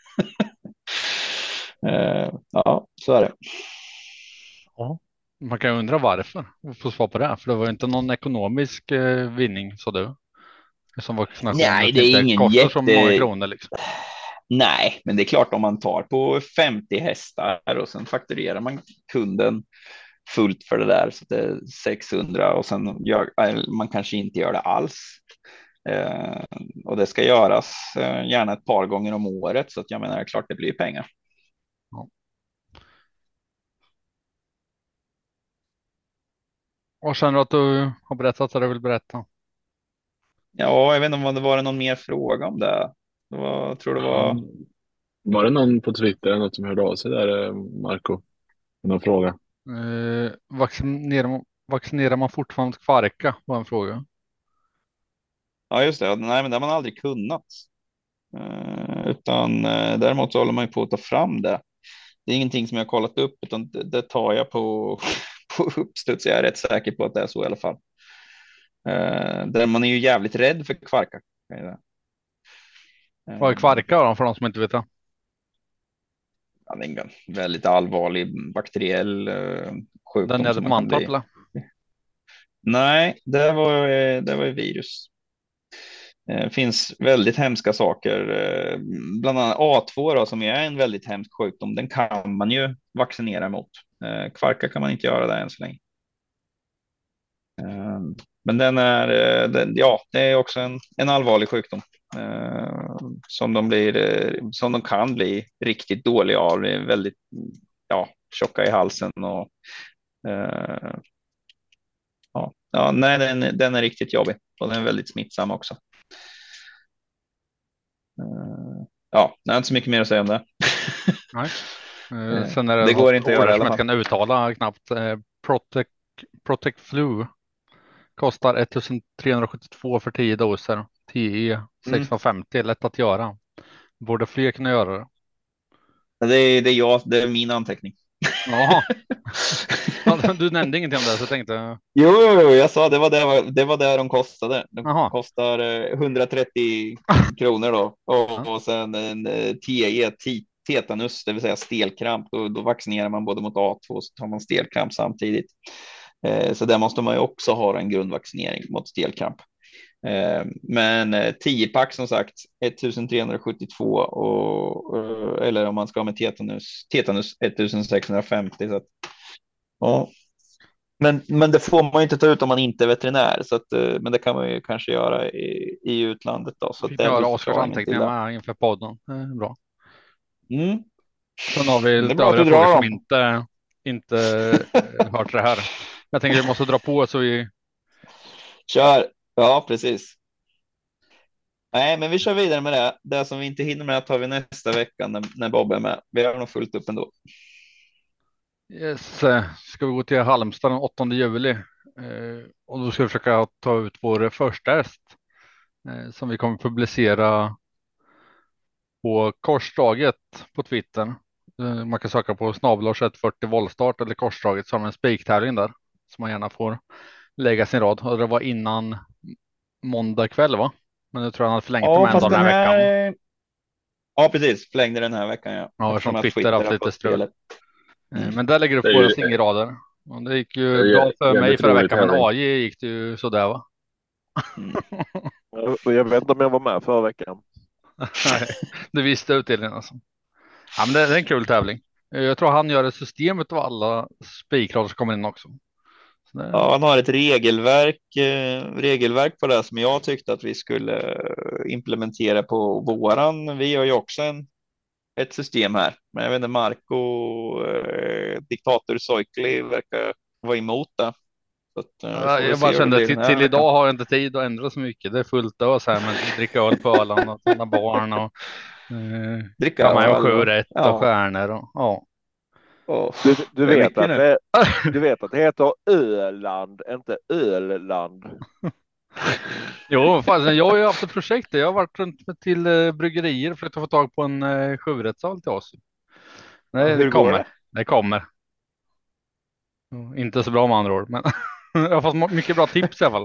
S1: uh, ja, så är det.
S3: Ja, man kan ju undra varför. Få svar på det. För det var ju inte någon ekonomisk eh, vinning, så du. Som vaccination.
S1: Nej, det är ingen
S3: kostar
S1: jätte...
S3: så många kronor liksom.
S1: Nej, men det är klart om man tar på femtio hästar och sen fakturerar man kunden fullt för det där så det är sexhundra och sen gör man kanske inte gör det alls. Eh, och det ska göras eh, gärna ett par gånger om året, så att jag menar det är klart det blir pengar.
S3: Ja. Och känner du att du har berättat vad du vill berätta?
S1: Ja, jag vet inte om det var någon mer fråga om det. Det var, tror det var...
S2: Ja. Var det någon på Twitter något som hörde av sig där, Marco? Någon fråga?
S3: Eh, vaccinerar, man, vaccinerar man fortfarande kvarka, var en fråga.
S1: Ja, just det. Nej, men det har man aldrig kunnat. Uh, utan uh, däremot så håller man ju på att ta fram det. Det är ingenting som jag har kollat upp, utan det, det tar jag på, på uppstuds. Jag är rätt säker på att det är så i alla fall. Uh, där man är ju jävligt rädd för kvarka. Uh,
S3: Vad är kvarka då, för de som inte vet det?
S1: Ja, det är en väldigt allvarlig bakteriell uh, sjukdom.
S3: Den är ett mantorp eller?
S1: Nej, det var, det var virus. Det finns väldigt hemska saker, bland annat A två då, som är en väldigt hemsk sjukdom. Den kan man ju vaccinera mot. Kvarka kan man inte göra det än så länge. Men den är, den, ja, det är också en, en allvarlig sjukdom som de blir, som de kan bli riktigt dåliga av. Det är väldigt, ja, tjocka i halsen och ja, ja nej, den, den är riktigt jobbig och den är väldigt smittsam också. Ja, det är inte så mycket mer att säga om det.
S3: Nej. Uh, sen är det,
S1: det går inte att göra i alla
S3: fall. Man kan uttala knappt. Uh, Protect, Protect Flu kostar ettusentrehundrasjuttiotvå för tio doser. T E sexhundrafemtio, mm. Lätt att göra. Borde fler kunna göra det?
S1: Det är, det är jag, det är min anteckning.
S3: Ja. Du nämnde ingenting om det, så jag tänkte.
S1: Jo, jo, jo, jag sa det var det, det var det de kostade. De
S3: Aha.
S1: kostar etthundratrettio kronor då. Och, ja. Och sen en T E, tetanus, det vill säga stelkramp. Då, då vaccinerar man både mot A två och så tar man stelkramp samtidigt. Eh, så där måste man ju också ha en grundvaccinering mot stelkramp. Eh, men eh, tio pack som sagt, ettusentrehundrasjuttiotvå och, eh, eller om man ska ha med tetanus, tetanus etttusensexhundrafemtio. Så att, ja. Men, men det får man ju inte ta ut om man inte är veterinär, så att, men det kan man ju kanske göra i, i utlandet då. Så
S3: vi
S1: det
S3: gör Oskars anteckningar med inför podden. Det är bra.
S1: Mm.
S3: Sen har vi lite övriga frågor som inte, inte hört det här. Jag tänker att vi måste dra på så vi...
S1: Kör, ja precis. Nej, men vi kör vidare med det. Det som vi inte hinner med tar vi nästa vecka när, när Bob är med. Vi har nog fullt upp ändå.
S3: Yes, ska vi gå till Halmstad den åttonde juli eh, och då ska vi försöka ta ut vår första häst eh, som vi kommer publicera på korsdraget på Twitter. Eh, man kan söka på snabel-a tjugoett fyrtio voltstart eller korsdraget, så har man en spiktävling där som man gärna får lägga sin rad. Och det var innan måndag kväll, va? Men jag tror han hade förlängt
S1: Ja,
S3: dem en
S1: fast
S3: dag den
S1: den
S3: här veckan.
S1: här... Ja, precis. Förlängde den här veckan, ja.
S3: Ja,
S1: Eftersom
S3: som
S1: att
S3: Twitter haft
S1: har
S3: lite
S1: fått
S3: strul.
S1: spelet.
S3: Eh,
S1: Mm.
S3: Men där lägger du
S2: Det är
S3: upp våra
S2: ju-
S3: singelrader. Och det gick
S2: Det
S3: ju
S2: är
S3: bra för mig
S2: jävligt
S3: förra
S2: rolig
S3: veckan, men
S2: tävling.
S3: A J gick det ju sådär, va?
S1: Mm.
S4: Och jag vet inte om jag var med förra veckan.
S3: Nej, det visste utdelningen alltså. Ja, men det, det är en kul tävling. Eh, Jag tror han gör ett system av alla spikrad som kommer in också. Så det,
S1: Ja, han har ett regelverk, eh, regelverk på det som jag tyckte att vi skulle eh, implementera på våran. Vi har ju också en, ett system här, men jag vet inte, Marco, eh, diktator Soikli verkar vara emot det. Så att, eh, vi
S3: Ja,
S1: får väl
S3: jag
S1: se
S3: bara
S1: hur det
S3: kände
S1: blir
S3: att till,
S1: den här
S3: till
S1: veckan.
S3: idag har jag inte tid att ändra så mycket. Det är fullt ös här med att dricka öl på Öland och sina barn och eh,
S1: Dricka
S3: ja, man har
S1: öl
S3: sju
S1: och-
S3: rätt
S1: ja.
S3: och stjärnor och ja.
S1: Och,
S4: Du, du,
S1: det är
S4: vet
S1: mycket
S4: att
S1: nu.
S4: det, du vet att det heter Öland, inte Ölland.
S3: Jo, fan, jag har ju haft ett projekt där. Jag har varit runt med till eh, bryggerier för att få tag på en eh, sjurättsöl till oss. Nej,
S1: Ja, hur
S3: det
S1: går
S3: kommer.
S1: det?
S3: Det kommer. Mm, inte så bra med andra ord, men jag har fått må- mycket bra tips i alla fall.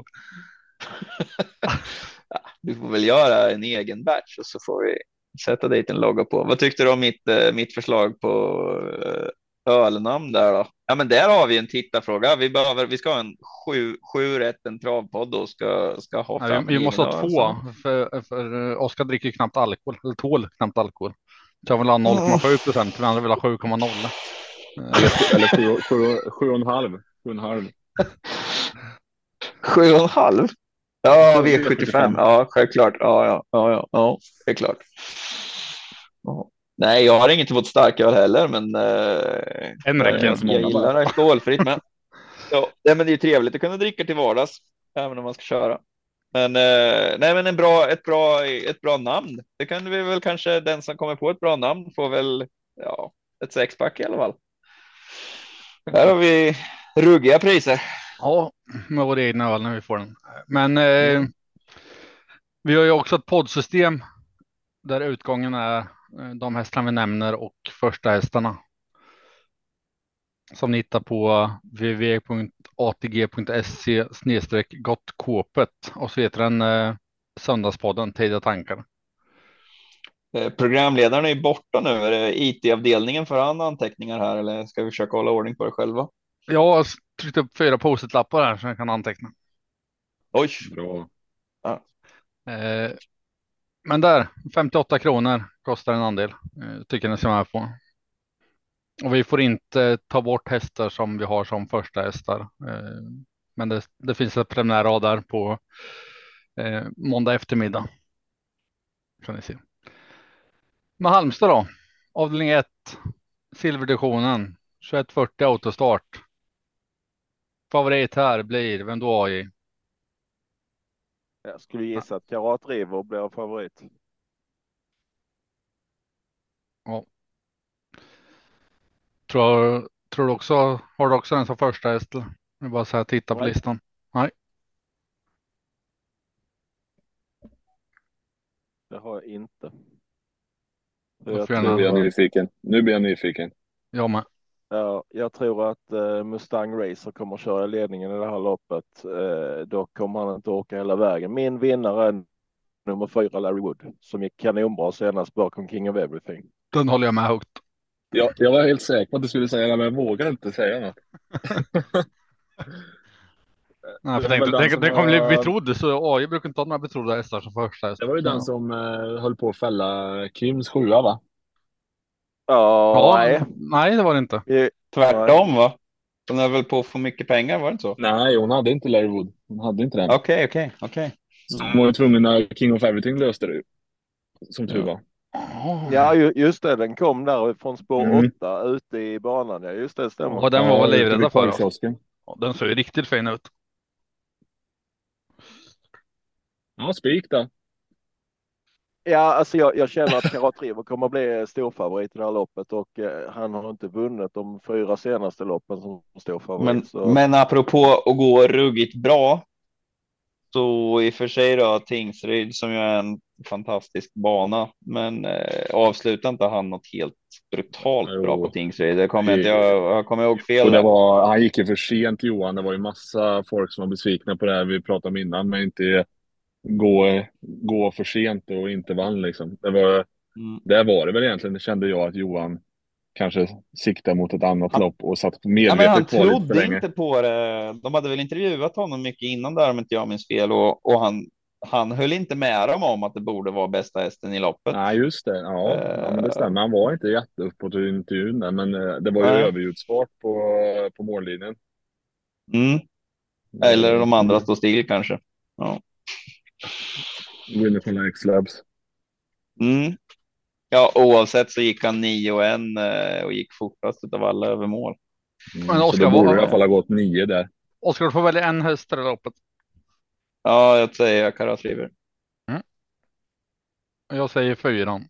S1: Du får väl göra en egen batch och så får vi sätta dit en logga på. Vad tyckte du om mitt, eh, mitt förslag på eh, ölnamn där då? Ja, men där har vi en tittarfråga. Vi behöver, vi ska ha en sju, sju rätt en travpodd och ska, ska ha
S3: Ja,
S1: fram
S3: vi, vi måste ha
S1: egen öl,
S3: två,
S1: så.
S3: för, för eh, Oskar dricker ju knappt alkohol, eller tål knappt alkohol. Så jag vill ha noll komma sju procent, den andra vill ha sju komma noll.
S2: Eller, eller sju, sju, sju och en halv. Sju och en halv.
S1: Sju och en halv? Ja,
S2: V
S1: V sjuttiofem. Ja, självklart. Ja, ja, ja, ja, ja, det är klart. Ja. Nej, jag har inget emot starköl heller, men eh,
S3: En
S1: jag,
S3: räcker.
S1: jag,
S2: Så många
S1: jag gillar
S2: bara.
S1: det alkoholfritt med. Ja, nej, men det är ju trevligt att kunna dricka till vardags, även om man ska köra. Men, eh, nej, men en bra, ett, bra, ett bra namn. Det kan vi väl kanske, den som kommer på ett bra namn får väl, ja, ett sexpack i alla fall. Här har vi ruggiga priser.
S3: Ja, med vår egna öl när vi får den. Men eh, vi har ju också ett poddsystem där utgången är eh, de hästarna vi nämner och första hästarna. Som ni hittar på w w w punkt a t g punkt se snedstreck gottkåpet. Och så heter den eh, Söndagspodden Tidiga tankar.
S1: Eh, Programledaren är ju borta nu. Är det I T-avdelningen för han anteckningar här eller ska vi försöka hålla ordning på det själva?
S3: Jag har tryckt upp fyra post-it-lappar här så jag kan anteckna.
S1: Oj,
S2: Bra.
S3: Eh, men där, femtioåtta kronor kostar en andel. Eh, tycker ni ska vara med på. Och vi får inte ta bort hästar som vi har som första hästar. Eh, men det, det finns ett preliminär där på eh, måndag eftermiddag. Kan ni se. Med Halmstad då. Avdelning ett. Silverdivisionen. tjugoett fyrtio autostart. Favorit här blir, vem då A J?
S4: Jag skulle gissa att Karat River blir favorit.
S3: Ja. Tror, tror du också, har du också den som första häst? eller? Jag bara så här, titta på
S4: Nej.
S3: listan. Nej.
S4: Det har jag inte.
S3: Då
S4: Jag
S3: får jag
S2: Nu
S3: gärna-
S2: blir jag
S4: tror,
S2: nyfiken. Nu blir jag nyfiken.
S3: Jag med.
S4: ja, jag tror att eh, Mustang Racer kommer att köra ledningen i det här loppet. Eh, då kommer han inte åka hela vägen. Min vinnare är nummer fyra Larry Wood som gick kanonbra senast bakom King of Everything.
S3: Den håller jag med högt.
S2: Jag, jag var helt säker på att du skulle säga det, men jag vågar inte säga något.
S3: Nej, för
S2: Det var väl
S3: tänk,
S2: den
S3: tänk,
S2: som
S3: tänk om bli
S2: var-
S3: betrodd, så A J brukar inte ha några betrodda hästar som första häst.
S2: Det var ju
S3: Ja.
S2: den som eh, höll på att fälla Kims sjua, va?
S4: Ja,
S3: Ja,
S4: nej.
S3: nej, det var det inte.
S4: Eh,
S1: tvärtom va? Hon är väl på att få mycket pengar, var det inte så?
S2: Nej, hon hade inte Larry Wood. Hon hade inte den.
S1: Okej, okej, okej.
S2: Så hon var ju tvungen när King of Everything löste det ju. Som tur
S1: Ja.
S2: var.
S4: Ja, ju- just det. Den kom där från spår
S2: Mm.
S4: åtta ute i banan. Ja, just det, stämmer.
S3: Och den var väl
S2: ute
S3: livrädda
S2: vid
S3: för oss.
S2: korvkiosken.
S3: Ja, den såg ju riktigt fin ut.
S2: Ja, spik då.
S4: Ja, alltså jag, jag känner att Karat River kommer att bli storfavorit i det här loppet och eh, han har inte vunnit de fyra senaste loppen som storfavorit.
S1: Men,
S4: så.
S1: men apropå att gå ruggigt bra. Så i och för sig då Tingsryd som ju är en fantastisk bana, men eh, avslutar inte han något helt brutalt
S2: Jo.
S1: bra på Tingsryd? Det kommer jag inte, jag, jag kommer ihåg fel.
S2: Och det
S1: där.
S2: var, han gick ju för sent, Johan. Det var ju massa folk som var besvikna på det här vi pratade om innan, men inte gå, gå för sent och inte vann liksom. Det var,
S1: Mm.
S2: det var det väl egentligen, det kände jag att Johan kanske siktar mot ett annat
S1: Han-
S2: lopp och satt
S1: Ja, men
S2: medvetet
S1: han
S2: kvar lite för
S1: trodde
S2: länge.
S1: inte på det. De hade väl intervjuat honom mycket innan där om inte jag minns fel, och, och han, han höll inte med dem om att det borde vara bästa hästen i loppet.
S2: Nej, just det. Ja, ja men det
S1: Eh,
S2: stämmer. Han var inte jätteuppåt i intervjun där, men eh, det var ju
S1: Nej.
S2: överljudsfart på, på mållinjen.
S1: Mm. Eller de andra står still kanske. Ja.
S2: Winner från X-Labs.
S1: Mm. Ja, oavsett så gick han nio och en eh, och gick fortast av alla över mål.
S2: Mm,
S3: Men
S2: så
S3: Oskar,
S2: då borde
S3: vad-
S2: det i alla fall ha gått nio där.
S3: Oskar, du får välja en häst i det loppet.
S1: Ja, jag säger Karat River.
S3: Jag säger fyran.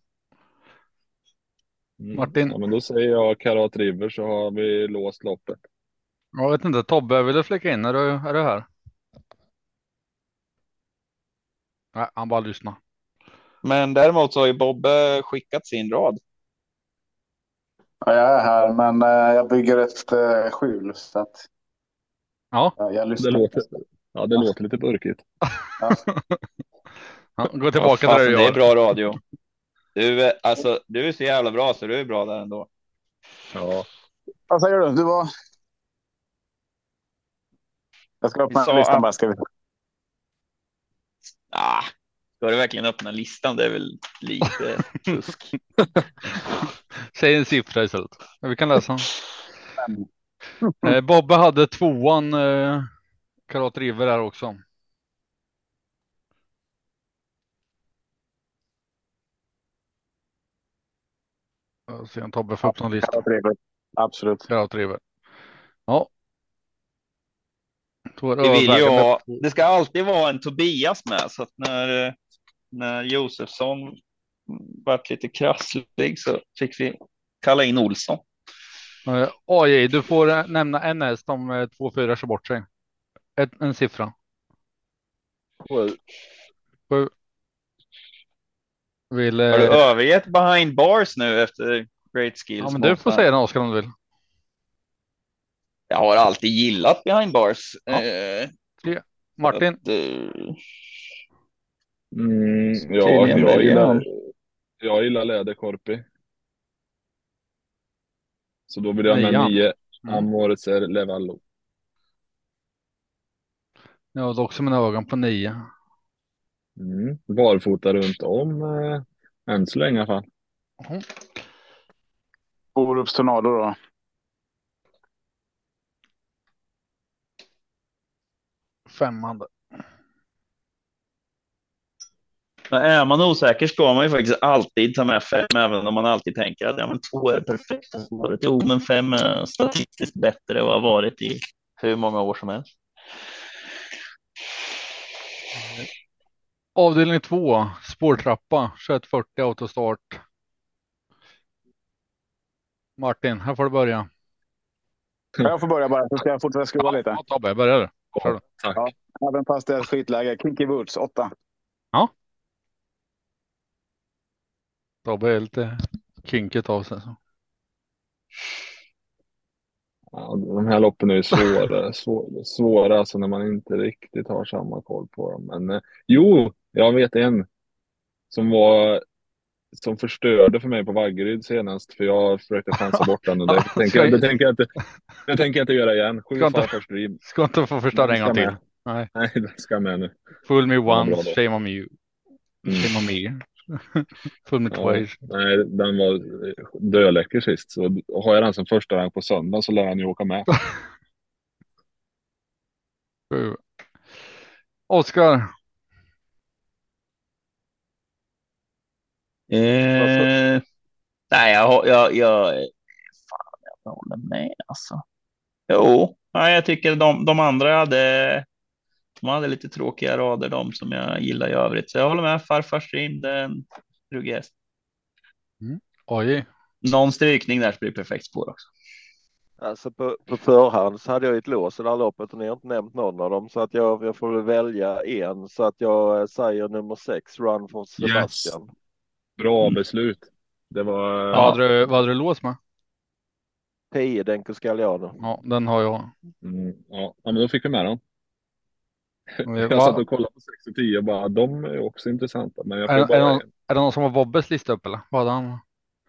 S2: Mm.
S3: Martin?
S2: Ja, men då säger jag Karat River, så har vi låst loppet.
S3: Jag vet inte, Tobbe, vill du flika in? Är du, är du här? Nej, han bara lyssnar.
S1: Men däremot så har ju Bobbe skickat sin rad.
S6: Ja, jag är här, men eh, jag bygger ett eh, skjul. Så att,
S3: Ja.
S6: ja, jag
S2: Det
S6: lyssnar.
S2: låter, ja, det låter lite burkigt.
S3: Ja, gå
S1: Ja,
S3: tillbaka till
S1: fasen,
S3: det du
S1: det är
S3: gör.
S1: bra radio. Du, är- alltså, du är så jävla bra så du är bra där ändå.
S2: Ja.
S6: Vad säger du? Du var... Jag ska öppna
S1: Vi sa
S6: listan
S1: att-
S6: bara. Ska vi...
S1: Ah, ska du verkligen öppna listan? Det är väl lite fusk.
S3: Säg en siffra istället. Ja, vi kan läsa. Eh, Bobbe hade tvåan eh, Karat River där också. Jag ser en Tobbe får upp någon lista.
S6: Ja, trevligt. Absolut.
S3: Karat River. Ja. Då är det
S1: Vi vill ju
S3: övervägande
S1: ha,
S3: två.
S1: det ska alltid vara en Tobias med, så att när, när Josefsson vart lite krasslig så fick vi kalla in Olsson.
S3: Eh, A J, du får eh, nämna en häst om eh, två fyra kör bort sig. Ett, en siffra.
S2: Sju.
S3: Sju. Vill,
S1: Har du
S3: eh,
S1: övergett behind bars nu efter Great Skills?
S3: ja, men du får
S1: Måste-
S3: säga den Oskar om du vill.
S1: Jag har alltid gillat behind bars.
S3: Ja.
S1: Eh,
S3: Martin,
S1: att, eh,
S2: Mm, ja,
S1: Tydligen
S2: jag
S1: väljer
S2: gillar,
S1: han.
S2: jag gillar Läderkorpi. Så då vill jag med
S3: Nian.
S2: nio.
S3: Mm.
S2: Amorzer Levallo.
S3: jag har också mina ögon på nio.
S2: Mm. Barfota runt om eh, än så länge i alla fall.
S3: Mhm.
S6: Orups Tornado då.
S3: Femman. där.
S1: Men är man osäker ska man ju faktiskt alltid ta med fem, även om man alltid tänker att ja, men två är perfekt. Jo, men fem är statistiskt bättre och har varit i hur många år som helst.
S3: Avdelning två, spårtrappa, tjugoett fyrtio autostart. Martin, här får du börja.
S6: Jag får börja bara, så ska jag fortsätta skruva lite.
S3: Ja, Tobbe, jag börjar. Kör du.
S2: Tack.
S6: Ja. Även fast det är skitläge. Kinky Woods, åtta.
S3: Tobbe är lite kinkigt av sig. Så.
S2: Ja, de här loppen är ju svåra, svåra, svåra alltså när man inte riktigt har samma koll på dem. Men eh, jo, jag vet en som var som förstörde för mig på Vaggeryd senast, för jag försökte chansa bort den och det tänker jag, det tänker jag inte, det tänker jag inte göra igen. Sju
S3: Ska inte-
S2: Farfars Dream.
S3: Ska inte få förstöra en
S2: Ska
S3: gång till.
S2: med.
S3: Nej.
S2: Nej, det ska med nu.
S3: Fool me
S2: bra
S3: once,
S2: då.
S3: shame on you.
S2: Mm.
S3: Shame on me. Fool me
S2: Ja,
S3: twice.
S2: nej, den var döläcker sist. Så har jag den som första rang på söndag så lär han ju åka med.
S3: Sju. Oskar,
S1: Eh, nej, jag, har- jag, jag, fan, jag håller med alltså. Jo, nej, jag tycker de, de andra hade, de hade lite tråkiga rader, de som jag gillar i övrigt. Så jag håller med, Farfars Dream, det är en ruggig häst.
S3: oj.
S1: Någon strykning där så blir det perfekt spår också.
S4: Alltså på, på förhand så hade jag ett lås i det här loppet och ni har inte nämnt någon av dem så att jag, jag får väl välja en så att jag eh, säger nummer sex, Run for Sebastian.
S2: Bra beslut. Det var...
S3: Vad hade du, vad hade du låst med?
S4: tio Denko Scagliano.
S3: Ja, den har jag.
S2: Mm, ja. ja, men då fick vi med dem.
S3: Eh,
S2: Jag
S3: va-
S2: satt och kollade på sex och tio och bara, de är ju också intressanta. Men jag får
S3: Är,
S2: ju
S3: är, det
S2: bara
S3: någon,
S2: en.
S3: är det någon som har Bobbes lista upp eller? Vad hade han?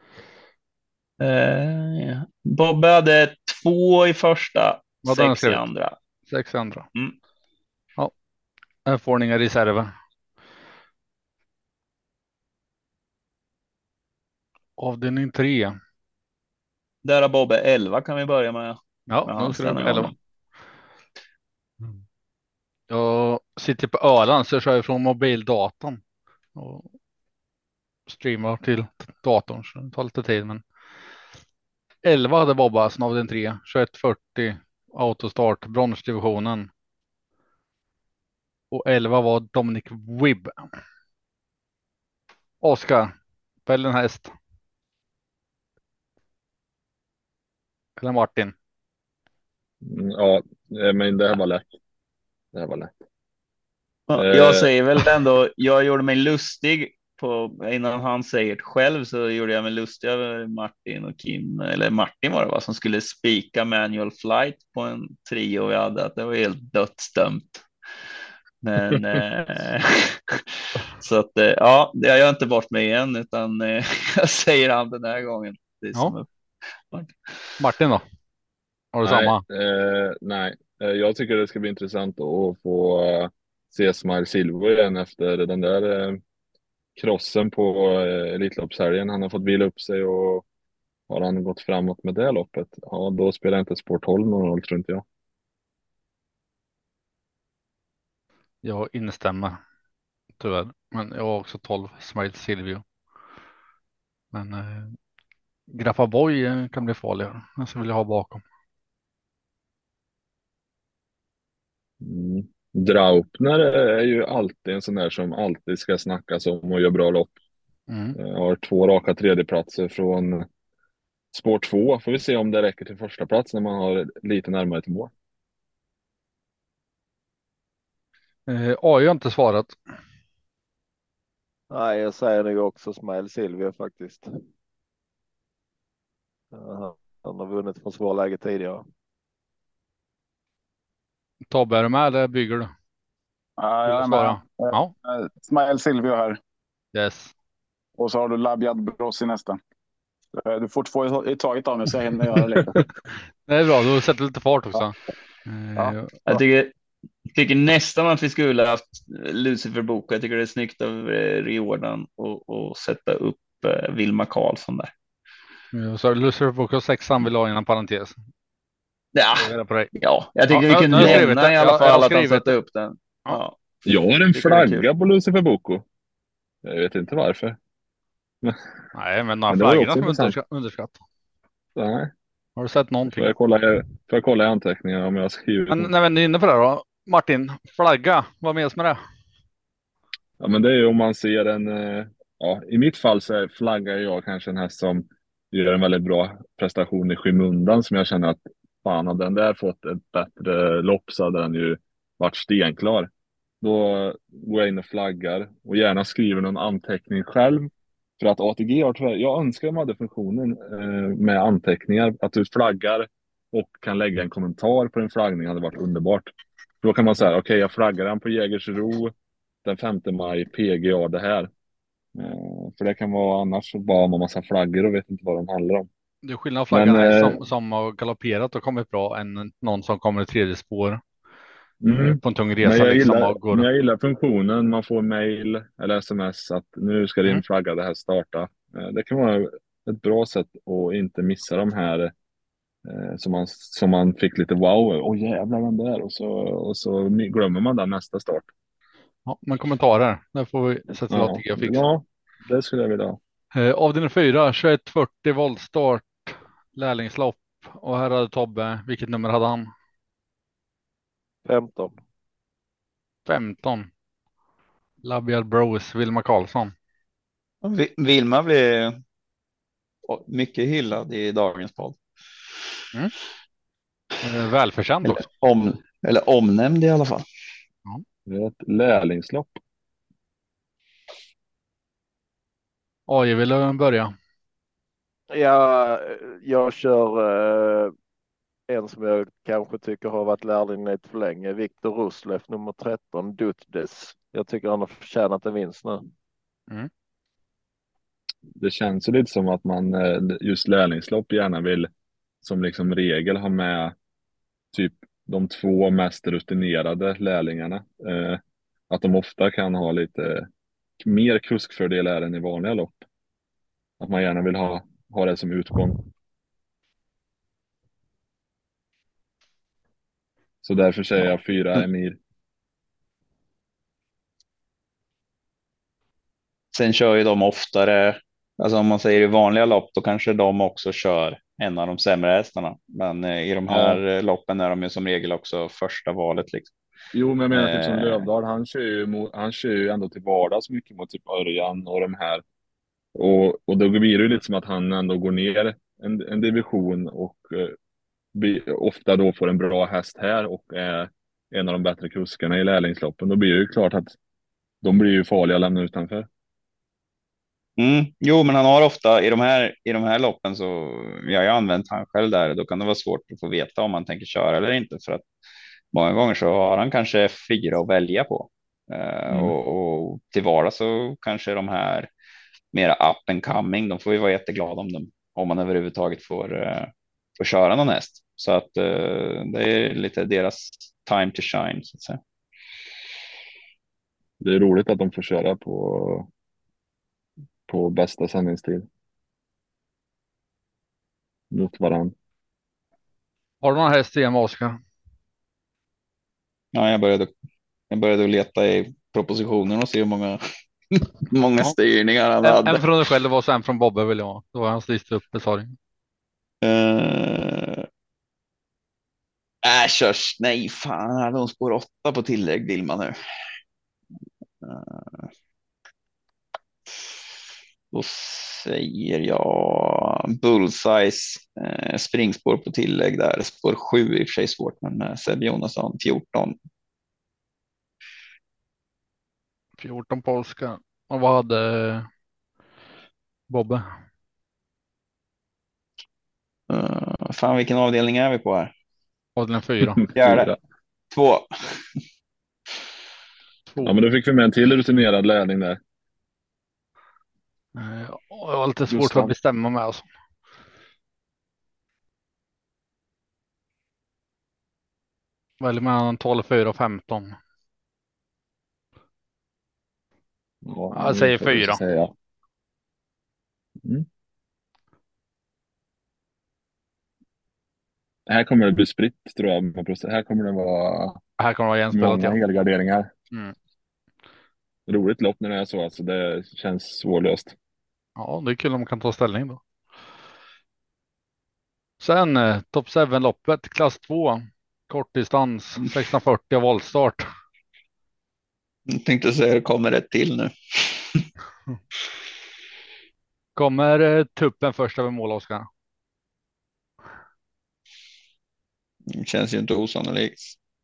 S1: Eh, Bobbe hade två i första,
S3: Vad hade han
S1: sex i
S3: skrivit?
S1: andra.
S3: Sex andra.
S1: Mm.
S3: Ja, här får ni inga reserver. Avdelning tre.
S1: Där har Bobbe elva kan vi börja med.
S3: Ja,
S1: med
S3: nu
S1: hans
S3: ska det
S1: denna
S3: bli elva.
S1: gången.
S3: Jag sitter på Öland så jag kör från mobildatorn och streamar till datorn så det tar lite tid. Men elva hade Bobba, sen avdelning tre, tjugoett fyrtio autostart, bronsdivisionen. Och elva var Dominic Wibb. Oskar, välj en häst. Eller Martin.
S2: Mm, ja, eh, men det här var lätt. Det här var lätt.
S1: Ja,
S2: Eh.
S1: jag säger väl ändå, jag gjorde mig lustig på, innan han säger det själv så gjorde jag mig lustig över Martin och Kim, eller Martin var det va, som skulle spika Manual Flight på en trio vi hade, att det var helt dödsdömt. Men eh, så att eh, ja, det har jag inte bort mig igen utan eh, jag säger han den här gången. Det är
S3: Ja.
S1: som upp.
S3: Martin då? Har du
S2: nej,
S3: samma?
S2: eh, nej, Eh, jag tycker det ska bli intressant att få eh, se Smile Silver igen efter den där eh, krossen på eh, Elitloppshelgen. Han har fått vila upp sig och har han gått framåt med det loppet, ja då spelar inte Sport tolv någon roll tror inte jag.
S3: Jag instämmer. Tyvärr. Men jag har också tolv Smile Silvio. Men eh, Graffa Boy eh, kan bli farligare. Jag skulle vilja ha bakom.
S2: Mm. Draupner är ju alltid en sån där som alltid ska snackas om och gör bra lopp.
S3: Mm.
S2: Jag har två raka tredjeplatser från spår två. Får vi se om det räcker till första plats när man har lite närmare till mål.
S3: Eh, A I har inte svarat.
S4: Nej, jag säger nog också Smile Silvia faktiskt. Ja, han har vunnit från svår läge tidigare.
S3: Tobbe, är du med eller bygger du?
S6: Ja,
S3: Vill
S6: jag
S3: du
S6: är
S3: svara?
S6: med.
S3: Ja.
S6: Eh, Smile Silvio här.
S3: Yes.
S6: Och så har du Labiad Bros i nästa. Eh, Du får två i taget av mig så jag hinner göra lite.
S3: Det är bra, du sätter lite fart också.
S6: Ja.
S3: Eh,
S1: Jag tycker, tycker nästan att vi skulle ha haft Lucifer Boko. Jag tycker det är snyggt av eh, Riordan och, och sätta upp eh, Vilma Karlsson där.
S3: ja, så Lucifer Boko sexan vill ha inom parentes.
S1: Ja,
S3: Jag är på dig.
S1: ja jag tycker
S3: Ja,
S1: vi
S3: jag-
S1: kunde
S3: jag har skrivit
S1: nämna
S3: det.
S1: i alla
S3: Jag-
S1: fall
S3: jag har
S1: att han
S3: skrivit
S1: satte
S3: det.
S1: upp den. Ja.
S2: Jag har en
S1: Tycker det är
S2: flagga på Lucifer Boko. Jag vet inte varför.
S3: Nej, men några
S2: Men det var ju
S3: flaggorna
S2: också
S3: som
S2: intressant.
S3: underskatt, underskatt.
S2: Nej,
S3: Har du sett
S2: får
S3: någonting?
S2: jag kolla, får jag kolla i anteckningarna om jag har skrivit
S3: Men
S2: något.
S3: när vi är inne på det här då. Martin, flagga, vad menas med det?
S2: Ja, men det är ju om man ser en, eh, ja, i mitt fall så är flaggar jag kanske en häst som gör en väldigt bra prestation i skymundan som jag känner att fan, hade den där fått ett bättre lopp så hade den ju varit stenklar. Då går jag in och flaggar och gärna skriver någon anteckning själv. För att A T G har tyvärr, jag önskar de hade funktionen eh, med anteckningar, att du flaggar och kan lägga en kommentar på din flaggning hade varit underbart. Då kan man säga, okej okay, jag flaggar den på Jägersro den femte maj, P G A det här. Eh, för det kan vara annars bara en massa flaggor och vet inte vad de handlar om.
S3: Det är skillnad på flaggan
S2: Men,
S3: här
S2: eh,
S3: som, som har galopperat och kommit bra än någon som kommer i tredje spår
S2: Mm.
S3: på en tung
S2: Men
S3: resa
S2: jag,
S3: liksom
S2: gillar,
S3: och går.
S2: men jag gillar funktionen, man får mail eller sms att nu ska din
S3: Mm.
S2: flaggade häst starta. Eh, Det kan vara ett bra sätt att inte missa de här eh, som, man, som man fick lite wow, åh jävlar den där och så, och så glömmer man den nästa start.
S3: Ja, men kommentarer, där får vi sätta till
S2: Ja,
S3: A T G och fixa.
S2: ja, det skulle jag vilja ha.
S3: Eh, avdelning fyra, tjugoett fyrtio voltstart, lärlingslopp. Och här hade Tobbe, vilket nummer hade han?
S4: femton.
S3: femton. Labial Bros, Vilma Karlsson.
S1: Vi- Vilma blir mycket hyllad i dagens podd.
S3: Mm. Eh, Välförtjänt
S1: Eller,
S3: också.
S1: om, eller omnämnd i alla fall.
S2: Det är ett lärlingslopp.
S3: Oj, vill du börja?
S4: Ja, jag kör eh, en som jag kanske tycker har varit lärling lite för länge. Viktor Ruslev, nummer tretton, Dutdes. Jag tycker han har förtjänat en vinst nu.
S3: Mm.
S2: Det känns ju lite som att man eh, just lärlingslopp gärna vill som liksom regel ha med typ de två mest rutinerade lärlingarna. Eh, att de ofta kan ha lite mer kuskfördelar än i vanliga lopp. Att man gärna vill ha, ha det som utgång. Så därför säger
S1: Ja.
S2: jag fyra Emir.
S1: Sen kör ju de oftare, alltså om man säger i vanliga lopp, då kanske de också kör en av de sämre hästarna. Men eh, i de här
S2: Ja.
S1: eh, loppen är de ju som regel också första valet liksom.
S2: Jo, men jag menar typ som
S1: Eh,
S2: Lövdahl, han kör ju, mo- han kör ju ändå till vardags mycket mot typ Örjan och de här. Och, och då blir det ju lite som att han ändå går ner en, en division och eh, blir, ofta då får en bra häst här och är en av de bättre kuskarna i lärlingsloppen. Då blir det ju klart att de blir ju farliga att lämna utanför.
S1: Mm, jo, men han har ofta i de här i de här loppen så jag har ju använt han själv där. Då kan det vara svårt att få veta om han tänker köra eller inte för att många gånger så har han kanske fyra att välja på eh,
S2: Mm.
S1: och, och till vardags så kanske de här mera up and coming. De får ju vara jätteglada om dem om man överhuvudtaget får eh, får köra någon häst så att eh, det är lite deras time to shine så att säga.
S2: Det är roligt att de får köra på, på bästa sändningstid. Mot varann.
S3: Har du någon häst igen, Oskar?
S1: Ja, jag började jag började leta i propositionen och se hur många många
S3: Ja.
S1: styrningar han
S3: En,
S1: hade.
S3: en från dig själv och en från Bobbe vill jag ha. Då var hans lista uppe, sorry.
S1: Uh, äh, körs. Nej, fan, hade hon spår åtta på tillägg Vilma nu. Uh, då säger jag bullsize uh, springspår på tillägg där. Spår sju i och för sig svårt, men uh, Seb Jonasson fjorton.
S3: fjorton polska. Och vad hade Bobbe?
S1: Uh, fan, vilken avdelning är vi på här?
S3: Avdelning fyra.
S1: Fjärde.
S2: Fyra.
S1: Två.
S2: Ja, men då fick vi med en till rutinerad lärling där.
S3: Eh, Jag har lite svårt för
S2: Gustav.
S3: att bestämma mig alltså. Väljer mellan tolv, fyra och femton.
S2: Ja,
S3: Jag
S2: nu
S3: säger
S2: får du
S3: fyra.
S2: säga. Mm. Här kommer det bli spritt tror jag. Här kommer det vara
S3: Här kommer det vara genspelat,
S2: många
S3: ja.
S2: helgarderingar.
S3: Mm.
S2: Roligt lopp när det är så. Alltså det känns svårlöst.
S3: Ja, det är kul om man kan ta ställning då. Sen eh, topp sju-loppet, klass två. Kortdistans, sextonhundrafyrtio voltstart.
S1: Jag tänkte säga det kommer ett till nu.
S3: Kommer eh, tuppen först över mål, Oskar?
S1: Det känns ju inte osannolikt.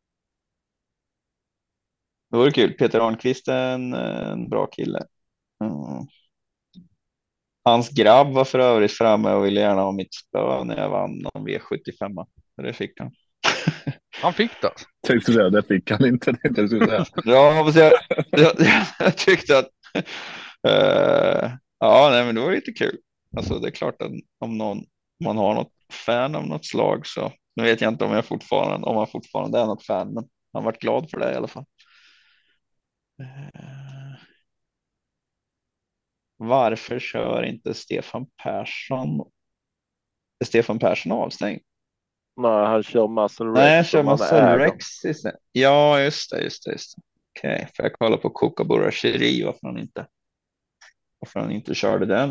S1: Det vore kul. Peter Arnqvist är en, en bra kille. Mm. Hans grabb var för övrigt framme och ville gärna ha mitt spö när jag vann någon V sjuttiofem. Det fick han.
S3: Han fick det.
S2: Tänkte säga, det fick han inte. Det inte säga.
S1: Ja, fast jag, jag, jag tyckte att uh, ja, nej, men det var lite kul. Alltså, det är klart att om någon om man har något fan av något slag så nu vet jag inte om jag fortfarande om han fortfarande är något fan, men han varit glad för det i alla fall. Uh, varför kör inte Stefan Persson? Är Stefan Persson avstängd?
S4: Nej, han kör Muscle Rex.
S1: Nej, jag kör
S4: som han
S1: Muscle
S4: äger.
S1: Rex istället. Ja, just det, just det, just det. Okej, okay. För jag kollar på Kookaburra Cherie varför han inte varför han inte körde den.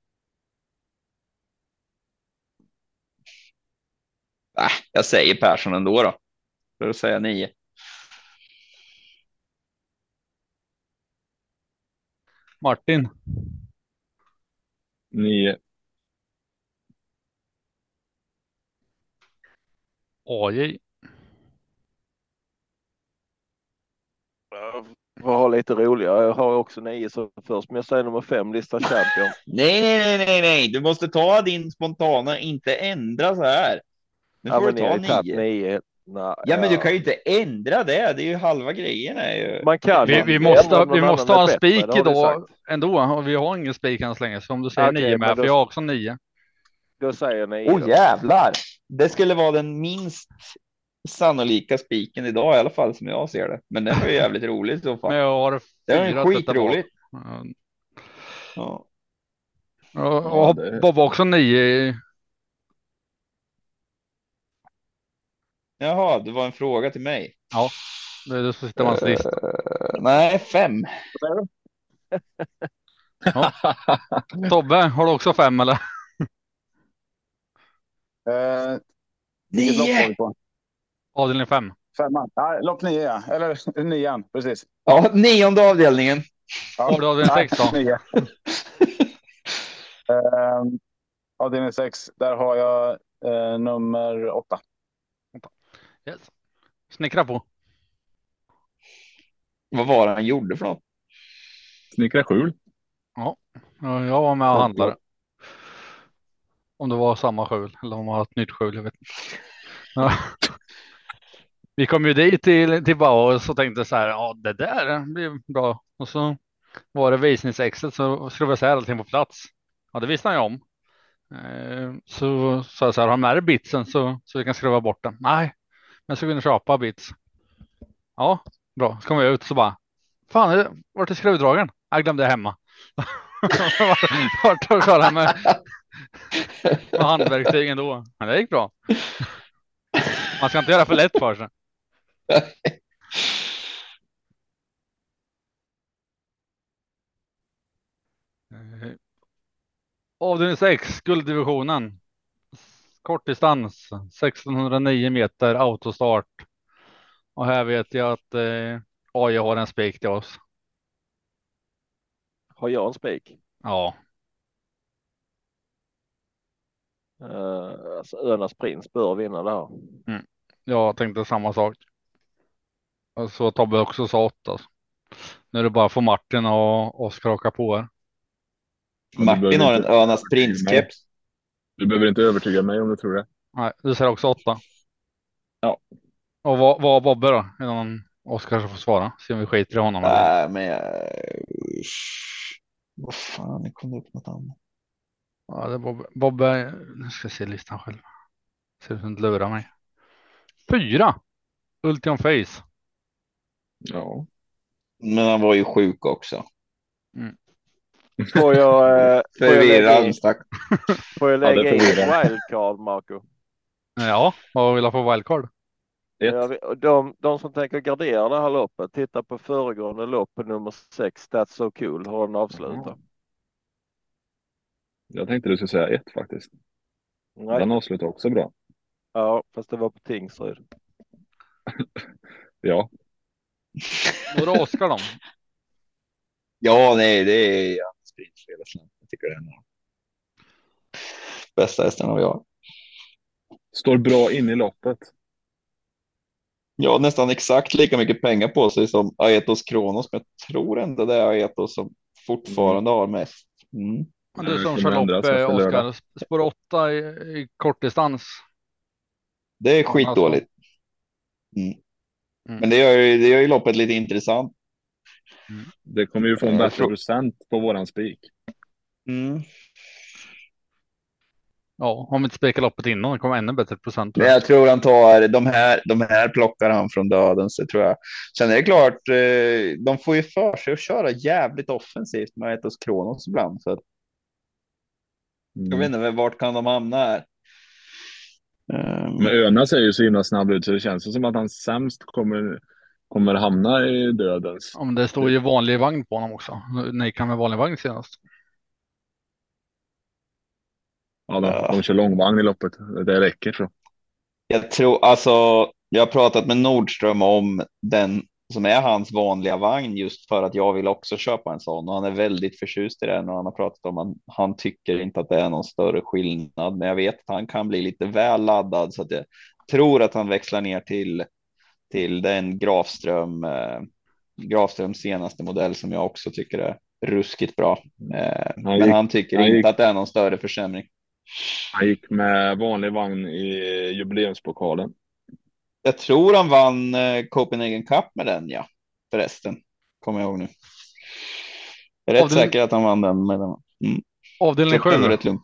S1: Äh, jag säger Persson ändå då. För att säga nio.
S3: Martin.
S2: Nio.
S3: A J.
S4: För att ha lite roligare. Jag har också nio så först. Men jag säger nummer fem, Lista Champion.
S1: Nej, nej, nej, nej, nej. Du måste ta din spontana, inte ändra så här. Nu
S4: Ja,
S1: får
S4: men
S1: du
S4: ni har
S1: ta
S4: ju tagit
S1: nio.
S4: nio. Nej,
S1: Ja, men du
S4: ja.
S1: kan ju inte ändra det. Det är ju halva grejen. Är ju...
S4: Man kan
S3: Vi,
S4: ju
S3: vi
S4: ändra
S3: måste,
S4: om
S3: vi
S4: någon
S3: måste
S4: annan
S3: ha
S4: är
S3: en
S4: bättre,
S3: spik
S4: det har vi
S3: idag
S4: sagt.
S3: ändå. Och vi har ingen spik än så länge. Så om du säger
S4: Okej,
S3: nio med,
S4: men
S3: för
S4: då-
S3: jag har också nio.
S4: Då säger jag nio.
S1: Åh
S4: då.
S1: jävlar. Det skulle vara den minst sannolika spiken idag i alla fall som jag ser det. Men det var ju jävligt roligt i så
S3: Men
S1: fall.
S3: jag har
S1: Det var ju
S3: fyra att sätta bak.
S1: skitroligt.
S3: Ja.
S1: Ja.
S3: Och,
S2: Ja,
S3: och
S2: det-
S3: Bob har också nio. i-
S1: Jaha, det var en fråga till mig.
S3: Ja, det är det som sitter på hans lista.
S1: Uh, nej, fem.
S3: Tobbe, har du också fem eller?
S6: Eh, vilket lopp var
S1: Nio.
S6: vi på?
S3: Avdelning fem.
S6: Femman? Ja, lopp nio, ja. Eller nian, precis.
S1: Ja, nionde avdelningen.
S6: Ja.
S3: Har du avdelning
S6: Nej,
S3: sex då?
S6: nio. eh, avdelning sex, där har jag eh, nummer åtta.
S3: Yes. Snickra på.
S1: Vad var det han gjorde för något?
S2: Snickra skjul.
S3: Ja, ja, jag var med och handlade. Om det var samma skjul eller om det var ett nytt skjul, jag vet inte. Ja. Vi kom ju dit till, till Bauer och tänkte så här, ja det där blir bra. Och så var det visningsexet så skulle vi säga allting på plats. Ja, det visste han ju om. Eh, Så sa jag så här, har med dig bitsen så, så vi kan skruva bort den. Nej, men så vill ni köpa bits. Ja, bra. Så kom jag ut och så bara, fan, är det- vart är skruvdragaren? Jag glömde hemma. Vart och kolla med, med handverktygen då. Men det gick bra. Man ska inte göra för lätt för sig. Eh, Avdelning sex, gulddivisionen. Kortdistans, sextonhundranio meter autostart. Och här vet jag att eh, A J har en spik till oss.
S4: Har jag en spik?
S3: Ja,
S4: Uh, alltså Önas prins bör vinna det här.
S3: jag tänkte samma sak. Och så Tobbe också sa åtta. Nu är det bara för Martin och Oskar åka på här.
S2: du
S1: Martin
S2: behöver
S1: har en
S2: inte-
S1: Önas prinskeps.
S2: Du behöver inte övertyga mig om du tror det.
S3: Nej, du säger också åtta.
S2: Ja.
S3: Och vad var Bobbe då? Innan Oskar får svara. Se om vi skiter i honom. eller?
S1: Nej, men jag... Vad fan, det kom upp något annat.
S3: Ja, det är Bobbe. Bobbe, nu ska jag se listan själv. Ser ut som att lura mig. Fyra. Ultion Face.
S2: Ja.
S1: Men han var ju sjuk också.
S4: Får jag, eh, får jag lägga in,
S1: Förvirrad, stack.
S4: får jag
S2: Ja, det
S4: lägga
S2: får
S4: in
S2: vi
S4: ett
S2: göra.
S4: wildcard, Marco?
S3: Ja, vad vill jag få wildcard?
S2: Ett.
S4: Jag vet- De, de som tänker gardera det här loppet, titta på föregående lopp på nummer sex, That's So Cool, har den avslutat.
S2: Jag tänkte du skulle säga ett faktiskt.
S4: Nej,
S2: Den avslutar också bra.
S4: ja, fast det var på Tingsryd.
S2: Ja.
S3: Då är det Oskar då.
S1: Ja, nej, det är Jannes prinsfredagsland. Jag tycker det är en av de bästa hästarna vi har.
S2: Står bra in i loppet.
S1: Ja, nästan exakt lika mycket pengar på sig som Aetos Kronos, men jag tror ändå det är Aetos som fortfarande har mest. Mm.
S3: Men du som
S2: Det
S3: kör
S2: kommer ändras
S3: lopp, eh,
S2: efter lördag.
S3: Oskar. Spår åtta i, i kortdistans.
S1: Det är skitdåligt. Mm.
S3: Mm.
S1: Men det gör, ju, det gör ju loppet lite intressant.
S2: Det kommer ju få en
S1: Jag
S2: bättre
S1: tror-
S2: procent på våran spik.
S1: Mm.
S3: Ja, om vi inte spikar loppet innan, det kommer ännu bättre procent.
S1: Men jag tror han tar de här, de här plockar han från döden, så tror jag. Sen är det klart, eh, de får ju för sig att köra jävligt offensivt med Aetos Kronos ibland. Så att, jag vet
S2: Mm.
S1: inte, vart kan de hamna här? Um,
S2: Men Öna ser ju så himla snabb ut så det känns ju som att han sämst kommer, kommer hamna i dödens.
S3: Om det står ju vanlig vagn på honom också. Nej, kan med vanlig vagn senast.
S2: Ja, de,
S1: Ja.
S2: de kör långvagn i loppet. Det räcker så.
S1: Jag tror, alltså, jag har pratat med Nordström om den som är hans vanliga vagn just för att jag vill också köpa en sån, och han är väldigt förtjust i den, och han har pratat om att han tycker inte att det är någon större skillnad, men jag vet att han kan bli lite väl laddad, så att jag, tror att han växlar ner till, till den Grafström, eh, Grafströms senaste modell som jag också tycker är ruskigt bra. Eh,
S2: Han
S1: men
S2: gick,
S1: han tycker
S2: han
S1: inte
S2: gick,
S1: att det är någon större försämring.
S2: han gick med vanlig vagn i jubileumspokalen.
S1: Jag tror han vann eh, Copenhagen Cup med den, ja. Förresten, kommer jag ihåg nu. Jag är rätt
S3: Avdel-
S1: säker att han vann den med den. Mm.
S3: Avdelning
S1: Så det är nog
S3: sju.
S1: rätt lugnt.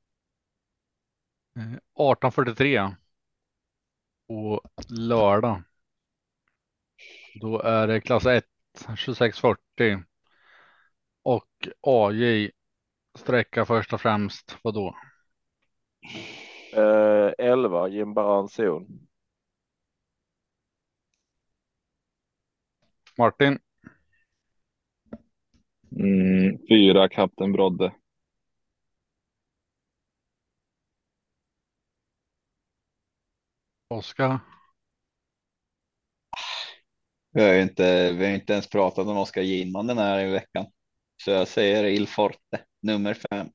S3: Eh, arton fyrtiotre. På lördag. Då är det klass ett tjugosex fyrtio. Och A J sträcka först och främst. Vad då?
S4: Eh, elva, Jim Baranzon.
S3: Martin.
S2: Mm, fyra, Kapten Brodde.
S3: Oskar.
S1: Vi har ju inte, vi har inte ens pratat om Oskar Ginman den här i veckan. Så jag säger Il Forte, nummer fem.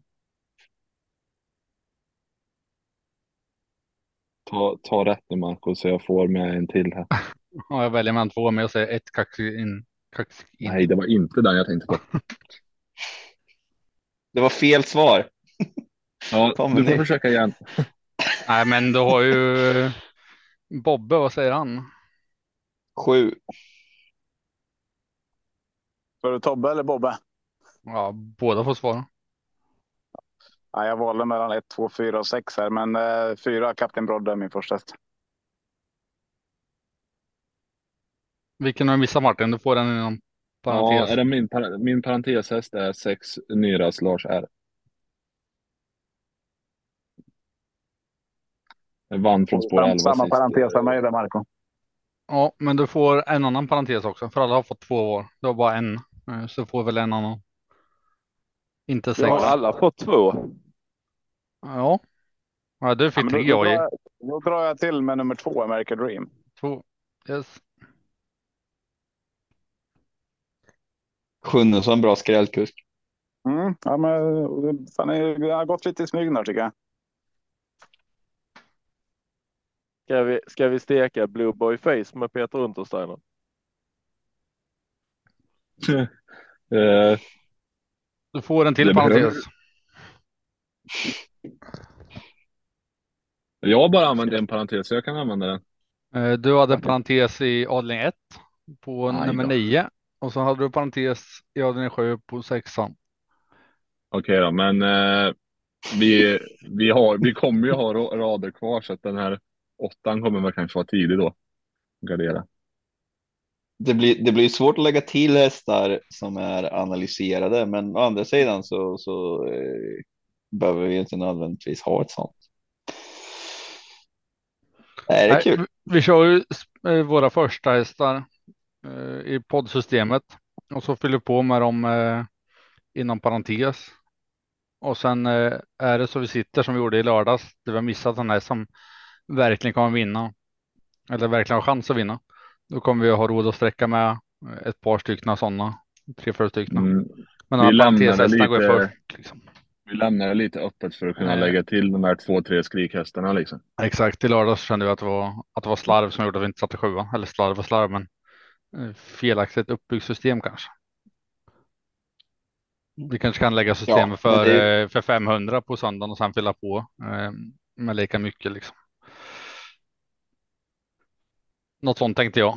S2: Ta, ta rätt nu, Marco, så jag får med en till här.
S3: Ja, jag väljer mellan två, men jag säger ett kax in. Kax in.
S2: Nej, det var inte den jag tänkte på.
S1: Det var fel svar.
S2: Ja,
S1: Tommy,
S2: du får
S1: nej.
S2: försöka igen.
S3: Nej, men du har ju Bobbe, vad säger han?
S1: Sju.
S6: För Tobbe eller Bobbe?
S3: Ja, båda får svara.
S6: Ja, jag valde mellan ett, två, fyra och sex här. Men eh, fyra, Kapten Brodde är min första häst.
S3: Vilken har du missat, Martin? Du får den inom parentes.
S2: Ja, är det min, par- min parenteshäst är sex, Nyras Lars R. Jag vann från spår elva
S6: Samma
S2: sist.
S6: parentes av mig där, Marco.
S3: Ja, men du får en annan parentes också. För alla har fått två var. Du har bara en. Eh, Så får väl en annan. Inte
S4: Jag
S3: sex.
S4: har alla fått två.
S3: Ja. Ja, du
S6: Ja,
S3: fick
S6: men då,
S3: tre
S6: då,
S3: A
S6: drar
S3: J.
S6: jag, då drar jag till med nummer två, American Dream.
S3: Två. Yes.
S1: Sjunnesson, bra skrällkusk.
S6: Mm, ja, men fan, jag har gått lite i smyg där, tycker jag.
S4: Ska vi, ska vi steka Blue Boy Face med Peter Untersteiner?
S2: Eh,
S3: Du får en till
S2: Det behöver-
S3: parentes.
S2: jag har bara använt en parentes, så jag kan använda den.
S3: Eh, Du hade en parentes i avdelning ett på
S2: Aj
S3: nummer
S2: då.
S3: nio. Och så hade du parentes i avdelning sju på sexan.
S2: Okej då, men eh, vi, vi, har, vi kommer ju ha ra- rader kvar, så att den här åttan kommer väl kanske vara tidig då. Gardera.
S1: Det blir, det blir svårt att lägga till hästar som är analyserade, men å andra sidan så, så eh, behöver vi inte nödvändigtvis ha ett sånt. Nej, det är
S3: Nej,
S1: kul.
S3: vi- vi kör ju eh, våra första hästar eh, i poddsystemet. Och så fyller på med dem eh, inom parentes. Och sen eh, är det så vi sitter som vi gjorde i lördags. Där vi har missat den här som verkligen kommer vinna. Eller verkligen har chans att vinna. Då kommer vi ha råd att sträcka med eh, ett par stycken sådana. Tre, fyra stycken.
S2: Mm.
S3: Men
S2: Vi
S3: de här
S2: lämnar det
S3: parenteshästarna går ju
S2: lite-
S3: först. Liksom.
S2: Vi lämnar det lite öppet för att kunna
S3: Eh.
S2: lägga till de här två, tre skrikhästarna liksom.
S3: Exakt, i lördags kände vi att det var, att det var slarv som gjorde att vi inte satte sjuan. Eller slarv och slarv, men eh, felaktigt uppbyggt system kanske. Vi kanske kan lägga systemet
S1: men
S3: för,
S1: det-
S3: eh, för femhundra på söndagen och sen fylla på eh, med lika mycket. Liksom. Något sånt tänkte jag.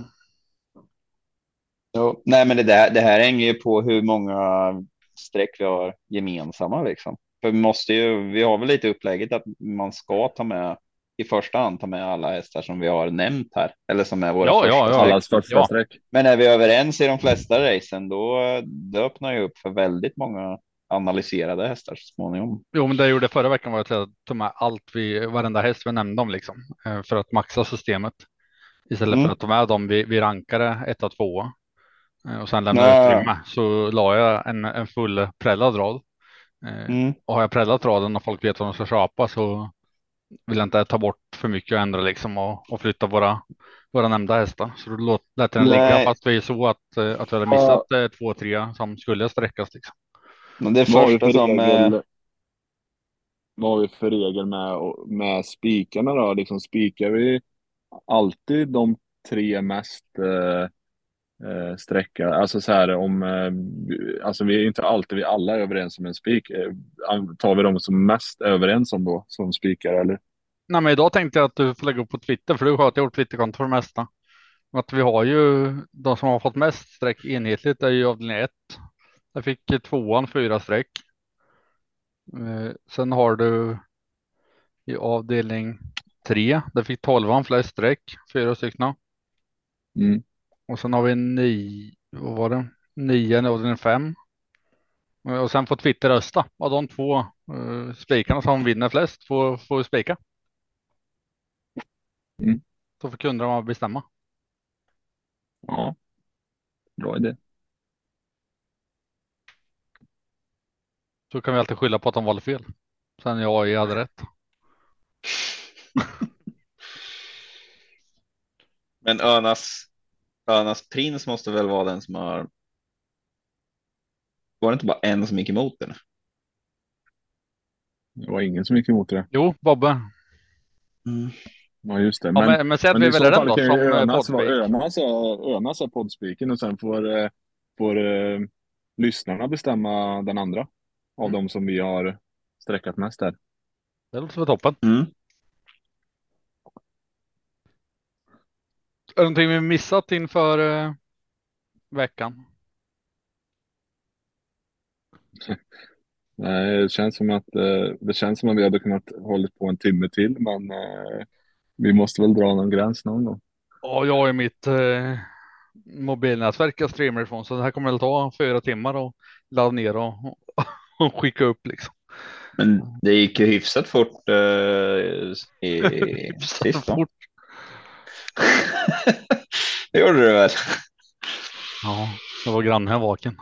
S1: Jo, nej, men det, där, det här hänger ju på hur många streck vi har gemensamma liksom. För vi måste ju, vi har väl lite upplägget att man ska ta med i första hand ta med alla hästar som vi har nämnt här. Eller som är våra
S3: Ja,
S1: första
S3: ja, ja.
S1: streck.
S2: Allas första
S3: Ja.
S2: streck.
S1: Men är vi överens i de flesta racen då, då öppnar ju upp för väldigt många analyserade hästar så småningom.
S3: Jo, men det jag gjorde förra veckan var att jag tog med allt vi, varenda häst vi nämnde om liksom. eh, För att maxa systemet. Istället
S1: Mm.
S3: för att ta med dem vi, vi rankade ett och två. eh, Och sen lämna
S1: Ja.
S3: utrymme. Så la jag en, en full prällad rad. Eh,
S1: Mm.
S3: Och har jag prällat raden och folk vet vad de ska köpa så vill jag inte ta bort för mycket och ändra liksom och, och flytta våra, våra nämnda hästar. Så då låt, lät jag den ligga
S1: Nej.
S3: fast vi så att, eh, att vi hade missat eh, två, tre som skulle sträckas liksom.
S1: Men det är
S2: Vad har vi
S1: första
S2: för
S1: som...
S2: regel,
S1: eh,
S2: vad har vi för regel med, med spikarna då? Liksom spikar vi alltid de tre mest eh, eh, sträcka. Alltså så här om, eh, alltså vi är inte alltid vi alla är överens om en spik. Eh, tar vi dem som mest överens om då som spikar eller?
S3: Nej, men idag tänkte jag att du får lägga upp på Twitter, för du sköter gjort Twitterkonto för det mesta. Att vi har ju de som har fått mest streck enhetligt är ju avdelning ett. Jag fick tvåan fyra streck. Eh, sen har du i avdelning tre, där fick tolvan flest streck, fyra stycken.
S2: Mm.
S3: Och sen har vi nio, vad var det? Nian i avdelning fem. Och sen får Twitter rösta. Av de två uh, spikarna som vinner flest får, får spika.
S2: Mm.
S3: Så får kunderna bestämma.
S2: Ja, bra idé.
S3: Så kan vi alltid skylla på att de valde fel. Sen jag hade rätt.
S1: Men Önas, Önas prins måste väl vara den som har. Var det inte bara en som gick emot den?
S2: Det var ingen som gick emot det.
S3: Jo, Bobbe.
S1: Mm.
S2: Ja, just det.
S3: Ja,
S2: Men,
S3: men, men säg att vi
S2: i så
S3: väljer den
S2: fall
S3: då
S2: kan ju
S3: som
S2: Önas vara-
S3: poddspik.
S2: Önas är, Önas är poddspiken och sen får, eh, får eh, lyssnarna bestämma den andra av
S3: Mm.
S2: de som vi har sträckat mest där.
S3: Det låter som toppen.
S1: Mm.
S3: Är det någonting vi missat inför uh, veckan?
S2: Nej, det känns som att eh, det känns som att vi hade kunnat hålla på en timme till, men eh, vi måste väl dra någon gräns någon gång.
S3: Ja, jag är mitt uh, mobilnätverk jag streamar ifrån, så det här kommer att ta fyra timmar och ladda ner och, och skicka upp liksom.
S1: Men det gick ju hyfsat fort uh, i
S3: Så
S1: sist, va?
S3: fort.
S1: Det gjorde du väl?
S3: Ja, det var grannen vaken.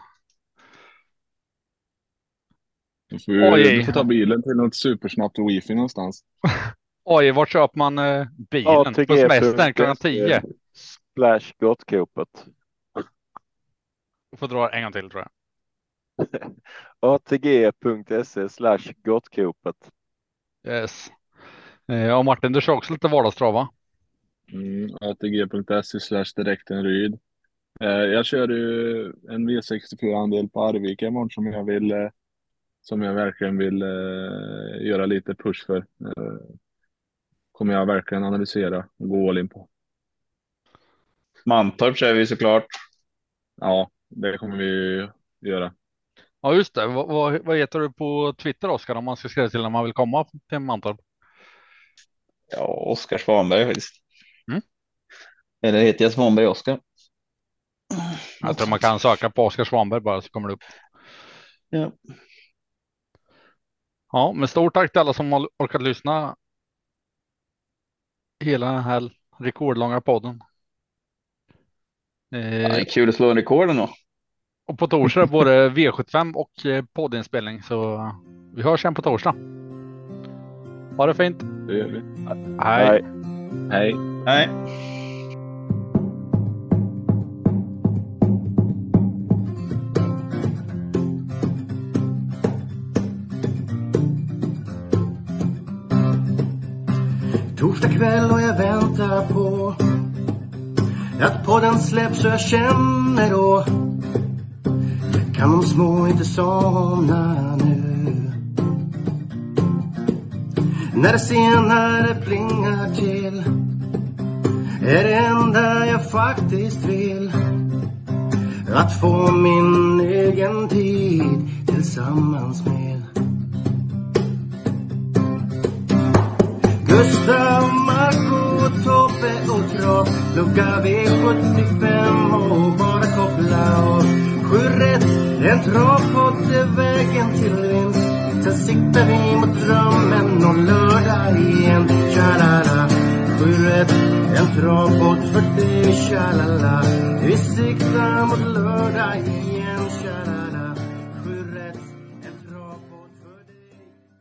S2: Du får, ju-
S3: Oj.
S2: du får ta bilen till något supersnabbt wifi någonstans.
S3: Oj, vart köper man uh, bilen? På semestern klockan tio.
S4: Splash Gottkopet.
S3: Jag får dra en gång till tror jag.
S4: atg.se slash Gottkopet.
S3: Yes. Ja, Martin, du kör också lite vardagstrava.
S2: Mm, atg.se slash direktenryd. Eh, jag kör ju en V sextiofyra-andel på Arvika imorgon som jag vill eh, som jag verkligen vill eh, göra lite push för. Eh, kommer jag verkligen analysera och gå all in på.
S1: Mantorp kör vi såklart.
S2: Ja, det kommer vi göra.
S3: Ja, just det. Vad, vad, vad heter du på Twitter, Oskar, om man ska skriva till när man vill komma till Mantorp?
S1: Ja, Oskar Svanberg faktiskt.
S3: Mm.
S1: Eller heter jag Svanberg Oskar?
S3: Jag tror man kan söka på Oskar Svanberg bara så kommer det upp.
S1: Ja.
S3: Ja, men stort tack till alla som har orkat lyssna hela den här rekordlånga podden. Eh,
S1: Ja, det är kul att slå en rekorden då.
S3: och på torsdag är både V sjuttiofem och eh, poddinspelning, så vi hörs sen på torsdag. Ha det fint.
S2: Det gör vi.
S3: Hej.
S2: Hej.
S1: Nej.
S7: Torsdag kväll och jag väntar på att podden släpps så jag känner då kan de små inte somna nu. När det senare plingar till är det enda jag faktiskt vill att få min egen tid tillsammans med Gustav, Marco, Tobbe och Trav. Lucka V sjuttiofem och bara koppla av. Sju rätt, en travpodd är vägen till vinst. Sen siktar vi mot drömmen om lördag igen. Tjalala, sju rätt, en travpodd för dig. Tjalala, vi siktar mot lördag igen.